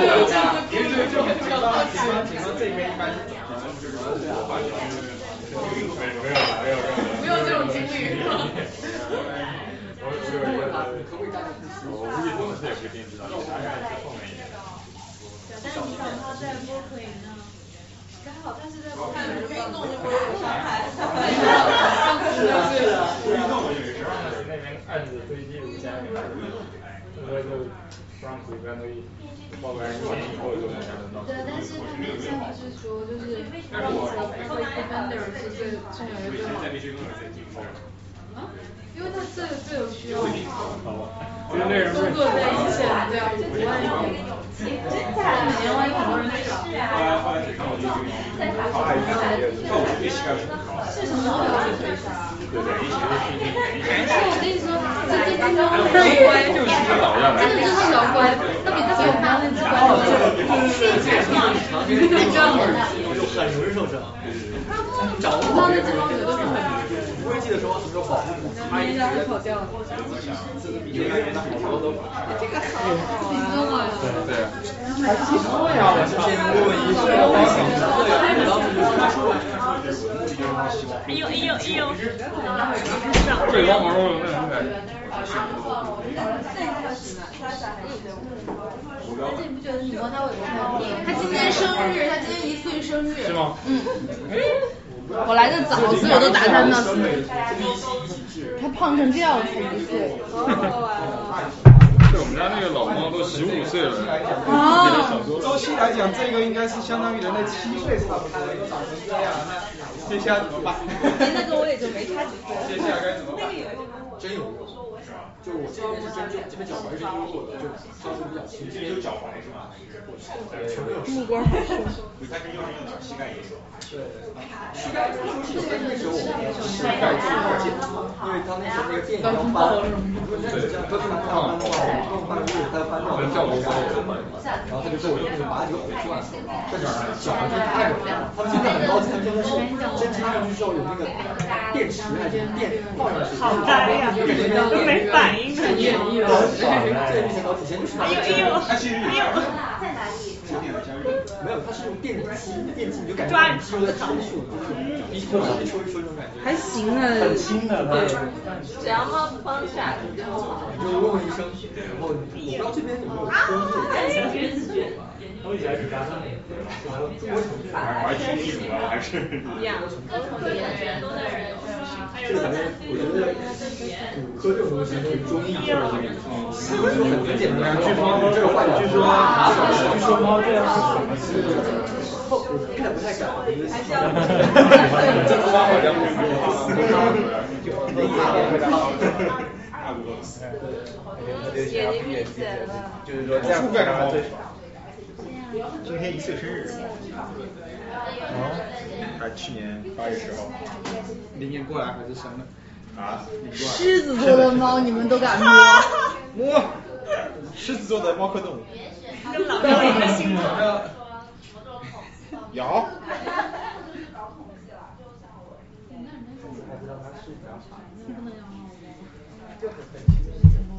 警方这边一般没有这种经历。 我估计同事也不一定知道，大概是后面一点。 但你想他在波可以呢？刚好他是在波看运动就不会有伤害。 运动我以为是那边案子堆积如山，所以就不让主干都报个1年以后就能拿得到。 对，但是他们现在是说就是 defender 是最纽约最好的。因为他这个最有需要，工作在一线，对啊，就国外一点，每年万一很多人去了，是什么都了解一下。但是我跟你说，这只猫很乖，真的就是小乖，它比自己家那只乖多了。你知道吗？ 就很容易受伤。 找不到那只猫都是很。 危机的时候什么时候保护自己？ 人家会跑掉的。 比别人好多都。 这个好好呀。 对。 还记错呀！我之前问一次，我当时就他说哎呦哎呦哎呦！ 这老毛肉那种感觉。 而且你不觉得你摸他尾巴他今天生日，他今天1岁生日。 是吗？ 我来的早，所以我都打他呢。他胖成这样才1岁。 对，我们家那个老猫都15岁了。 周期来讲，这个应该是相当于人类7岁差不多，都长成这样，那接下来怎么办？ 那跟我也就没差几岁。 接下来该怎么办？ 真有用。就我这边是针灸，这边脚踝是因为做的，就稍微比较轻。 这边有脚踝是吧？ 木瓜好瘦。 你看这右边有膝盖也有。 对，膝盖说是有，但那时候我们膝盖是不见，因为他那时候那个电要搬，对，都是拿它搬的话，我们搬屋他要搬到教务房，然后他就说我用那个把几个腿算了，但是脚就太软了，他们现在很高级，他们现在是先插上去之后有那个电池还是电放上去， 好呆呀，都没反应呢。 这个比较高，以前就是拿它其实在哪里？ 没有，它是用电击，你就感觉你肌肉在抽搐，一抽一抽这种感觉。 还行啊， 很轻的，对。 只要猫不帮傻子就好。 你就问问医生，然后我不知道这边有没有工作。 我以前是干的， 我还挺喜欢，还是一样，都在人。 这个反正我觉得骨科这种东西对中医或者很简单。据说这个患者，据说猫这样是我看不太敢，我觉得还是要这个猫好像不就是说这样干的话最爽。 今天1岁生日。他去年8月10号。 明年过来还是生了。 啊？ 狮子座的猫你们都敢摸？ 摸。狮子座的猫科动物。 跟老高一个星座。 有。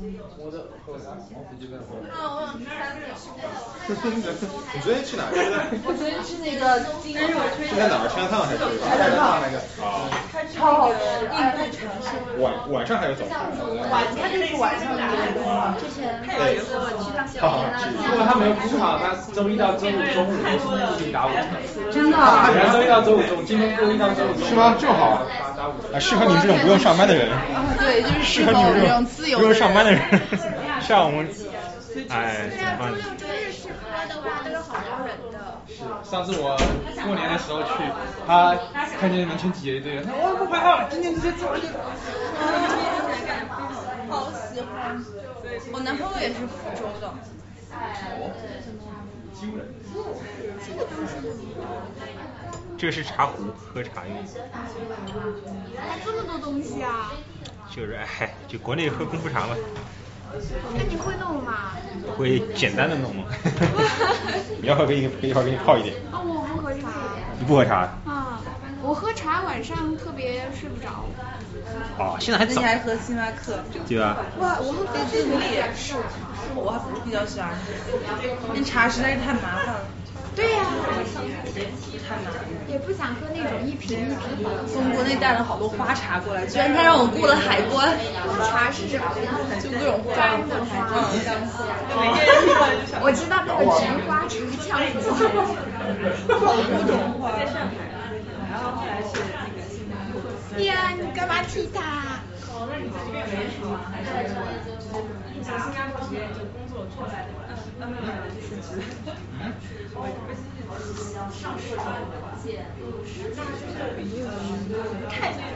你昨天去哪儿？ 我昨天去那个金融， 是在哪儿？川烫还是？ 川烫那个。 啊。 超好吃，印度城市。 晚上还有早上？ 它就是晚上的。 之前对。 如果他没有工厂，他周一到周五中午不仅打5折。 真的？ 周一到周五中午，今天周一到周五。 是吗？这么好？适合你们这种不用上班的人。 对，就是适合我们这种自由不用上班的人。像我们，哎，怎么办？ 周日试拍的话，都有好多人的。 是，上次我过年的时候去，他看见门前挤了一堆人，他说我不拍了，今天直接走就。 好喜欢，我男朋友也是福州的。 这个是茶壶，喝茶用。 还这么多东西啊！ 就是哎，就国内喝功夫茶嘛。 那你会弄吗？ 我会简单的弄嘛。你要喝给你一会儿给你泡一点。 啊，我不喝茶。 你不喝茶？ 啊，我喝茶晚上特别睡不着。 哦，现在还早。 你还喝星巴克？ 对吧？ 哇，我喝菲兹利也是，我还比较喜欢喝，那茶实在是太麻烦了。 对呀、 太难了。 也不想喝那种一瓶一瓶的。 从国内带了好多花茶过来，居然他让我过了海关。 花茶是什么？ 就各种花的花。 我知道那个菊花茶叫什么。 好多种花。 在上海，然后后来是那个新加坡。 呀，你干嘛踢他？ 哦，那你在这边没什么，还是从新加坡直接就工作出来的吧？辞职。上市的文件， 看这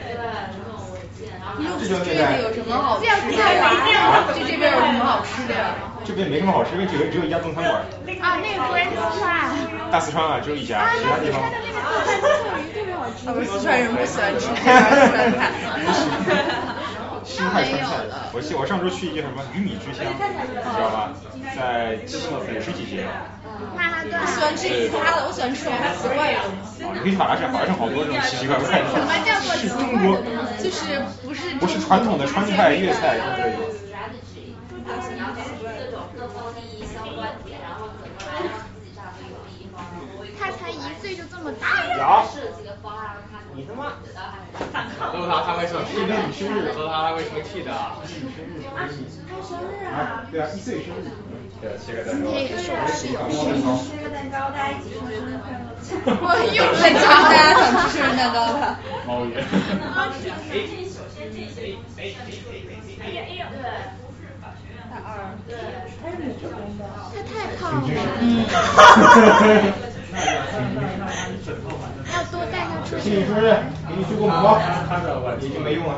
边有什么好吃的？就这边有什么好吃的？ 这边没什么好吃，因为只有一家中餐馆。 啊，那个人四川。 大四川啊，只有一家，其他地方。 特别好吃。 我们四川人不喜欢吃这边的川菜。 新派川菜，我上周去一个什么鱼米之乡，你知道吗？在50几街。 曼哈顿。 我喜欢吃其他的，我喜欢吃这种奇怪的东西。 你可以去法拉盛，法拉盛好多这种奇奇怪怪的。 什么叫做奇怪的东西？ 就是不是传统的川菜、粤菜都可以。 他才1岁就这么大。 你他妈！ 逗他会生气的，你生日逗他会生气的。 他生日啊！ 对啊，1岁生日。 对，切个蛋糕。 今天也是我室友生日。 吃个蛋糕，大家一起说生日快乐。 我又在教大家怎么吃生日蛋糕了。 猫语。 大2。 他是女职工的。他太胖了。要多带他出去。 生日，给你做个红包，已经没用了。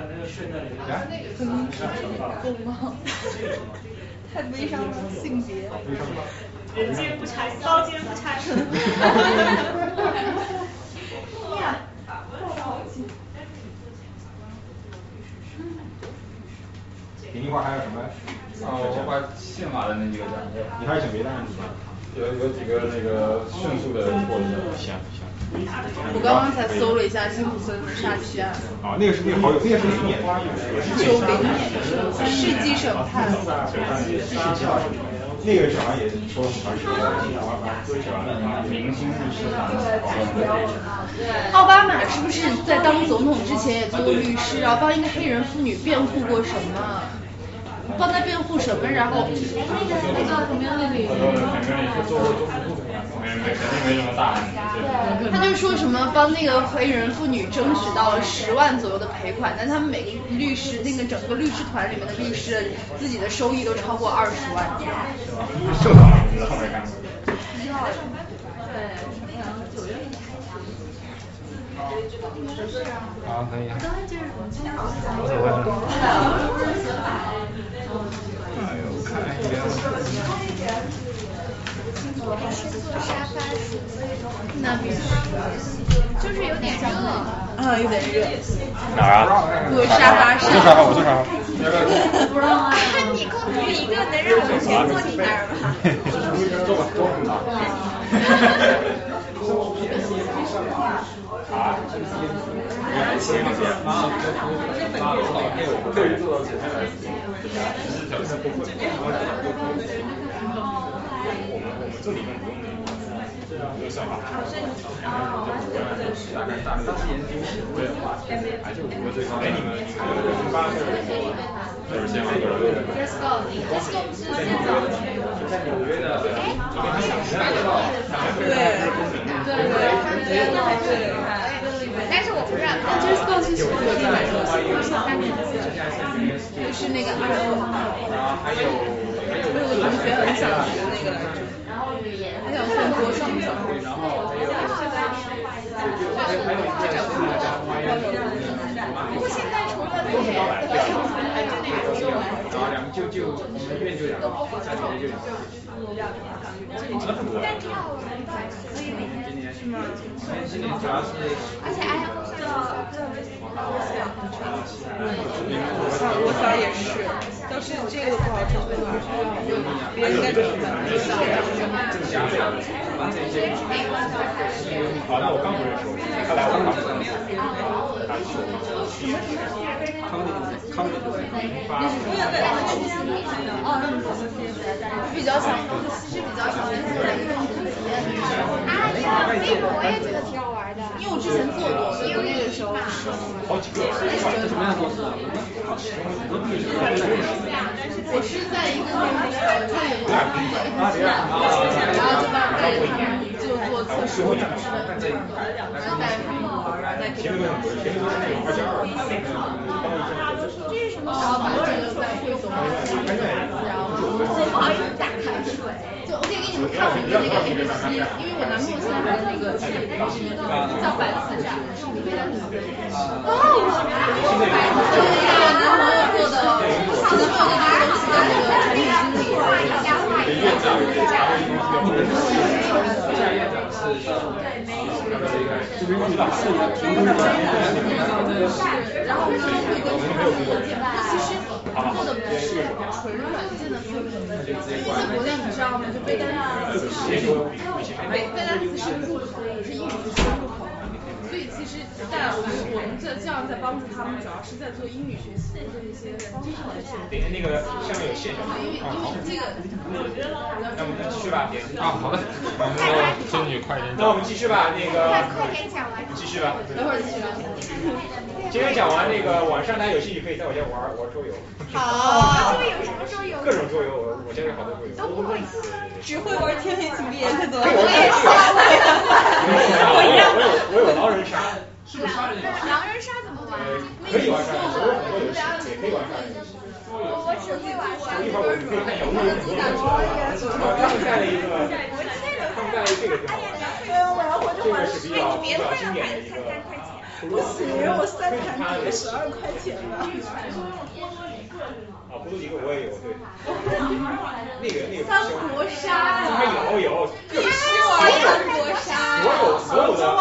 太悲伤了，性别。 人间不拆，刀尖不拆。 给你一会儿还有什么？ 我把宪法的那几个讲一下。 你还是讲别的问题吗？ 有几个那个迅速的过程。 行。 我刚刚才搜了一下辛普森的杀妻案。 啊，那个是好友，那个是哪年？ 90年，世纪审判。 那个小孩也说很长时间了， 明星律师团。 奥巴马是不是在当总统之前也做过律师啊？帮一个黑人妇女辩护过什么？帮他辩护什么？然后那个什么样的理由？ 做过中副部长，没什么大案。 他就说什么帮那个黑人妇女争取到了10万左右的赔款，但他们每个律师那个整个律师团里面的律师自己的收益都超过20万。 正常，你在后面干。 好，可以。 无所谓了。 我还是坐沙发行， 那必须， 就是有点热。 啊，有点热。 哪儿啊？ 坐沙发上。 我坐沙发。 不知道啊。你空出一个，能让我先坐你那儿吗？ 坐吧，坐吧。 我可以做到简单来说， 我们做理论不用那个算法， 大概大略研究对，还是5个最高。 哎，你们08 就是先往在纽约的， 但是我不知道，这是告诉是我去买的，就是那个还有同学很想学那个来着，还想学国商小， 然后还有不过现在除了那些， 然后2个就我们院就2个，下学期就2个。 但这样我们可以每天是吗？ 今年主要是， 而且还要我想也是，要是这个不好找的话，别人应该就是好，那我刚不认识，他来我刚比较想，其实比较想跟在运动体验的。 我也觉得挺好玩的， 因为我之前做过，所以那个时候好几个， 什么样做事？ 我是在一个那个看有个然后就帮带着他们就做测试或者是然后带他们玩，再给他们这是什么？然后把这个再汇总，然后不好意思打开水。就我可以给你们看我们的那个 APP， 因为我男朋友现在的那个是叫百词斩，是你们的哦，男朋友做的，男朋友做的公司的那个产品经理。 院长是然后呢，会跟他们合作，其实做的不是纯软件的测评，一些国家你知道吗？就背单词是入口，是英语是入口，所以其实我们这样在帮助他们，主要是在做英语学习的这些方法的建立。 那个下面有线上， 因为这个， 那我们继续吧， 好的， 争取快点。 那我们继续吧，那个继续吧， 等会儿继续聊。 今天讲完那个晚上大家有兴趣可以在我家玩桌游。 好。桌游什么桌游？ 各种桌游，我家有好多桌游。 都不会。 只会玩天黑请闭眼可多。 我也是。 我有狼人杀。 是不是杀人？狼人杀怎么玩？ 可以玩杀人，我有很多游戏也可以玩杀人游戏。 我只会玩杀人。 一会儿我可以看一下，我有很多游戏。他们带了一个，这个挺好玩的。这个是比较经典的一个。 不行，我3盘底12块钱呢。 啊，葫芦一个我也有，对。那个。 三国杀。 还有。 你还玩三国杀？ 所有的。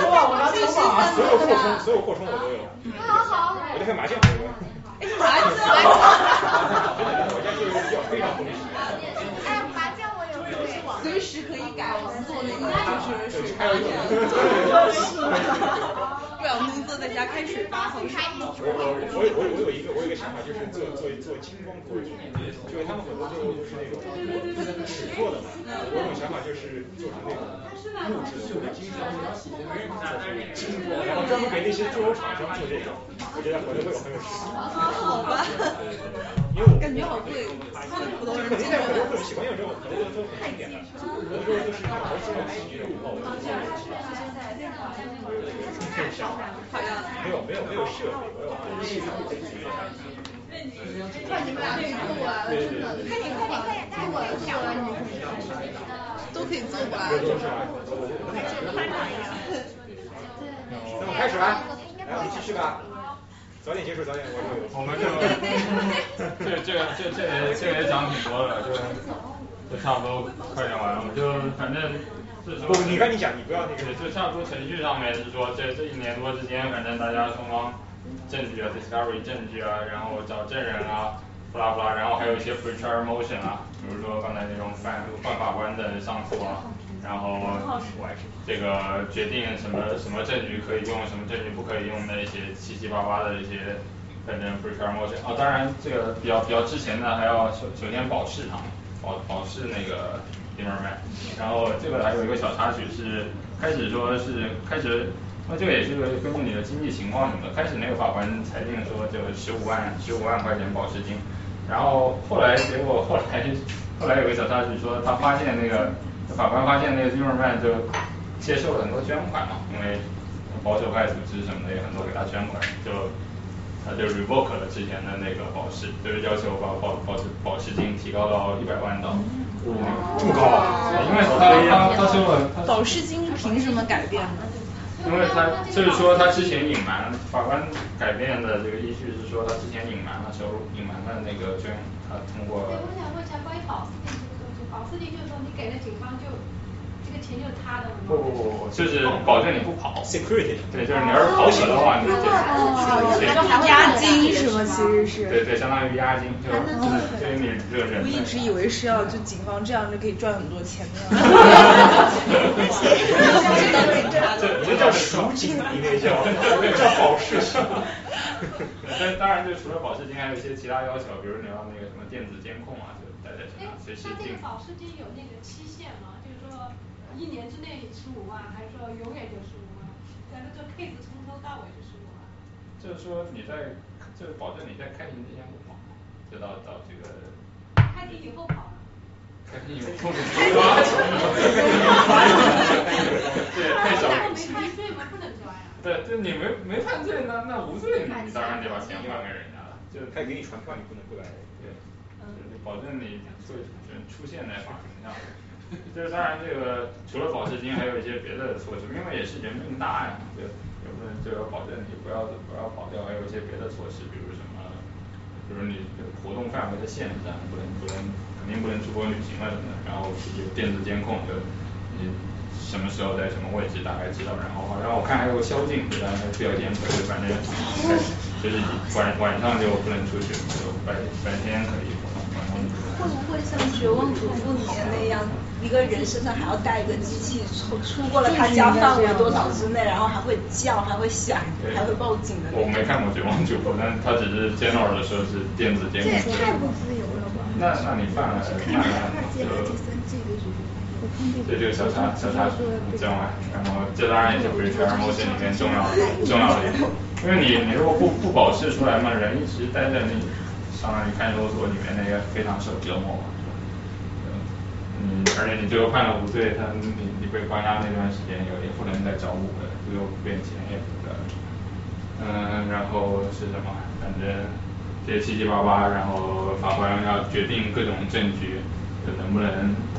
所有扩充我都有。 好。 我就看麻将我有。 麻将。 我家就是比较非常丰富。 哎，麻将我有。 随时可以改，我们做那个就是还有一种。 不想工作在家开水吧，好傻。 我有一个想法，就是做精光桌游，就是他们很多桌游都是那种纸做的嘛，我有种想法就是做成那种木质的或者精装的，然后专门给那些桌游厂商做这个，我觉得回来会有很有市场。 好吧。 因为我感觉好贵，普通人肯定在很多会喜欢用这种，很多都很经典的，很多桌游都是那种儿时的记忆，然后没有设备，我有系统的看你们俩可以做啊，真的。 快点，带我讲完都可以做过来。 那么开始吧，来我们继续吧。早点结束，早点我们这个也讲挺多的，就差不多快点完了，就反正。 不，你赶紧讲，你不要那个。 就差不多程序上面是说，这1年多之间，反正大家双方证据啊 ，discovery 证据啊，然后找证人啊，不拉不拉，然后还有一些 pre-trial motion 啊，比如说刚才那种犯法官的上诉啊， 然后这个决定什么证据可以用，什么证据不可以用的一些七七八八的一些反正 pretrial motion。当然这个比较之前的还要首先保释他们，保释那个 Zimmerman。然后这个还有一个小插曲是开始，那这个也是根据你的经济情况什么的。开始那个法官裁定说就15万块钱保释金，然后后来有个小插曲说他发现法官发现那个 Zimmerman 就接受了很多捐款嘛，因为保守派组织什么的也很多给他捐款，他就 revoke 了之前的那个保释，就是要求把保释金提高到100万刀。 这么高啊？ 因为他收了保释金凭什么改变呢？ 因为他就是说他之前隐瞒，法官改变的这个依据是说他之前隐瞒了收入，隐瞒了那个捐，他通过。 对，我想问一下关于保释金这个东西，保释金就是说你给了警方就这个钱就是他的了吗？ 不，就是保证你不跑 security。 对，就是你要是跑起的话，你就押金是吗？其实是。 对，相当于押金，就是你这个人。 我一直以为是要就警方这样就可以赚很多钱的。 这叫赎金，应该叫保释金。 当然，就除了保释金，还有一些其他要求，比如你要那个什么电子监控啊，就带在身上，随时进。 他这个保释金有那个期限吗？就是说1年之内15万，还是说永远就15万？咱们这 case 从头到尾是15万。 就是说就是保证你在开庭之前不跑，就到这个。 开庭以后跑了。 开庭以后不抓钱。对，太小。 没犯罪吗？不能抓呀。 对，就你没犯罪，那无罪，你当然得把钱还给人家了。就他给你传票，你不能不来。 对，就是保证你出现在法庭上。就是当然这个除了保释金，还有一些别的措施，因为也是人命大案，就要保证你不要跑掉，还有一些别的措施，比如你活动范围的限制，肯定不能出国旅行了什么的，然后有电子监控，就你什么时候在什么位置大概知道，然后好像我看还有个宵禁，对吧？还比较严格，就反正就是晚上就不能出去，就白天可以活动，晚上。 会不会像《绝望主妇》里面那样，一个人身上还要带一个机器，出过了他家范围多少之内，然后还会叫，还会响，还会报警的那种？ 我没看过《绝望主妇》，但他只是 general 的说是电子监控。 这也太不自由了吧？ 那你犯了对这个小插曲，讲完，然后这当然也是 pretrial motion 里面重要的一步，因为你如果不保释出来嘛，人一直待在那相当于看守所里面，那个非常受折磨嘛。而且你最后判了无罪，你被关押那段时间也不能再找补了，最后变钱也不得。然后是什么？反正这些七七八八，然后法官要决定各种证据，能不能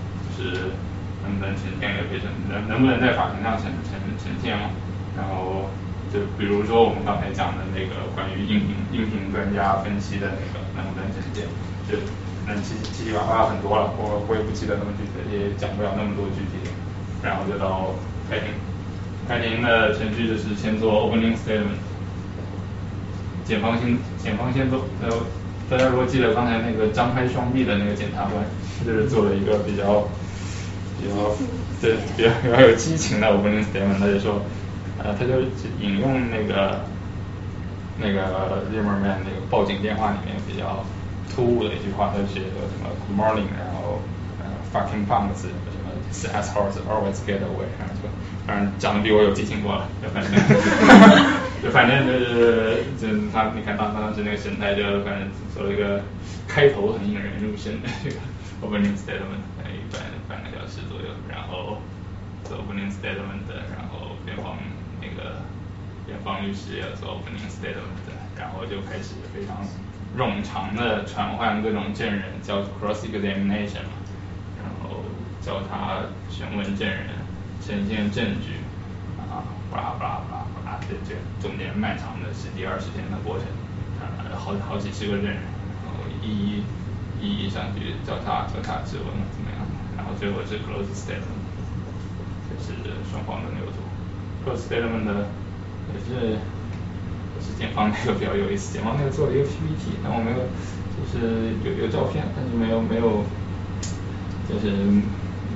呈现给陪审，能不能在法庭上呈现嘛？然后就比如说我们刚才讲的那个关于音频专家分析的那个能不能呈现，就七七八八很多了，我也不记得那么具体，也讲不了那么多具体的。然后就到开庭的程序就是先做 opening statement， 检方先做，大家如果记得刚才那个张开双臂的那个检察官，就是做了一个比较有激情的 opening statement， 他就说，他就引用那个 Zimmerman 那个报警电话里面比较突兀的一句话，他写的什么 Good morning， 然后fucking punks， 什么 assholes always get away， 反正讲的比我有激情多了，反正就是他，你看当时那个神态，就反正做了一个开头很引人入胜的这个 opening statement， 半个小时左右，然后做 opening statement， 然后辩方律师也做 opening statement， 然后就开始非常冗长的传唤各种证人，叫 cross examination 嘛，然后叫他询问证人，呈现证据，巴拉巴拉巴拉巴拉，这中间漫长的10几20天的过程，好几十个证人，然后一一上去叫他质问怎么样，然后最后是 close statement， 这是双方的流程。close statement 的也是检方那个比较有意思，检方那个做了一个 PPT， 但我没有，就是有照片，但是没有，就是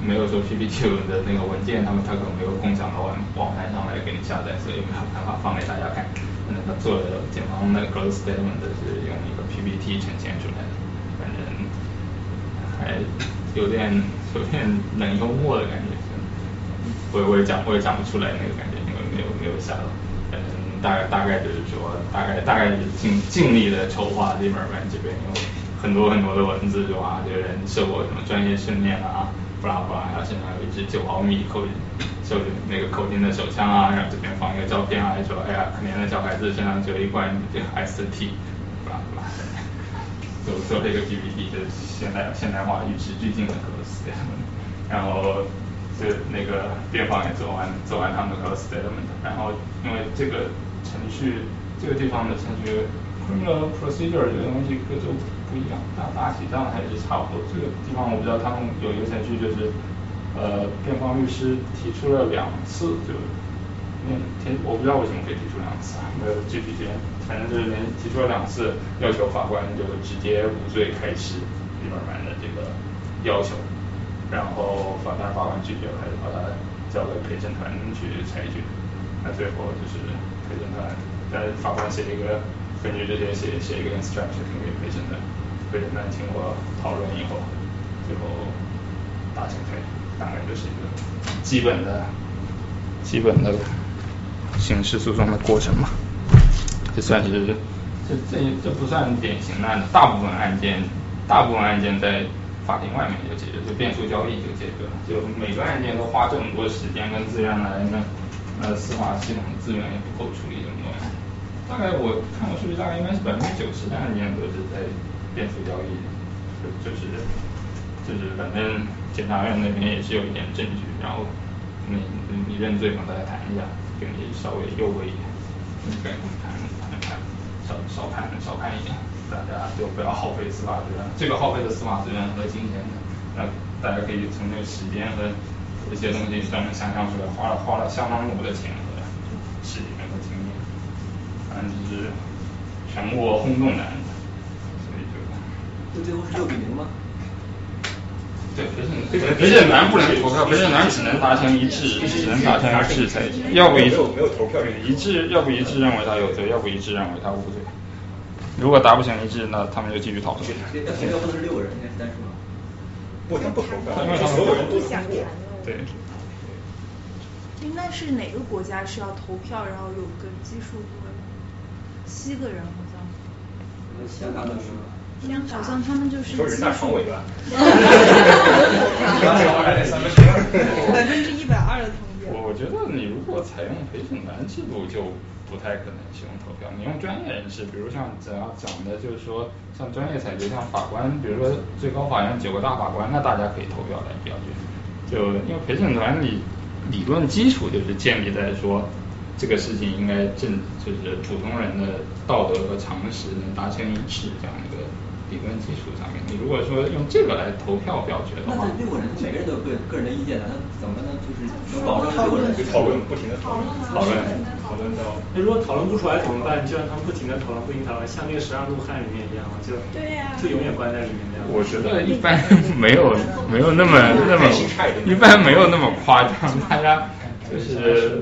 没有说 PPT 的那个文件，他可能没有共享到网站上来给你下载，所以没有办法放给大家看。那他做的检方那个 growth statement 是用一个 PPT 呈现出来的，反正还有点冷幽默的感觉。我也讲不出来那个感觉，因为没有下到。反正大概就是说，大概是尽力的筹划这本版这边有很多的文字，说这个人受过什么专业训练啊，不拉不拉呀，身上有一支9毫米那个口径的手枪啊，然后这边放一个照片啊，说哎呀，可怜的小孩子身上只有一罐这个 ST， 不拉不拉的，做了一个 PPT， 就是现代化与时俱进的格式，然后。那个辩方也做完他们的 close statement， 然后因为这个程序这个地方的程序 criminal procedure 这个东西各州不一样，大体上还是差不多。这个地方我不知道他们有一个程序就是辩方律师提出了2次，就我不知道为什么可以提出2次，没有具体反正就是提出了2次，要求法官就直接无罪开始里边版的这个要求。然后法官拒绝了，还是把它交给陪审团去裁决。那最后就是陪审团，法官根据这些写一个 instruction 给陪审团，陪审团经过讨论以后，最后达成裁决。大概就是一个基本的刑事诉讼的过程嘛。这算是这不算典型的，大部分案件在法庭外面就解决，就变数交易就解决了，就每个案件都花这么多时间跟资源来，那司法系统的资源也不够处理这么多案件。大概我看过数据，大概应该是90%的案件都是在变数交易，就是反正检察院那边也是有一点证据，然后你认罪嘛，大家谈一下，给你稍微优惠一点，你跟谈，少看一点。大家就不要耗费司法资源，这个耗费的司法资源和金钱，那大家可以从那个时间和这些东西都能想象出来，花了相当多的钱和时间和精力，反正就是全国轰动的案子，所以就最后是6-0吗？ 对，陪审团不能投票，陪审团只能达成一致裁决，要不没有投票一致，要不一致认为他有罪，要不一致认为他无罪。如果达不成一致，那他们就继续讨论。 投票不能是6个人，应该是单数吗？ 不，他不投票， 因为所有人都通过。 对。 应该是哪个国家是要投票，然后有个基数7个人好像。 香港的是吗？ 好像他们就是说人大常委吧。 120%的同意。 我觉得你如果采用陪审团制度就不太可能使用投票，你用专业人士，比如像只要讲的就是说像专业裁决，像法官，比如说最高法院9个大法官，那大家可以投票来表决。就因为陪审团理论基础就是建立在说这个事情应该就是普通人的道德和常识能达成一致这样一个理论基础上面。你如果说用这个来投票表决的话， 那这6个人每个人都有个人的意见的，那怎么能就是能保证6个人讨论不停的讨论到， 那如果讨论不出来怎么办？就让他们不停的讨论，像那个12怒汉里面一样，就永远关在里面那样。 我觉得一般没有那么一般没有那么夸张，大家就是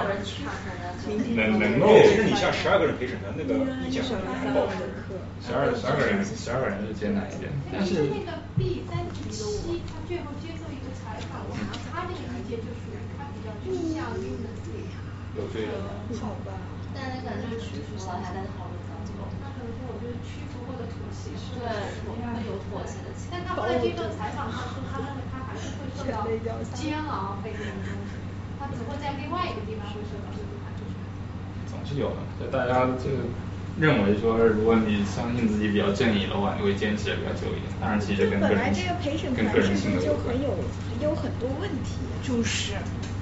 能够。 其实你像12个人陪审团那个意见很难保持。 12个人是艰难一点，但是那个 B37他最后接受一个采访，他这个意见就属于他比较倾向于有罪的。 好吧。 但那可能就是屈服了，还在讨论当中。 那可能说我就是屈服或者妥协。 对，会有妥协的情况。 但他后来接受采访，他说他认为他还是会受到煎熬被这种东西，他只会在另外一个地方会受到这种总是有的，就大家这个认为说，如果你相信自己比较正义的话，你会坚持的比较久一点。当然，其实跟个人性格有关。 有很多问题，就是。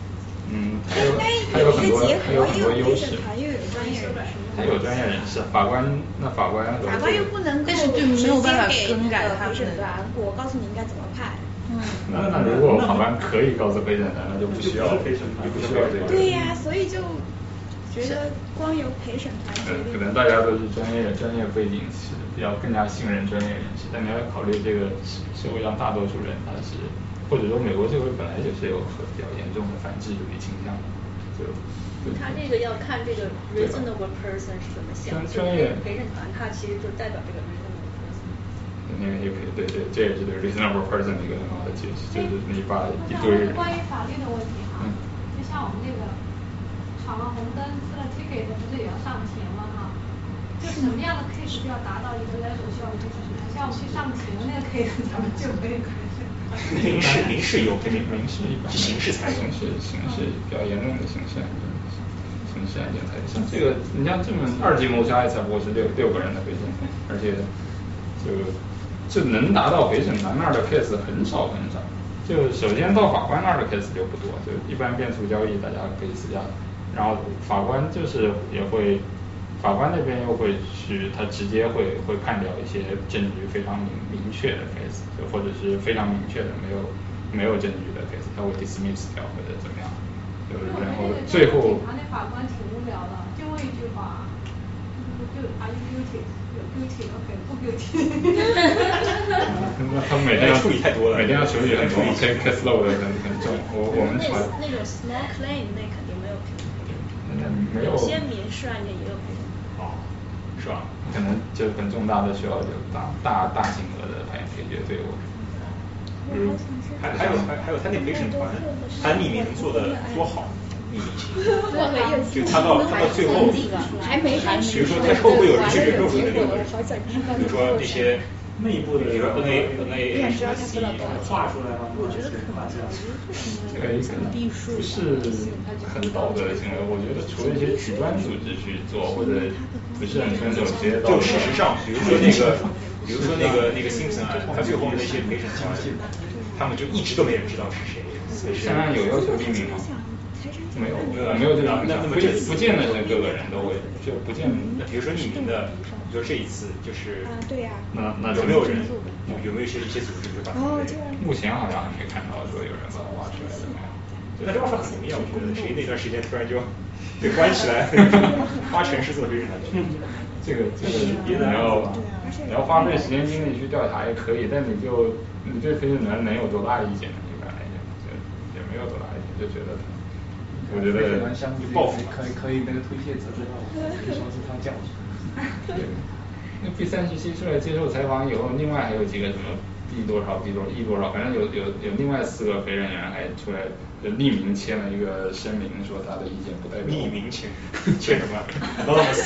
还有很多优势。还有专业人士，法官又不能够直接给那个陪审团，我告诉你应该怎么判。 那如果法官可以告诉陪审团，那就不需要陪审团，就不需要这个。 对呀，所以就觉得光由陪审团可能大家都是专业背景，是比较更加信任专业人士，但你要考虑这个社会上大多数人他是或者说美国社会本来就是有比较严重的反智主义倾向， 他这个要看这个 reasonable person 是怎么想，就是陪审团他其实就代表这个 reasonable person。 也可以，对，这也是对 reasonable person 的一个很好的解释，就是你把一堆人。 关于法律的问题哈，就像我们那个闯了红灯吃了 ticket 不是也要上庭了哈？就什么样的 case 就要达到一个 level 需要一个什么？像我们去上庭那个 case 咱们就没有。 民事有，民事刑事才有， 刑事比较严重的刑事案件，刑事案件才像这个，你像这么2级谋杀也才不过是6个人的陪审团，而且就能达到陪审团那儿的 case 很少。就首先到法官那儿的 case 就不多，就一般辩诉交易大家可以私下，然后法官就是也会。法官那边又会他直接会判掉一些证据非常明确的 case， 或者是非常明确的没有证据的 case， 他会 dismiss 掉或者怎么样，然后最后。 那法官挺无聊的，就问一句话，就 are you guilty？ 有 guilty OK 不 guilty？ 那他们每天要处理太多了， 每天要处理很多 case load 很重。我们那种 small claim 那肯定没有评估， 没有。 有些民事案件也有评估。 是吧？可能就很重大的需要有大金额的判决队伍。 还有他那陪审团，他匿名做的多好，匿名性，就他到最后，比如说他会不会有人去人肉的那个，比如说那些。 内部的， 比如说 NA 画出来了， 我觉得可能这个不是很道德的行为。我觉得除了一些极端组织去做，或者不是很遵守这些道德。 就事实上，比如说那个 Simpson 啊，他最后那些陪审团，他们就一直都没人知道是谁。 现在有要求匿名吗？没有这个，不见得是各个人都会，就不见。 比如说匿名的，比如说这一次就是对呀。 那有没有人有没有一些组织就把它目前好像还没看到说有人把它挖出来的。 那这样说很容易啊，我觉得谁那段时间突然就被关起来，花城市做陪审团。 这个你要花费时间精力去调查也可以，但你对陪审团能有多大意见呢？一般来讲，也没有多大意见，就觉得。我觉得报复可以那个推卸责任，就说是他教唆。 对，那 B37出来接受采访以后，另外还有几个什么 B 多少 E 多少，反正有另外4个陪审员还出来就匿名签了一个声明，说他的意见不代表。 匿名签什么 ？Anonymous。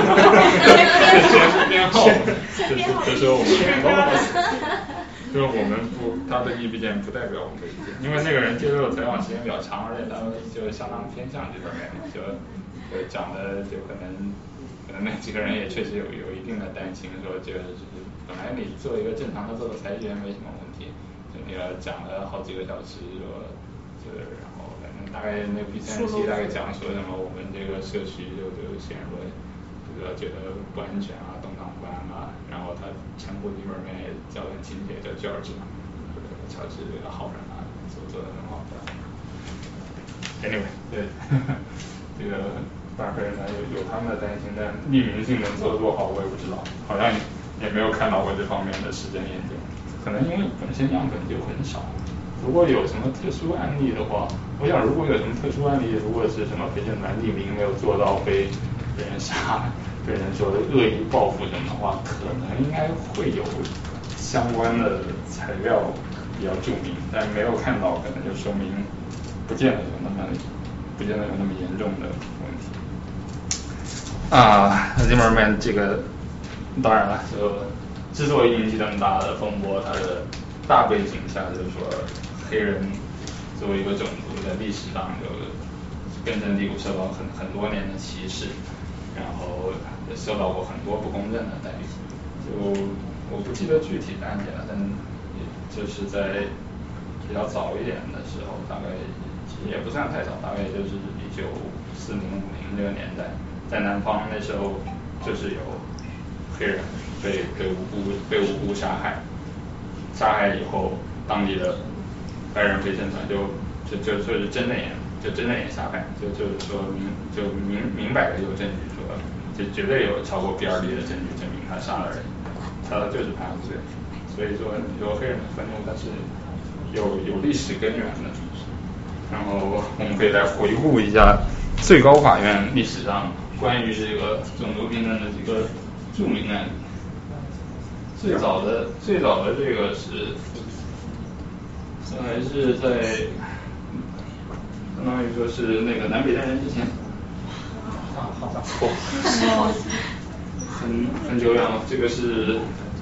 编号，这是我们 Anonymous。就是我们他的意见不代表我们的意见，因为那个人接受采访时间比较长，而且他就相当偏向这方面，就讲的就可能那几个人也确实有一定的担心，说这个就是本来你做一个正常的做个裁决没什么问题，就那个讲了好几个小时，说然后反正大概那B37大概讲说什么我们这个社区就显然说觉得不安全啊，动荡不安啊，然后他称呼里面也叫很亲切，叫George嘛，乔治这个好人啊，做得很好的。Anyway， 对，这个大概呢有他们的担心，但匿名性能做得多好我也不知道，好像也没有看到过这方面的实证研究，可能因为本身样本就很少。如果有什么特殊案例的话，我想如果有什么特殊案例，如果是什么陪审团匿名没有做到被人杀。被人说恶意报复什么的话，可能应该会有相关的材料比较注明，但没有看到，可能就说明不见得有那么严重的问题。Zimmerman 这个当然了，就之所以引起这么大的风波，它的大背景下就是说黑人作为一个种族在历史上就根深蒂固受到很多年的歧视。然后受到过很多不公正的待遇，就我不记得具体的案件了，但就是在比较早一点的时候，大概其实也不算太早，大概就是1940、50这个年代，在南方那时候就是有黑人被无辜杀害以后，当地的白人陪审团就是真的也杀害，就是说明摆着有证据说，就绝对有超过 BRD 的证据证明他杀了人，他就是判了罪。所以说你说黑人的愤怒，但是有历史根源的。然后我们可以来回顾一下最高法院历史上关于这个种族平等的几个著名案例。最早的这个是还是在相当于说是那个南北战争之前。很久远了，这个是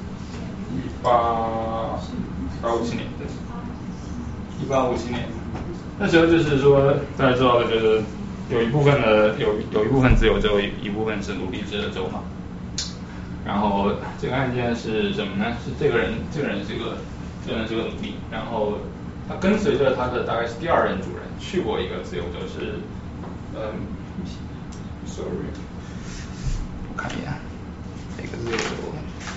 1857年，对，1857年。那时候就是说，大家知道的就是有一部分自由州，一部分是奴隶制的州嘛。然后这个案件是什么呢？是这个人是个奴隶，然后他跟随着他的大概是第二任主人去过一个自由州，是sorry， 我看一眼哪个自由州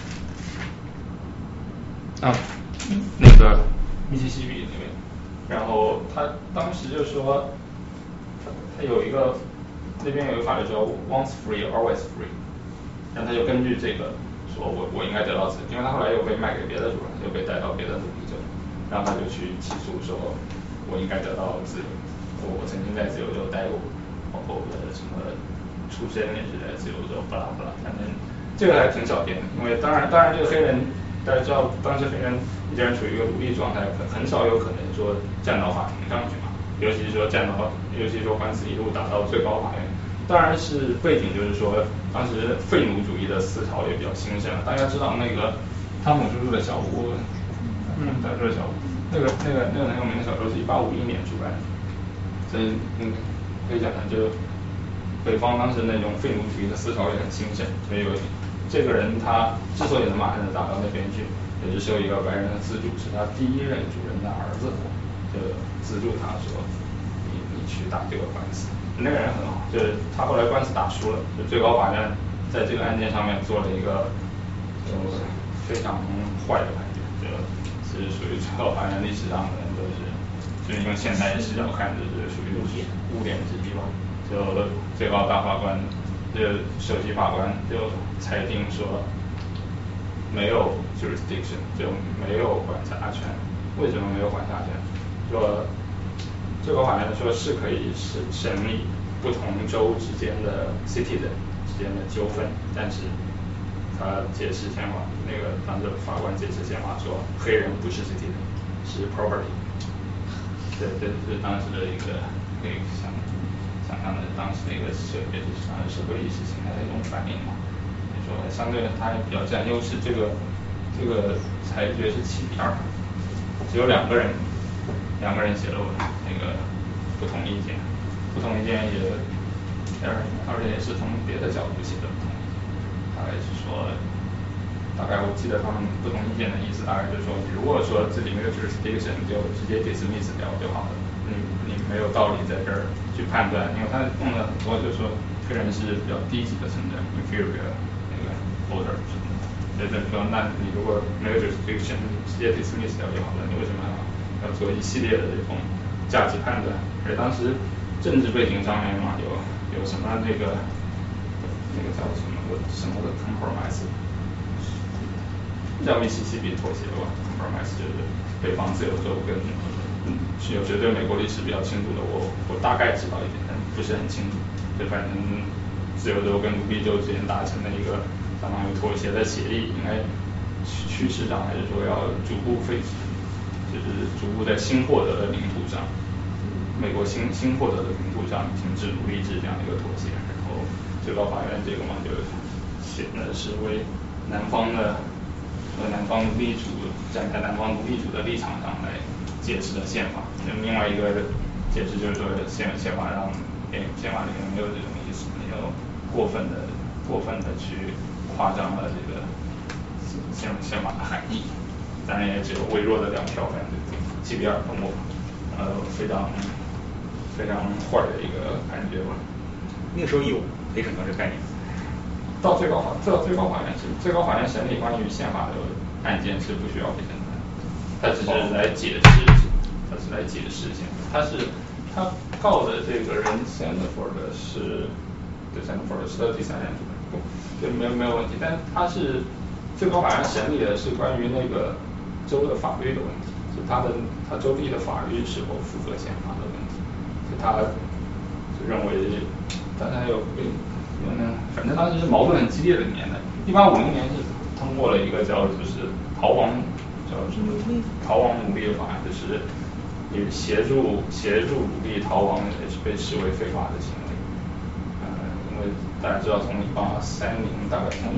啊，那个密西西比那边。然后他当时就说，他有一个那边有一个法律叫 once free always free， 然后他就根据这个说我应该得到自由，因为他后来又被卖给别的主人，又被带到别的奴隶州，然后他就去起诉说我应该得到自由，我曾经在自由州待过，包括我的什么出身也是在自由州，巴拉巴拉，反正这个还挺少见的，因为当然这个黑人大家知道，当时黑人依然处于一个奴隶状态，很少有可能说站到法庭上去嘛，尤其是说官司一路打到最高法院。当然是背景就是说，当时废奴主义的思潮也比较兴盛。大家知道那个汤姆叔叔的小屋，大叔的小屋，那个很有名的小说是1851年出版的，所以可以讲就北方当时那种废奴主义的思潮也很兴盛，所以这个人他之所以能马上打到那边去，也是受一个白人的资助，是他第一任主人的儿子就资助他说你去打这个官司。那个人很好，就是他后来官司打输了，就最高法院在这个案件上面做了一个非常坏的判决，就是属于最高法院历史上的人都是，就是用现代视角看，就是属于污点之一吧。就最高大法官，就首席法官就裁定说没有 jurisdiction， 就没有管辖权。为什么没有管辖权？说最高法院说是可以审理不同州之间的 citizen 之间的纠纷，但是他解释宪法，那个当时法官解释宪法说黑人不是 citizen， 是 property。这是当时的一个可以想象的当时的一个社会意识形态的一种反应嘛。你说相对他也比较占优势，这个裁决是7比2，只有两个人写了那个不同意见也而且也是从别的角度写的不同意见，大概是说，大概我记得他们不同意见的意思大概就是说，如果说这里没有 jurisdiction 就直接 dismiss 掉就好了，你没有道理在这儿去判断，因为他用了很多就是说黑人是比较低级的存在 inferior 那个 voter 什么的，所以说那你如果没有 jurisdiction 直接 dismiss 掉就好了，你为什么要做一系列的这种价值判断？而当时政治背景上面嘛，有什么那个叫什么的 compromise， 叫密西西比妥协吧 ，compromise 就是北方自由州跟有些对美国历史比较清楚的，我大概知道一点，但不是很清楚。就反正自由州跟奴隶州之间达成了一个相当于妥协的协议，应该趋势上还是说要逐步废止，就是逐步在新获得的领土上，美国新获得的领土上停止奴隶制这样一个妥协。然后最高法院这个嘛，就显得是为南方奴隶主站在南方奴隶主的立场上来解释的宪法。另外一个解释就是说宪法里面没有这种意思，没有过分的去夸张了这个宪法的含义。当然也只有微弱的2票反对，7比2通过，非常坏的一个判决吧。 那个时候有陪审团这个概念。 到最高法院审理关于宪法的案件是不需要陪审团，他只是来解释宪法。他告的这个人 Sandford 是第3任主人，这没有问题。但是他是最高法院审理的是关于那个州的法律的问题， 就他州立的法律是否符合宪法的问题，就他就认为大概反正当时是矛盾很激烈的年代。1850年是通过了一个就是逃亡奴隶的法案，就是协助奴隶逃亡也是被视为非法的行为。因为大家知道从1830大概从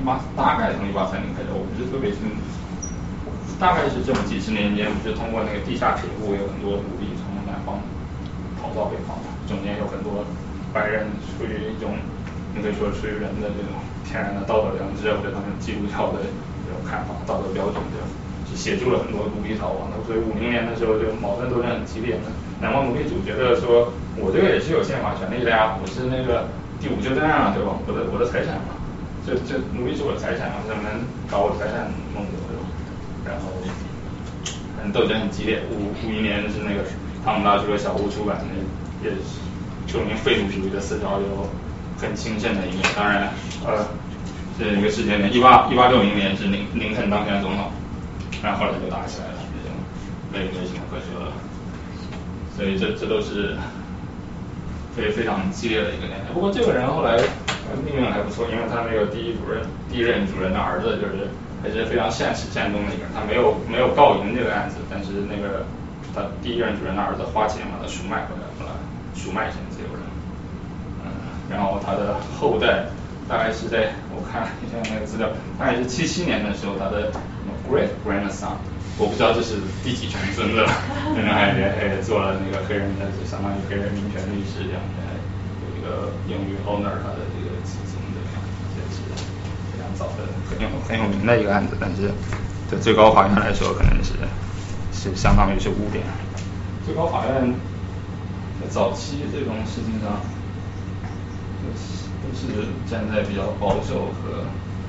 1830开始，我不是特别清楚，大概是这么几十年间，不是通过那个地下铁路有很多奴隶从南方逃到北方，中间有很多白人出于一种你可以说出于人的这种天然的道德良知，或者他们基督教的这种看法、道德标准，是协助了很多奴隶逃亡的。所以50年的时候就矛盾斗争很激烈。南方奴隶主觉得说，我这个也是有宪法权利的呀，我是那个第5修正案啊，对吧？我的财产嘛，这奴隶是我的财产嘛，怎么能把我的财产弄走，对吧？然后斗争很激烈。51年是那个汤姆大叔的小屋出版的，也是说明废奴主义的思潮有很兴盛的一面。当然，这一个时间点，1860年是林肯当选总统，然后后来就打起来了，这种类型的可说了。所以这都是非常激烈的一个年代。不过这个人后来命运还不错，因为他那个第一任主人的儿子就是还是非常善始善终的一个人，他没有告赢这个案子，但是那个他第一任主人的儿子花钱把他赎卖回来，后来赎卖成自由人。然后他的后代大概是在我看一下那个资料，大概是77年的时候，他的 great grandson， 我不知道这是第几重孙子了，可能还做了那个黑人的，就相当于黑人民权律师这样，有一个用于 honor 他的这个基金这样，这是非常早的很有名的一个案子，但是对最高法院来说可能是相当于是污点。最高法院在早期这种事情上都是站在比较保守和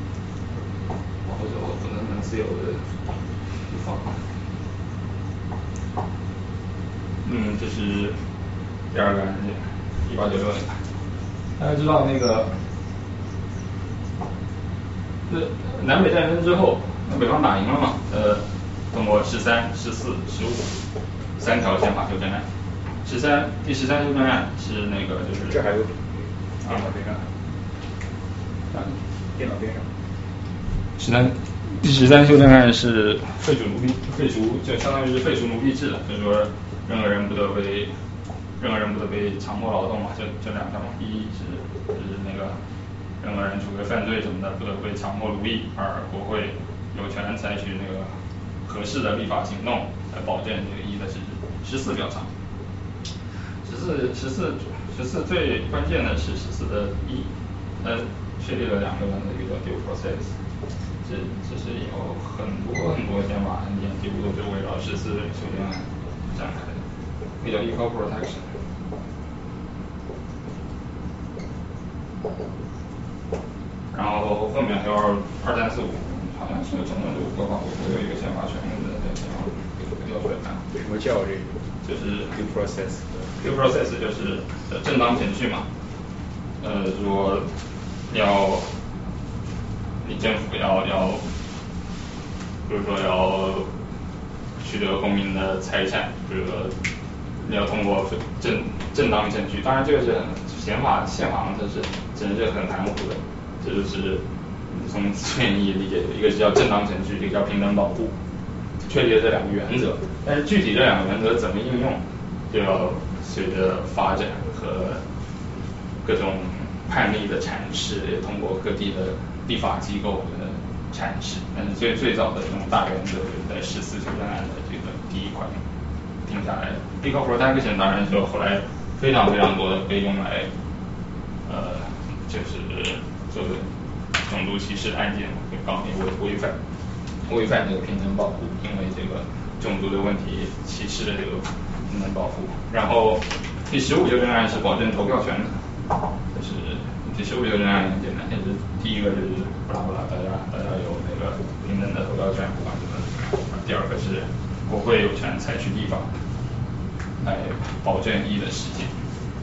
不那么自由的地方。这是第二个案件，1896年。大家知道那个南北战争之后，北方打赢了嘛？通过13、14、15 3条宪法修正案。第13修正案是那个就是这还有电脑边上，电脑边上。 第13修正案是废除就相当于是废除奴隶制了，就是说任何人不得被强迫劳动嘛，这两条嘛。第一是那个任何人除非犯罪什么的，不得被强迫奴役，而国会有权采取那个合适的立法行动来保证这个义的实质。14比较长，14最关键的是14的1，确立了2个文的一个叫 due process。这是有很多宪法案件几乎都是围绕14修正案展开的，这叫 equal protection。然后后面还有2、3、4、5，好像是总共5个吧，我有一个宪法权的标准啊。 什么叫这个？ 就是 due process。due process 就是正当程序嘛，说你政府要，比如说要取得公民的财产，比如说你要通过正当程序，当然这个是宪法上这是真是很含糊的，这就是从字面意义理解的，一个是叫正当程序，一个叫平等保护，确立了这2个原则，但是具体这2个原则怎么应用，就要随着发展和各种判例的阐释，也通过各地的立法机构的阐释，但是最早的这种大原则就是在14修正案的这个第1款定下来的。Equal protection 当然就后来非常多的被用来就是做种族歧视案件，会告你违反这个平等保护，因为这个种族的问题歧视的这个平等保护。然后第15修正案是保证投票权的，就是第15修正案很简单，就是第一个就是大家有那个平等的投票权，不管什么。第二个是国会有权采取立法来保证义的实践。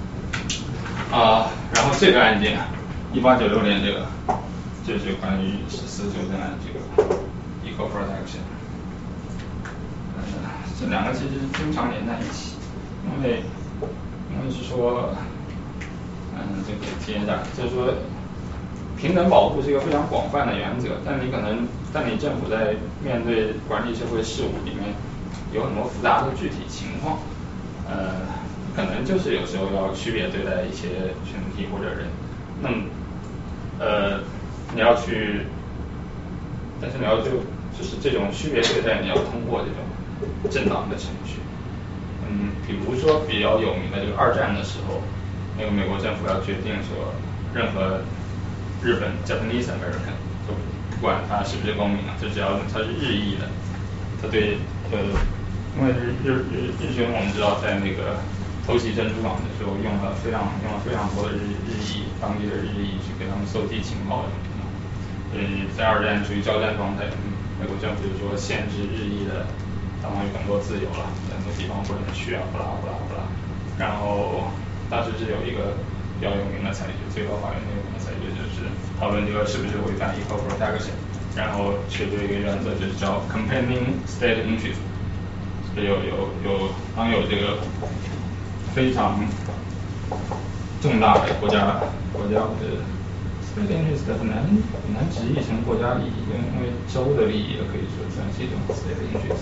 然后这个案件1896年这个就是关于14修正案这个 equal protection。 这两个其实经常连在一起，因为是说，这个体验一下，就是说，平等保护是一个非常广泛的原则，但你政府在面对管理社会事务里面，有很多复杂的具体情况，可能就是有时候要区别对待一些群体或者人，那么，你要去，但是你要就是这种区别对待，你要通过这种正当的程序。比如说比较有名的这个二战的时候，那个美国政府要决定说，任何日本 Japanese American， 就不管他是不是公民啊，就只要他是日裔的，他对因为日军我们知道在那个偷袭珍珠港的时候用了非常多的当地的日裔去给他们搜集情报什么的，在二战处于交战状态，美国政府就说限制日裔的相当于更多自由了，很多地方不能去啊，不啦。然后当时是有一个比较有名的裁决，最高法院有名的裁决就是讨论这个是不是违反 equal protection， 然后确立一个原则就是叫 compelling state interest， 有这个非常重大的国家的 state interest 很难直译成国家利益，因为州的利益也可以说算是一种 state interest。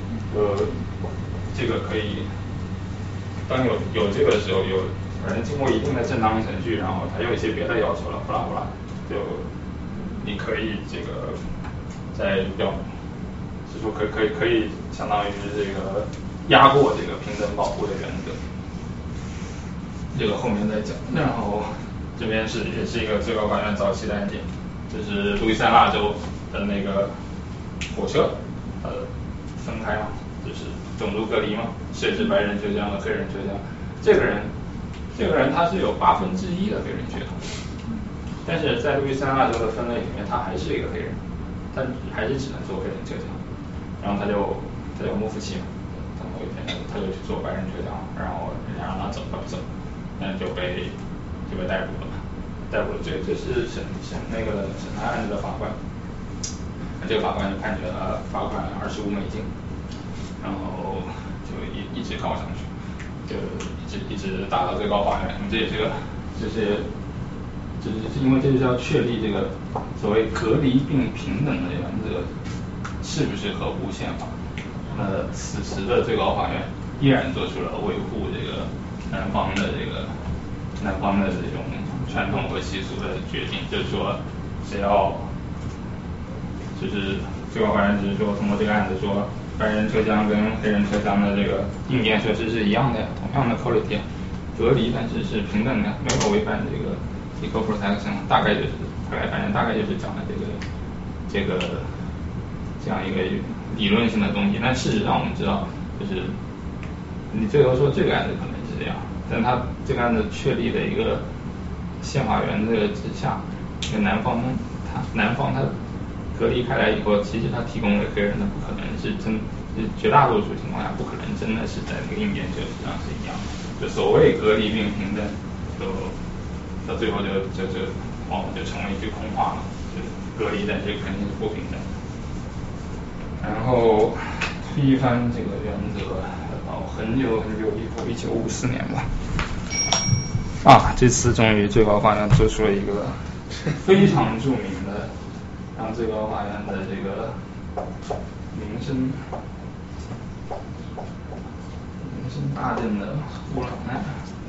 这个可以，当有这个的时候，反正经过一定的正当程序，然后还有一些别的要求了，不啦，就你可以这个在是说可以相当于是这个压过这个平等保护的原则，这个后面再讲。然后这边也是一个最高法院早期的案件，就是路易斯安那州的那个火车分开嘛，就是种族隔离嘛，设置白人车厢和黑人车厢。这个人他是有1/8的黑人血统，但是在路易斯安那州的分类里面，他还是一个黑人，他还是只能坐黑人车厢。然后他就不服气嘛，然后有一天他就去坐白人车厢，然后人家让他走他不走，就被逮捕了嘛。逮捕了，这是审那个审判案子的法官，这个法官就判决了罚款$25，然后就一直告上去，就一直打到最高法院。这也是个就是因为这就是要确立这个所谓隔离并平等的原则是不是合乎宪法。此时的最高法院依然做出了维护这个南方的这种传统和习俗的决定，就是说就是最高法院只是说通过这个案子说，白人车厢跟黑人车厢的这个硬件设施是一样的，同样的 quality， 隔离但是是平等的，没有违反这个 equal protection， 大概就是讲的这样一个理论性的东西。但事实上我们知道，就是你最后说这个案子可能是这样，但他这个案子确立的一个宪法原则之下，南方他隔离开来以后，其实他提供给黑人的不可能是绝大多数情况下不可能真的是在那个硬件设施上是一样的。就所谓隔离并平等，到最后就成为一句空话了，就是隔离但是肯定是不平等。然后推翻这个原则到很久以后，1954年吧。这次终于最高法院做出了一个非常著名的，让最高法院的这个名声大振的布朗案。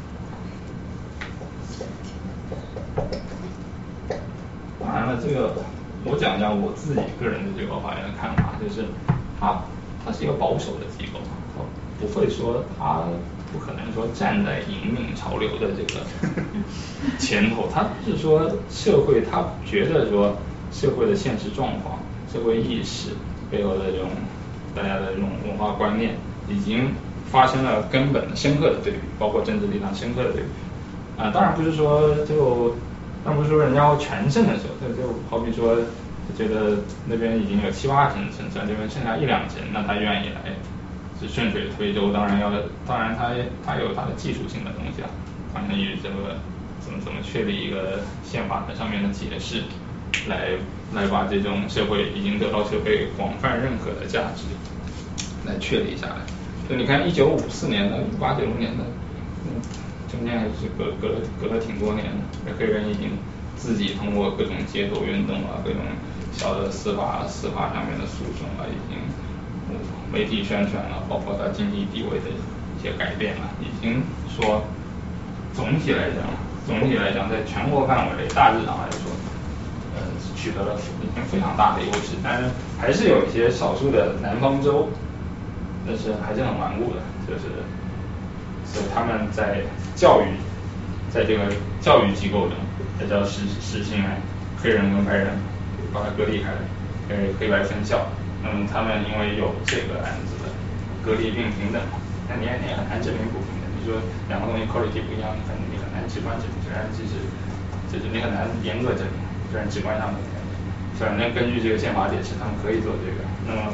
当然了，这个我讲一下我自己个人对最高法院的看法，就是它是一个保守的机构，它不会说它不可能说站在引领潮流的这个前头，它是说社会，它觉得说社会的现实状况、社会意识背后的这种大家的这种文化观念已经发生了根本深刻的对比，包括政治立场深刻的对比。当然不是说人家要全胜的时候，就好比说觉得那边已经有7-8成的胜算，这边剩下1-2成，那他愿意来是顺水推舟。当然他有他的技术性的东西啊，关于这个怎么确立一个宪法的上面的解释，来把这种社会已经得到社会广泛认可的价值来确立下来。就你看1954年的、1890年的，中间还是隔了挺多年的，黑人已经自己通过各种街头运动啊，各种小的司法上面的诉讼啊，已经媒体宣传了，包括他经济地位的一些改变了，已经说总体来讲，在全国范围内大致上来说，取得了已经非常大的优势，但是还是有一些少数的南方州，但是还是很顽固的，所以他们在在这个教育机构中，也叫实行黑人跟白人把它隔离开来，黑白分校。那么他们因为有这个案子的隔离并平等，那你也很难证明不平等。你说两个东西 quality 不一样，你很难直观证明，虽然就是你很难严格证明，虽然直观上的。反正根据这个宪法解释，他们可以做这个。那么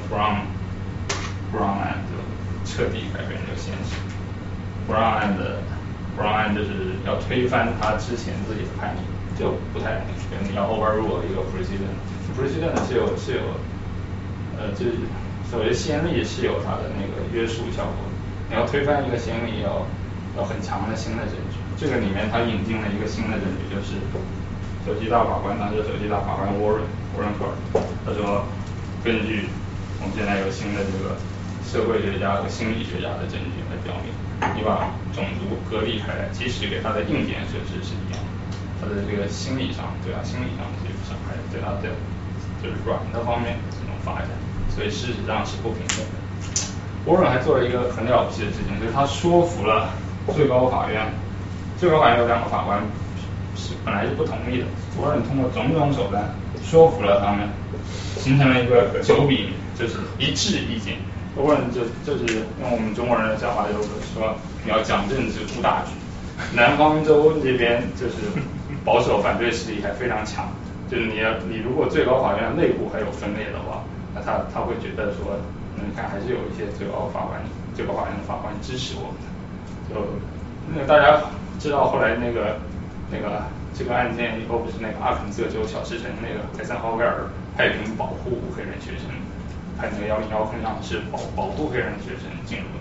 Brown 案就彻底改变这个现实。Brown 案就是要推翻他之前自己的判例，就不太容易。你要 overrule 一个 precedent 是有就是所谓先例是有它的那个约束效果。你要推翻一个先例，要很强的新的证据。这个里面他引进了一个新的证据，就是当时首席大法官 Warren Court， 他说根据我们现在有新的这个社会学家和心理学家的证据来表明，你把种族隔离开来，即使给他的硬件设施是一样的，他的这个心理上是有伤害，对他的就是软的方面这种发展，所以事实上是不平等的。Warren 还做了一个很了不起的事情，就是他说服了最高法院有两个法官本来是不同意的，Warren通过种种手段说服了他们，形成了一个9-0，就是一致意见。Warren 就是用我们中国人的讲法，就是说你要讲政治顾大局。南方州这边就是保守反对势力还非常强，就是你如果最高法院内部还有分裂的话，那他会觉得说，你看还是有一些最高法院的法官支持我们的。就大家知道后来这个案件以后，不是那个阿肯色州小市城那个艾森豪威尔派兵保护黑人学生，派那个110空降师保护黑人学生进入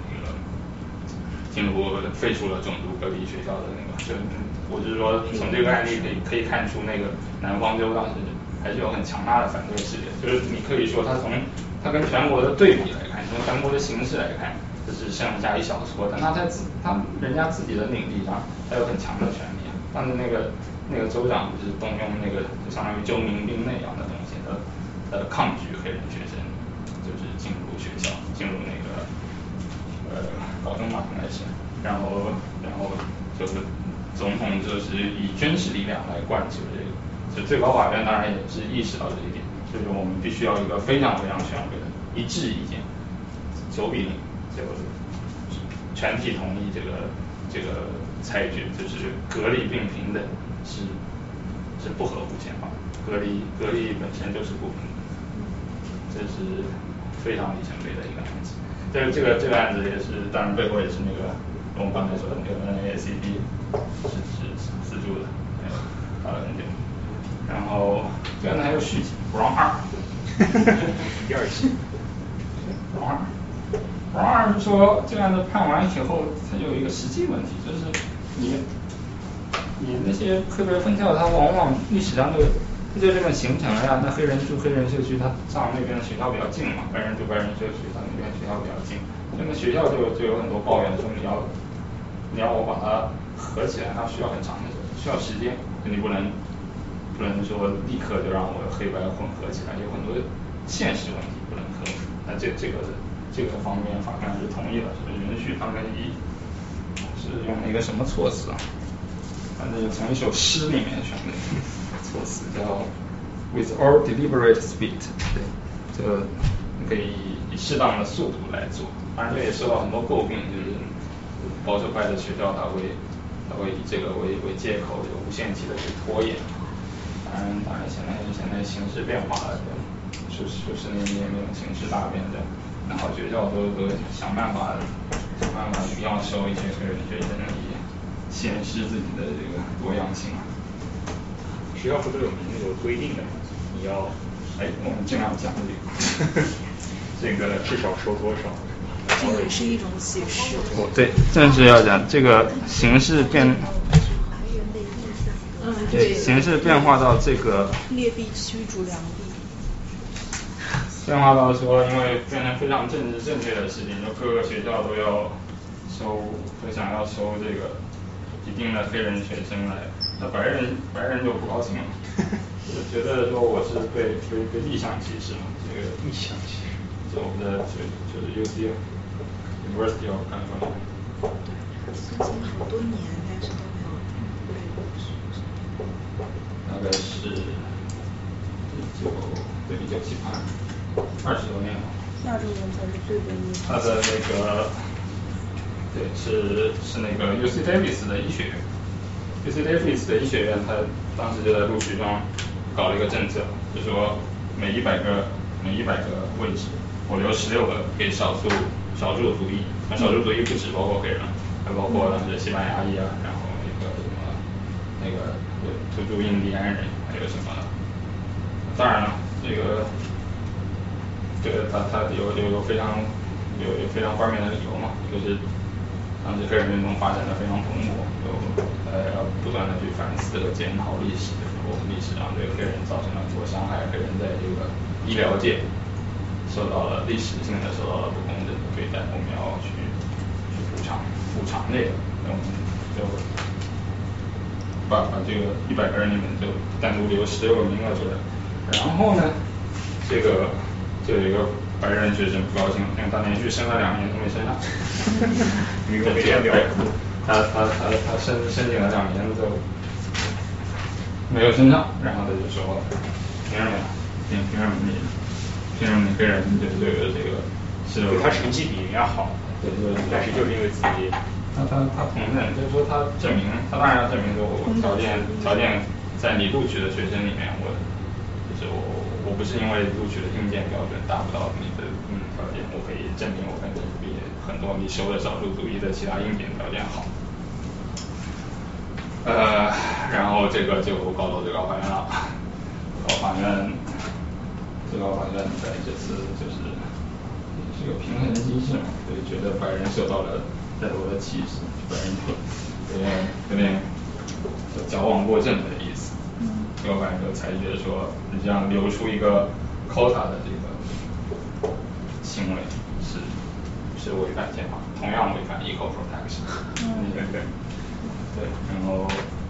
废除了种族隔离学校的那个。我是说从这个案例可以看出，那个南方州当时还是有很强大的反对势力，就是你可以说他跟全国的对比来看，从全国的形势来看，就是剩下一小撮，但他人家自己的领地上还有很强的权利。当时那个州长就是动用那个就相当于救民兵那样的东西抗拒黑人学生就是进入学校，进入那个高中嘛应该是，然后就是总统就是以军事力量来贯彻这个。就最高法院当然也是意识到这一点，就是我们必须要一个非常非常权威的一致意见，9-0，就全体同意这个裁决，就是隔离并平等是不合乎宪法，隔离本身就是不平等，这是非常里程碑的一个案子。这个案子也是，当然背后也是那个我们刚才说的那个 NAACP 是资助的，打了很久。然后这案子还有续集 ，Brown 2，第2期。Brown 2是说这案子判完以后，它有一个实际问题，就是你那些黑白分校，它往往历史上就这么形成了呀。那黑人住黑人社区，他上那边的学校比较近嘛；白人住白人社区，他那边学校比较近。那么学校就有很多抱怨，说你要我把它合起来，它需要很长的需要时间，你不能说立刻就让我黑白混合起来，有很多现实问题不能克服。那这个方面法官是同意了，是允许他们是用了一个什么措辞啊？反正从一首诗里面选的措辞叫 with all deliberate speed， 对，这可以以适当的速度来做。当然这也受到很多诟病，就是保守派的学校他会以这个为借口，就无限期的去拖延。当然现在形势变化了，就是那种形势大变的，然后学校都想办法不要收一些黑人学生，以显示自己的这个多样性。 学校不都有规定的，你要我们尽量讲这个这个至少收多少， 也是一种解释。 对，正是要讲这个形式变。 对， 形势变化到这个劣币驱逐良币， 变化到说，因为变成非常政治正确的事情，就各个学校都要都想要收这个一定的黑人学生来，那白人就不高兴了，就觉得说我是被逆向歧视嘛，这个逆向歧视， 就我们的就是 UCL University of California， 申请了好多年，但是都没有被录取。 大概是1978，20多年了。 亚洲人才是最被逆向。 他的那个，对，是那个 UC Davis 的医学院 ，UC Davis 的医学院，他当时就在录取中搞了一个政策，就说每100个位置，我留16个给少数族裔，那少数族裔不只包括黑人，还包括当时西班牙裔啊，然后那个土著印第安人，还有什么？当然了，这个他有非常方面的理由嘛，就是当时黑人运动发展的非常蓬勃，要不断的去反思和检讨历史，我们历史上对黑人造成了多伤害，黑人在这个医疗界历史性的受到了不公正的对待，我们要去补偿这个，那我们就把这个100个人里面就单独留16个名额出来，然后呢，这个就有一个白人学生不高兴，因为他连续升了2年都没升上， 名额被占掉， 他申请了2年就没有升上，然后他就说凭什么你黑人就有这个对他成绩比人家好， 对， 但是就是因为自己。 他承认，就是说他证明，他当然要证明说我条件在你录取的学生里面，我不是因为录取的硬件标准达不到你的条件，我可以证明我可能比很多你收的少数族裔的其他硬件条件好。然后这个就告到最高法院了，最高法院在这次就是个平衡机制嘛，所以觉得白人受到了太多的歧视，白人有点矫枉过正的意思。最高法院就裁决说，你这样留出一个 quota 的这个行为是违反宪法，同样违反 equal protection。对，然后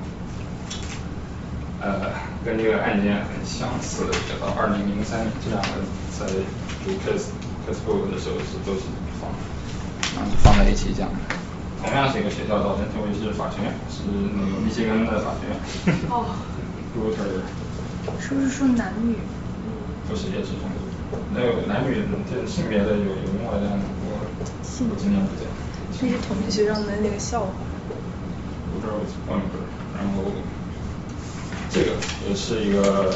跟这个案件很相似的，到2003年，这两个在读 case book 的时候都是放在一起讲。同样是一个学校，岛根特维是法学院，是那个密歇根的法学院。 哦。 Ruther。 是不是说男女？ 不是，也是同族。那个男女这性别的有另外的，我今年不讲。 这是统计学上的那个笑话。 然后这个也是一个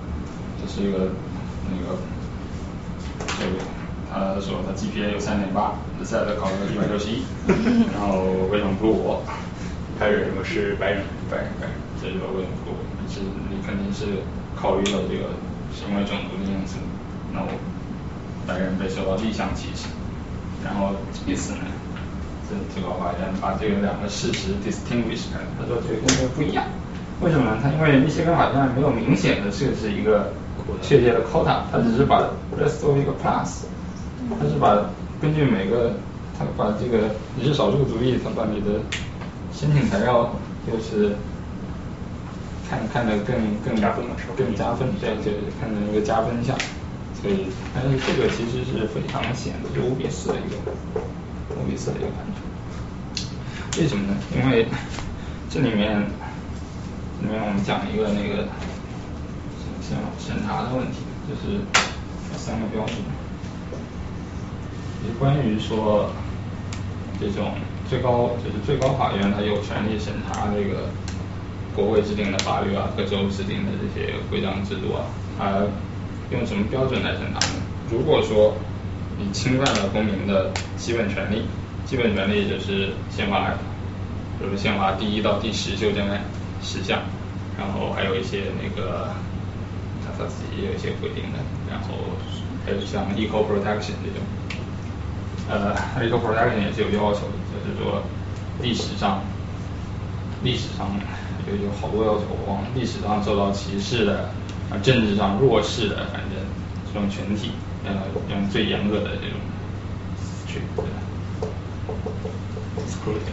那个这个他说他 GPA 有3.8，在的考了161，然后为什么不录我？ 还有什么是白人？ 这就是为什么不录我？你肯定是考虑了这个是因为种族的因素，那我白人被受到逆向歧视，然后其次呢？最高法院把这个两个事实 distinguish 开，他说这个跟这个不一样，为什么呢？他因为密歇根法院没有明显的设置一个确切的 quota， 他只是把 rest 作为一个 class， 他是根据他把这个你是少数族裔，他把你的申请材料就是看得更加分，对，看成一个加分项，所以但是这个其实是非常显的，就5比4的一个判决。为什么呢？因为这里面我们讲一个那个审查的问题，就是有3个标准，也关于说这种最高法院它有权利审查这个国会制定的法律啊，各州制定的这些规章制度啊，它用什么标准来审查呢？如果说你侵犯了公民的基本权利，基本权利就是宪法，比如宪法第1到第10修正案10项，然后还有一些那个他自己也有一些规定的，然后还有像 equal protection 这种， legal protection 也是有要求的，就是说历史上有好多要求，我忘了，历史上受到歧视的，政治上弱势的，反正这种群体用最严格的这种scrutiny。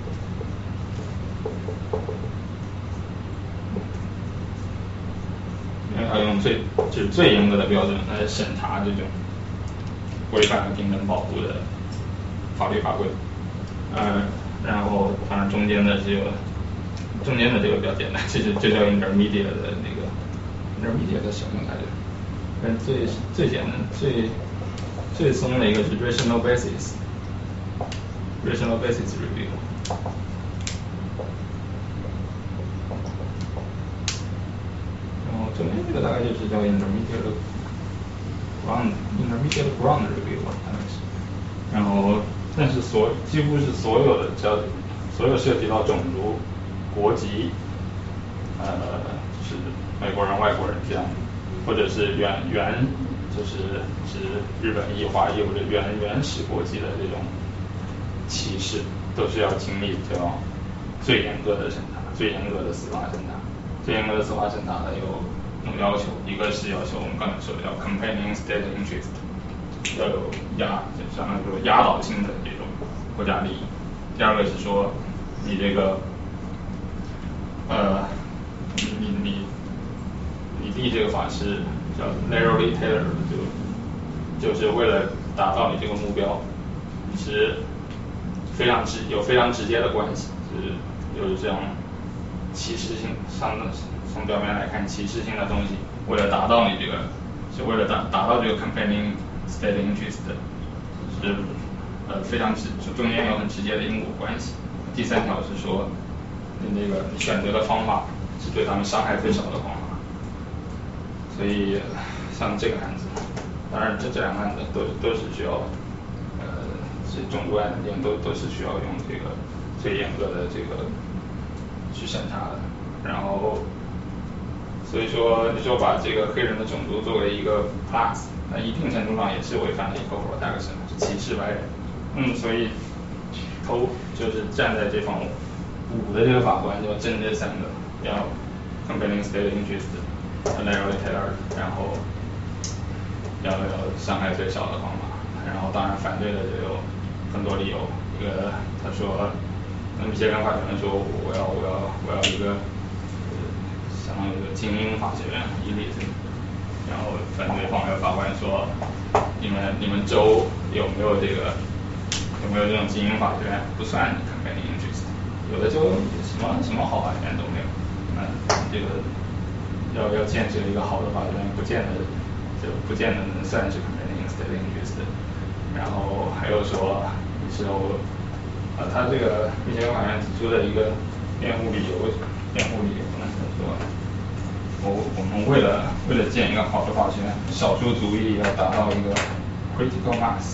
因为他用最严格的标准来审查这种违反了平等保护的法律法规，然后当然中间的这个比较简单，这叫 intermediate 的那个 intermediate 的什么来着？但最简单最松的一个是 rational basis review。然后中间这个大概就是叫 intermediate ground review 吧，大概是。然后但是几乎是所有涉及到种族、国籍，是美国人、外国人这样，或者是就是日本裔、华裔或者原始国籍的这种歧视，都是要经历这种最严格的审查、最严格的司法审查。最严格的司法审查呢有要求，一个是要求我们刚才说的叫 compelling state interest， 要有相当于说压倒性的这种国家利益。第二个是说你这个你立这个法是叫 narrowly tailored， 就是为了达到你这个目标，是有非常直接的关系，就是这样歧视性从表面来看歧视性的东西，为了达到你这个是为了达到这个 compelling state interest， 是非常中间有很直接的因果关系。第三条是说你选择的方法是对他们伤害最少的方法。所以像这个案子，当然这两个案子都是需要是种族案件都是需要用这个最严格的这个去审查的。然后所以说你就把这个黑人的种族作为一个 class， 那一定程度上也是违反了equal protection， 歧视白人。所以就是站在这方5的这个法官就要针这3个，要 compelling state interest、narrowly tailored， 然后要伤害最少的方法。然后当然反对的就有很多理由。一个他说，密歇根法学院说我要一个相当于一个精英法学院elite，然后反对方有法官说你们州有没有这种精英法学院不算 compelling interest， 有的州什么好法学院都没有，这个要建设一个好的法学院不见得能算是 compelling state interest。然后还有说他这个密歇根法院提出的一个辩护理由呢，说我们为了建一个好的法学院，少数族裔要达到一个 critical mass，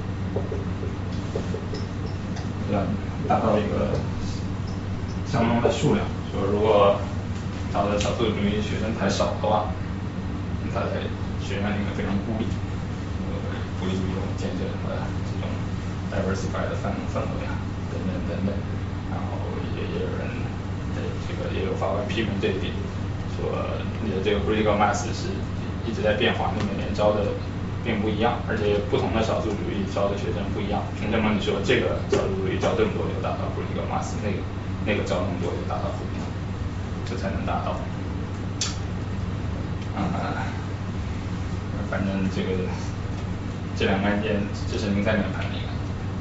要达到一个相当的数量。说如果找的少数族裔学生太少的话，他在学院里面非常孤立于建设什么这种 diversified 的氛围啊，等等。然后也有人也有法官批评这一点，说你的这个 critical mass 是一直在变化，你每年招的并不一样，而且不同的少数族裔招的学生不一样。凭什么你说这个少数族裔招这么多就达到 critical mass， 那个招那么多就达到 critical mass， 这才能达到。反正这两个案件，这是03年判的一个案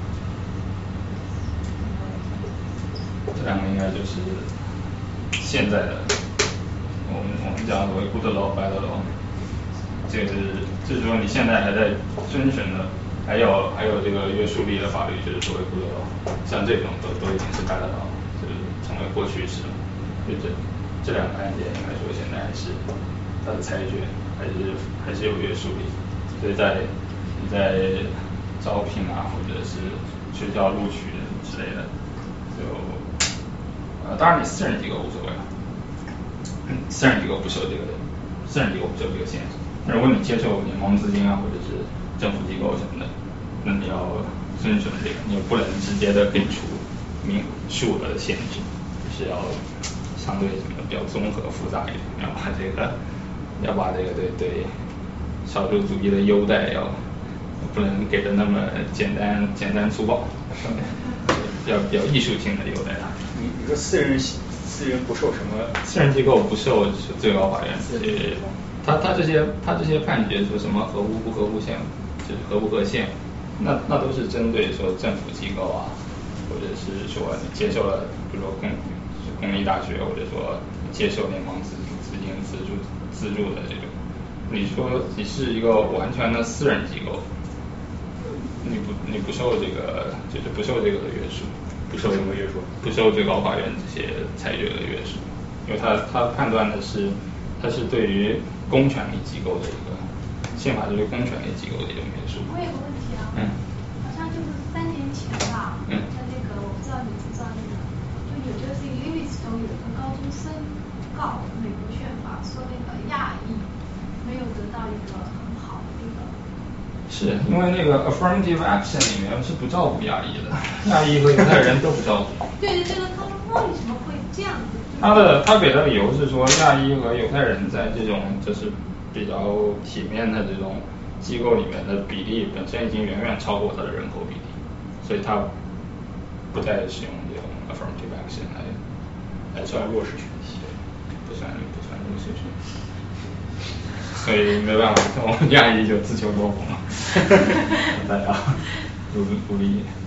件，这两个应该就是现在的我们讲所谓 good law bad law， 就是说你现在还在遵循的，还有这个约束力的法律，就是所谓 good law， 像这种都已经是bad law， 就是成为过去式了。就这两个案件应该说现在还是它的裁决还是有约束力，所以你在招聘啊，或者是学校录取之类的，就当然你私人机构无所谓了，私人机构不受这个限制。如果你接受联邦资金啊，或者是政府机构什么的， 那你要遵循这个，你不能直接的给出数额的限制，就是要相对比较综合复杂一点，要把这个对少数族裔的优待不能给的那么简单粗暴，要比较艺术性的优待他。 你说私人不受什么？ 私人机构不受最高法院这些，他这些判决说什么合乎不合乎宪，就是合不合宪，那都是针对说政府机构啊，或者是说你接受了，比如说公立大学，或者说接受联邦资金资助的这种。你说你是一个完全的私人机构，你不受这个就是不受这个的约束， 不受什么约束？ 不受最高法院这些裁决的约束，因为他判断的是它是对于公权力机构的一个宪法对于公权力机构的一种约束。 我有个问题啊，好像就是3年前吧，在那个我不知道你知不知道那个，就有就是Yellowstone有一个高中生告美国宪法，说那个亚裔没有得到一个很好的一个。 是因为那个 affirmative action 里面是不照顾亚裔的，亚裔和犹太人都不照顾。 对，这个他们为什么会这样子？ 他给的理由是说，亚裔和犹太人在这种就是比较体面的这种机构里面的比例本身已经远远超过他的人口比例，所以他不再使用这种 affirmative action 来算弱势群体，不算弱势群体。所以没办法，我们亚裔就自求多福嘛，大家不理解。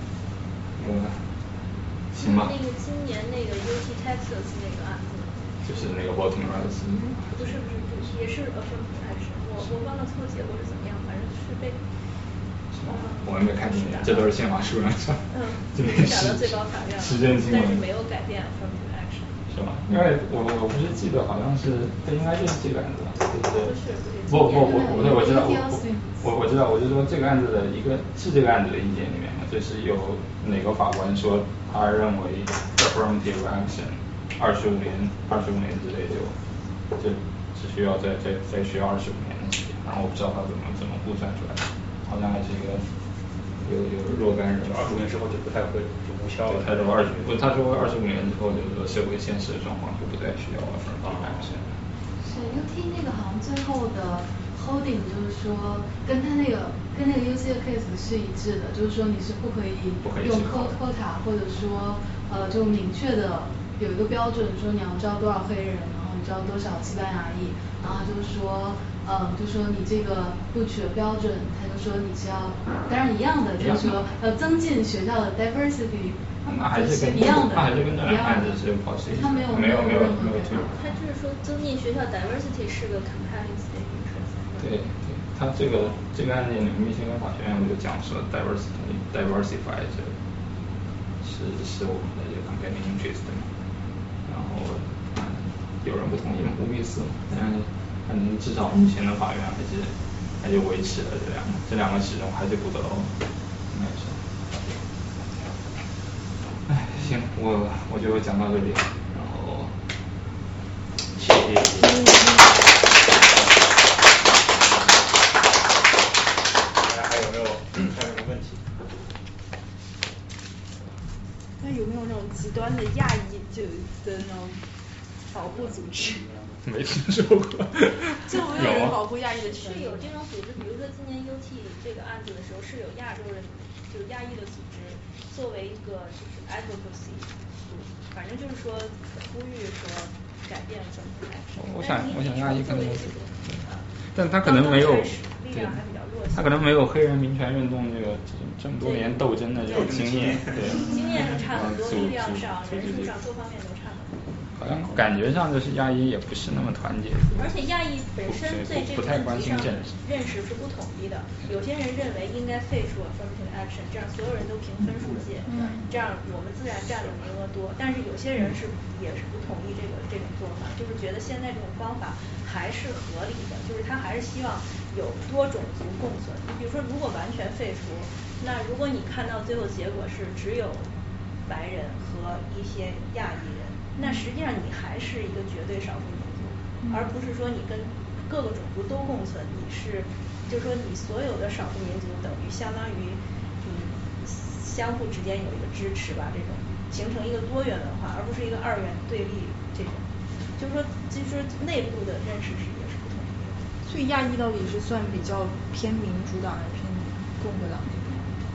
行吧。 那个今年那个 UT Texas 那个案子， 就是那个 voting rights。 不是，也是 affirmative action， 我忘了最后结果是怎么样，反正是被。 我还没看进去，这都是宪法书上上。 打到最高法院了，但是没有改变 affirmative action。 是吗？因为我不是记得好像是，这应该就是这个案子吧？不，对，我知道，我知道，我就说这个案子的是这个案子的意见里面嘛，就是有哪个法官说他认为 affirmative action 25年之内就只需要再需要25年的时间，然后我不知道他怎么估算出来的，好像还是一个有若干人 ，25年之后就不太会就无效了。 他说25年之后，就是说社会现实的状况就不再需要affirmative action。 是 UT 那个好像最后的 holding 就是说跟那个 UC 的 case 是一致的，就是说你是不可以用quota或者说就明确的有一个标准，说你要招多少黑人，然后你招多少西班牙裔，然后就是说就说你这个录取的标准，他就说你是要当然一样的，就是说要增进学校的 diversity。 那还是跟一样的， 那还是跟这两个案子是保持。 他没有推。 他就是说增进学校 diversity 是个 compelling state interest。 对，他这个案件里面，密歇根法学院就讲说 diversify 是我们的一个 compelling interest 嘛，然后有人不同意无必四，但是至少目前的法院还是维持了这两个始终还是不得应该是。行，我就讲到这里，然后谢谢。大家还有没有问题？ 那有没有那种极端的亚裔的那种保护组织？ 没听说过。 就没有人保护亚裔的权利。 是有这种组织，比如说今年 UT 这个案子的时候，是有亚洲人，就是亚裔的组织作为一个就是 advocacy。反正就是说呼吁说改变政府来说， 我想亚裔可能但他可能没有力量还比较弱， 他可能没有黑人民权运动这么多年斗争的这种经验，对， 经验是差很多，力量上、人数上各方面都差很多。 好像感觉上就是亚裔也不是那么团结。 而且亚裔本身对这个问题上认识是不统一的，有些人认为应该废除 affirmative action， 这样所有人都平分数线，这样我们自然占的名额多。但是有些人也是不同意这种做法，就是觉得现在这种方法还是合理的，就是他还是希望有多种族共存。你比如说，如果完全废除，那如果你看到最后结果是只有白人和一些亚裔人，那实际上你还是一个绝对少数民族，而不是说你跟各个种族都共存，就是说你所有的少数民族等于相当于相互之间有一个支持吧，这种形成一个多元文化，而不是一个二元对立这种。就是说内部的认识也是不同的。 所以亚裔到底是算比较偏民主党还是偏共和党那边？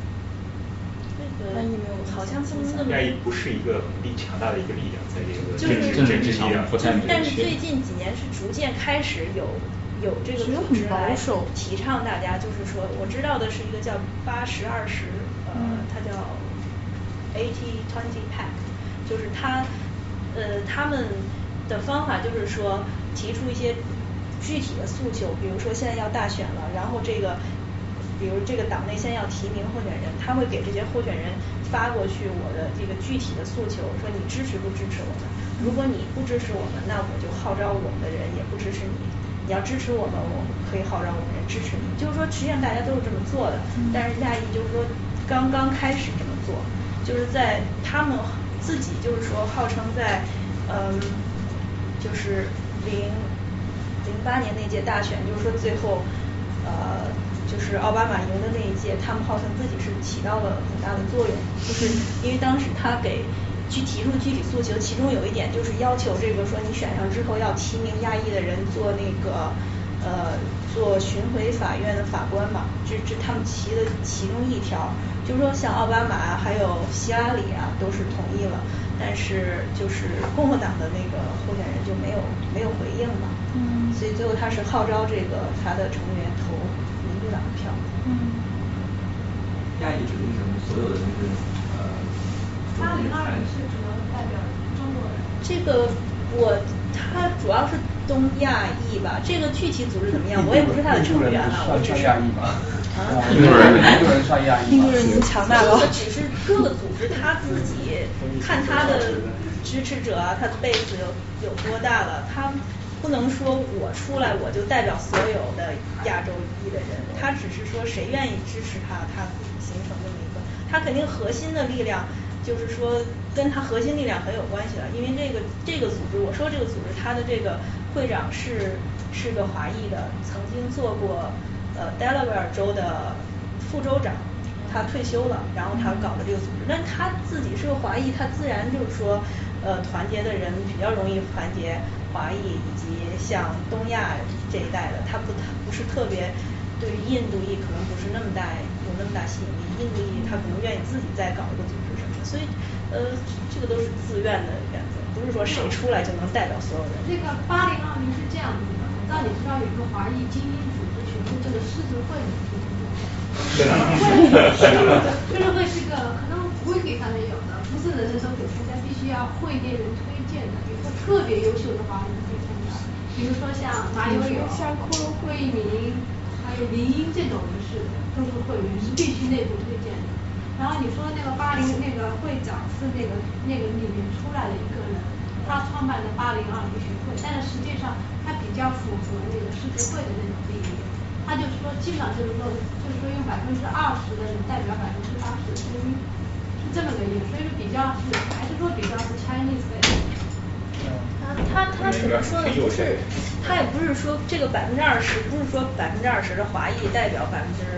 好像不那么。 亚裔不是一个强大的一个力量，在这个政治上不太明确。 但是最近几年是逐渐开始有这个组织来提倡大家，就是说我知道的是一个叫80-20，它叫 80-20 Pact， 就是他们的方法就是说提出一些具体的诉求，比如说现在要大选了，然后比如这个党内现在要提名候选人，他会给这些候选人发过去我的这个具体的诉求，说你支持不支持我们？如果你不支持我们，那我就号召我们的人也不支持你。你要支持我们，我们可以号召我们人支持你。就是说，实际上大家都是这么做的，但是亚裔就是说刚刚开始这么做，就是在他们自己就是说号称在就是08年那届大选，就是说最后就是奥巴马赢的那一届，他们号称自己是起到了很大的作用，就是因为当时他去提出具体诉求，其中有一点就是要求这个说你选上之后要提名亚裔的人做那个做巡回法院的法官嘛，这他们提的其中一条，就是说像奥巴马还有希拉里都是同意了，但是就是共和党的那个候选人就没有回应嘛，所以最后他是号召这个他的成员投民主党的票。 亚裔指的是什么？所有的就是 802是主要代表中国人。 这个他主要是东亚裔吧，这个具体组织怎么样，我也不是他的成员啊，我只是亚裔吗？ 印度人算亚裔， 印度人强大了。只是各个组织他自己看他的支持者他的 base 有多大了，他不能说我出来我就代表所有的亚洲裔的人，他只是说谁愿意支持他自己形成这么一个，他肯定核心的力量就是说跟他核心力量很有关系了，因为这个组织，我说这个组织他的这个会长是个华裔的，曾经做过Delaware 州的副州长，他退休了，然后他搞的这个组织，但他自己是个华裔，他自然就是说团结的人比较容易团结华裔以及像东亚这一带的，他不是特别对于印度裔可能不是有那么大吸引力，印度裔他可能愿意自己再搞一个组织什么的，所以这个都是自愿的原则，不是说谁出来就能代表所有人。 这个8020是这样子的，我知道你知道有一个华裔精英组织群，这个狮子会，狮子会是个可能wiki上面有的，不是人人都可以参加，必须要会给人推荐的，比如说特别优秀的华人可以参加，比如说像马友友、魏一鸣，还有林英这种都是会员，是必须内部推荐的。然后你说那个80那个会长是那个里面出来的一个人，他创办的802学会，但是实际上他比较符合那个狮子会的那种利益，他就是说基本上就是说用20%的人代表80%的声音，是这么个意思，所以说还是说比较是 Chinese 的。 他怎么说呢？不是，他也不是说这个20%，不是说20%的华裔代表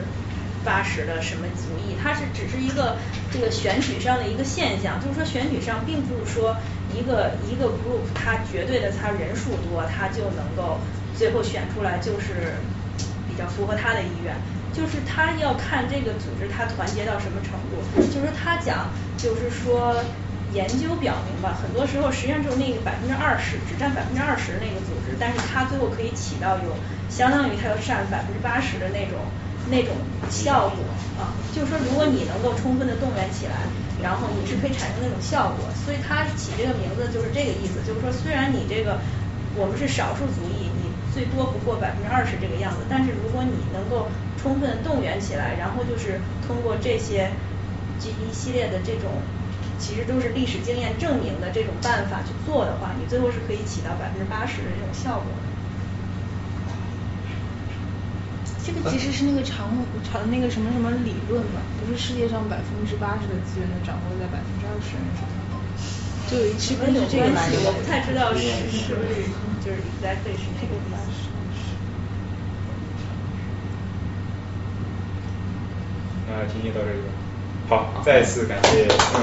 80%的什么族裔，它只是一个这个选举上的一个现象，就是说选举上并不是说一个 group 它绝对的它人数多，它就能够最后选出来就是比较符合他的意愿，就是他要看这个组织它团结到什么程度，就是他讲就是说。研究表明吧，很多时候实际上就是那个20%只占20%的那个组织，但是它最后可以起到有相当于它要占80%的那种效果啊。就是说，如果你能够充分的动员起来，然后你是可以产生那种效果。所以它起这个名字就是这个意思，就是说虽然你这个我们是少数族裔，你最多不过20%这个样子，但是如果你能够充分动员起来，然后就是通过这些一系列的这种。其实都是历史经验证明的这种办法去做的话，你最后是可以起到80%的这种效果的。 这个其实是那个长那个什么理论嘛，不是世界上80%的资源都掌握在20%人手上，就是不是这个来的？ 我不太知道是不是就是exactly是哪个那今天到这里吧。好，再次感谢。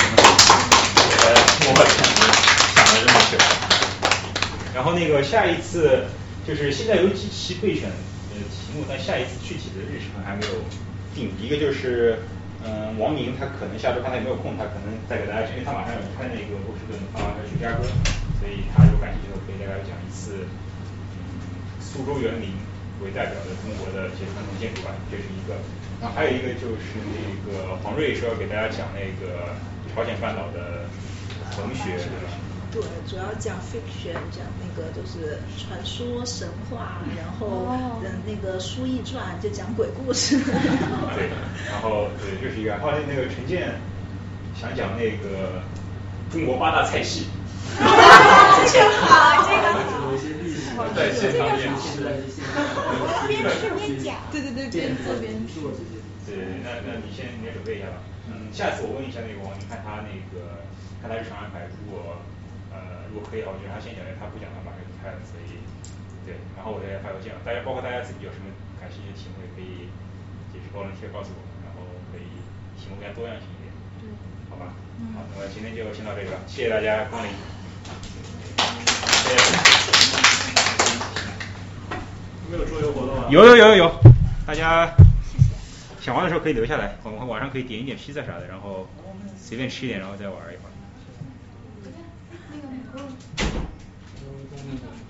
我想了这么久。 然后那个下一次就是现在有几期备选题目，但下一次具体的日程还没有定。一个就是王宁他可能下周看他有没有空，他可能再给大家，因为他马上要离开那个波士顿要去加州，所以他有感兴趣的可以给大家讲一次苏州园林为代表的中国的一些传统建筑吧，这是一个。然后还有一个就是那个黄瑞说要给大家讲那个朝鲜半岛的文学，对吧？ 对，主要讲 fiction， 讲那个就是传说神话，然后那个书易传就讲鬼故事。 对，然后对，这是一个。后来那个陈建想讲那个中国8大菜系。 这个好，这个好。 在现场演示。边吃边讲。 对，边做边说。 对，那你先准备一下吧。下次我问一下那个王宁，看他日常安排，如果可以的话，我觉得他先讲，因为他不讲他马上离开了，所以对，然后我再发邮件，包括大家自己有什么感兴趣的题目，也可以就是包贴告诉我们，然后可以题目更加多样性一点，好吧？好，那么今天就先到这里了，谢谢大家光临。 没有桌游活动啊？ 有，大家想玩的时候可以留下来，我们晚上可以点一点披萨啥的，然后随便吃一点，然后再玩一会儿。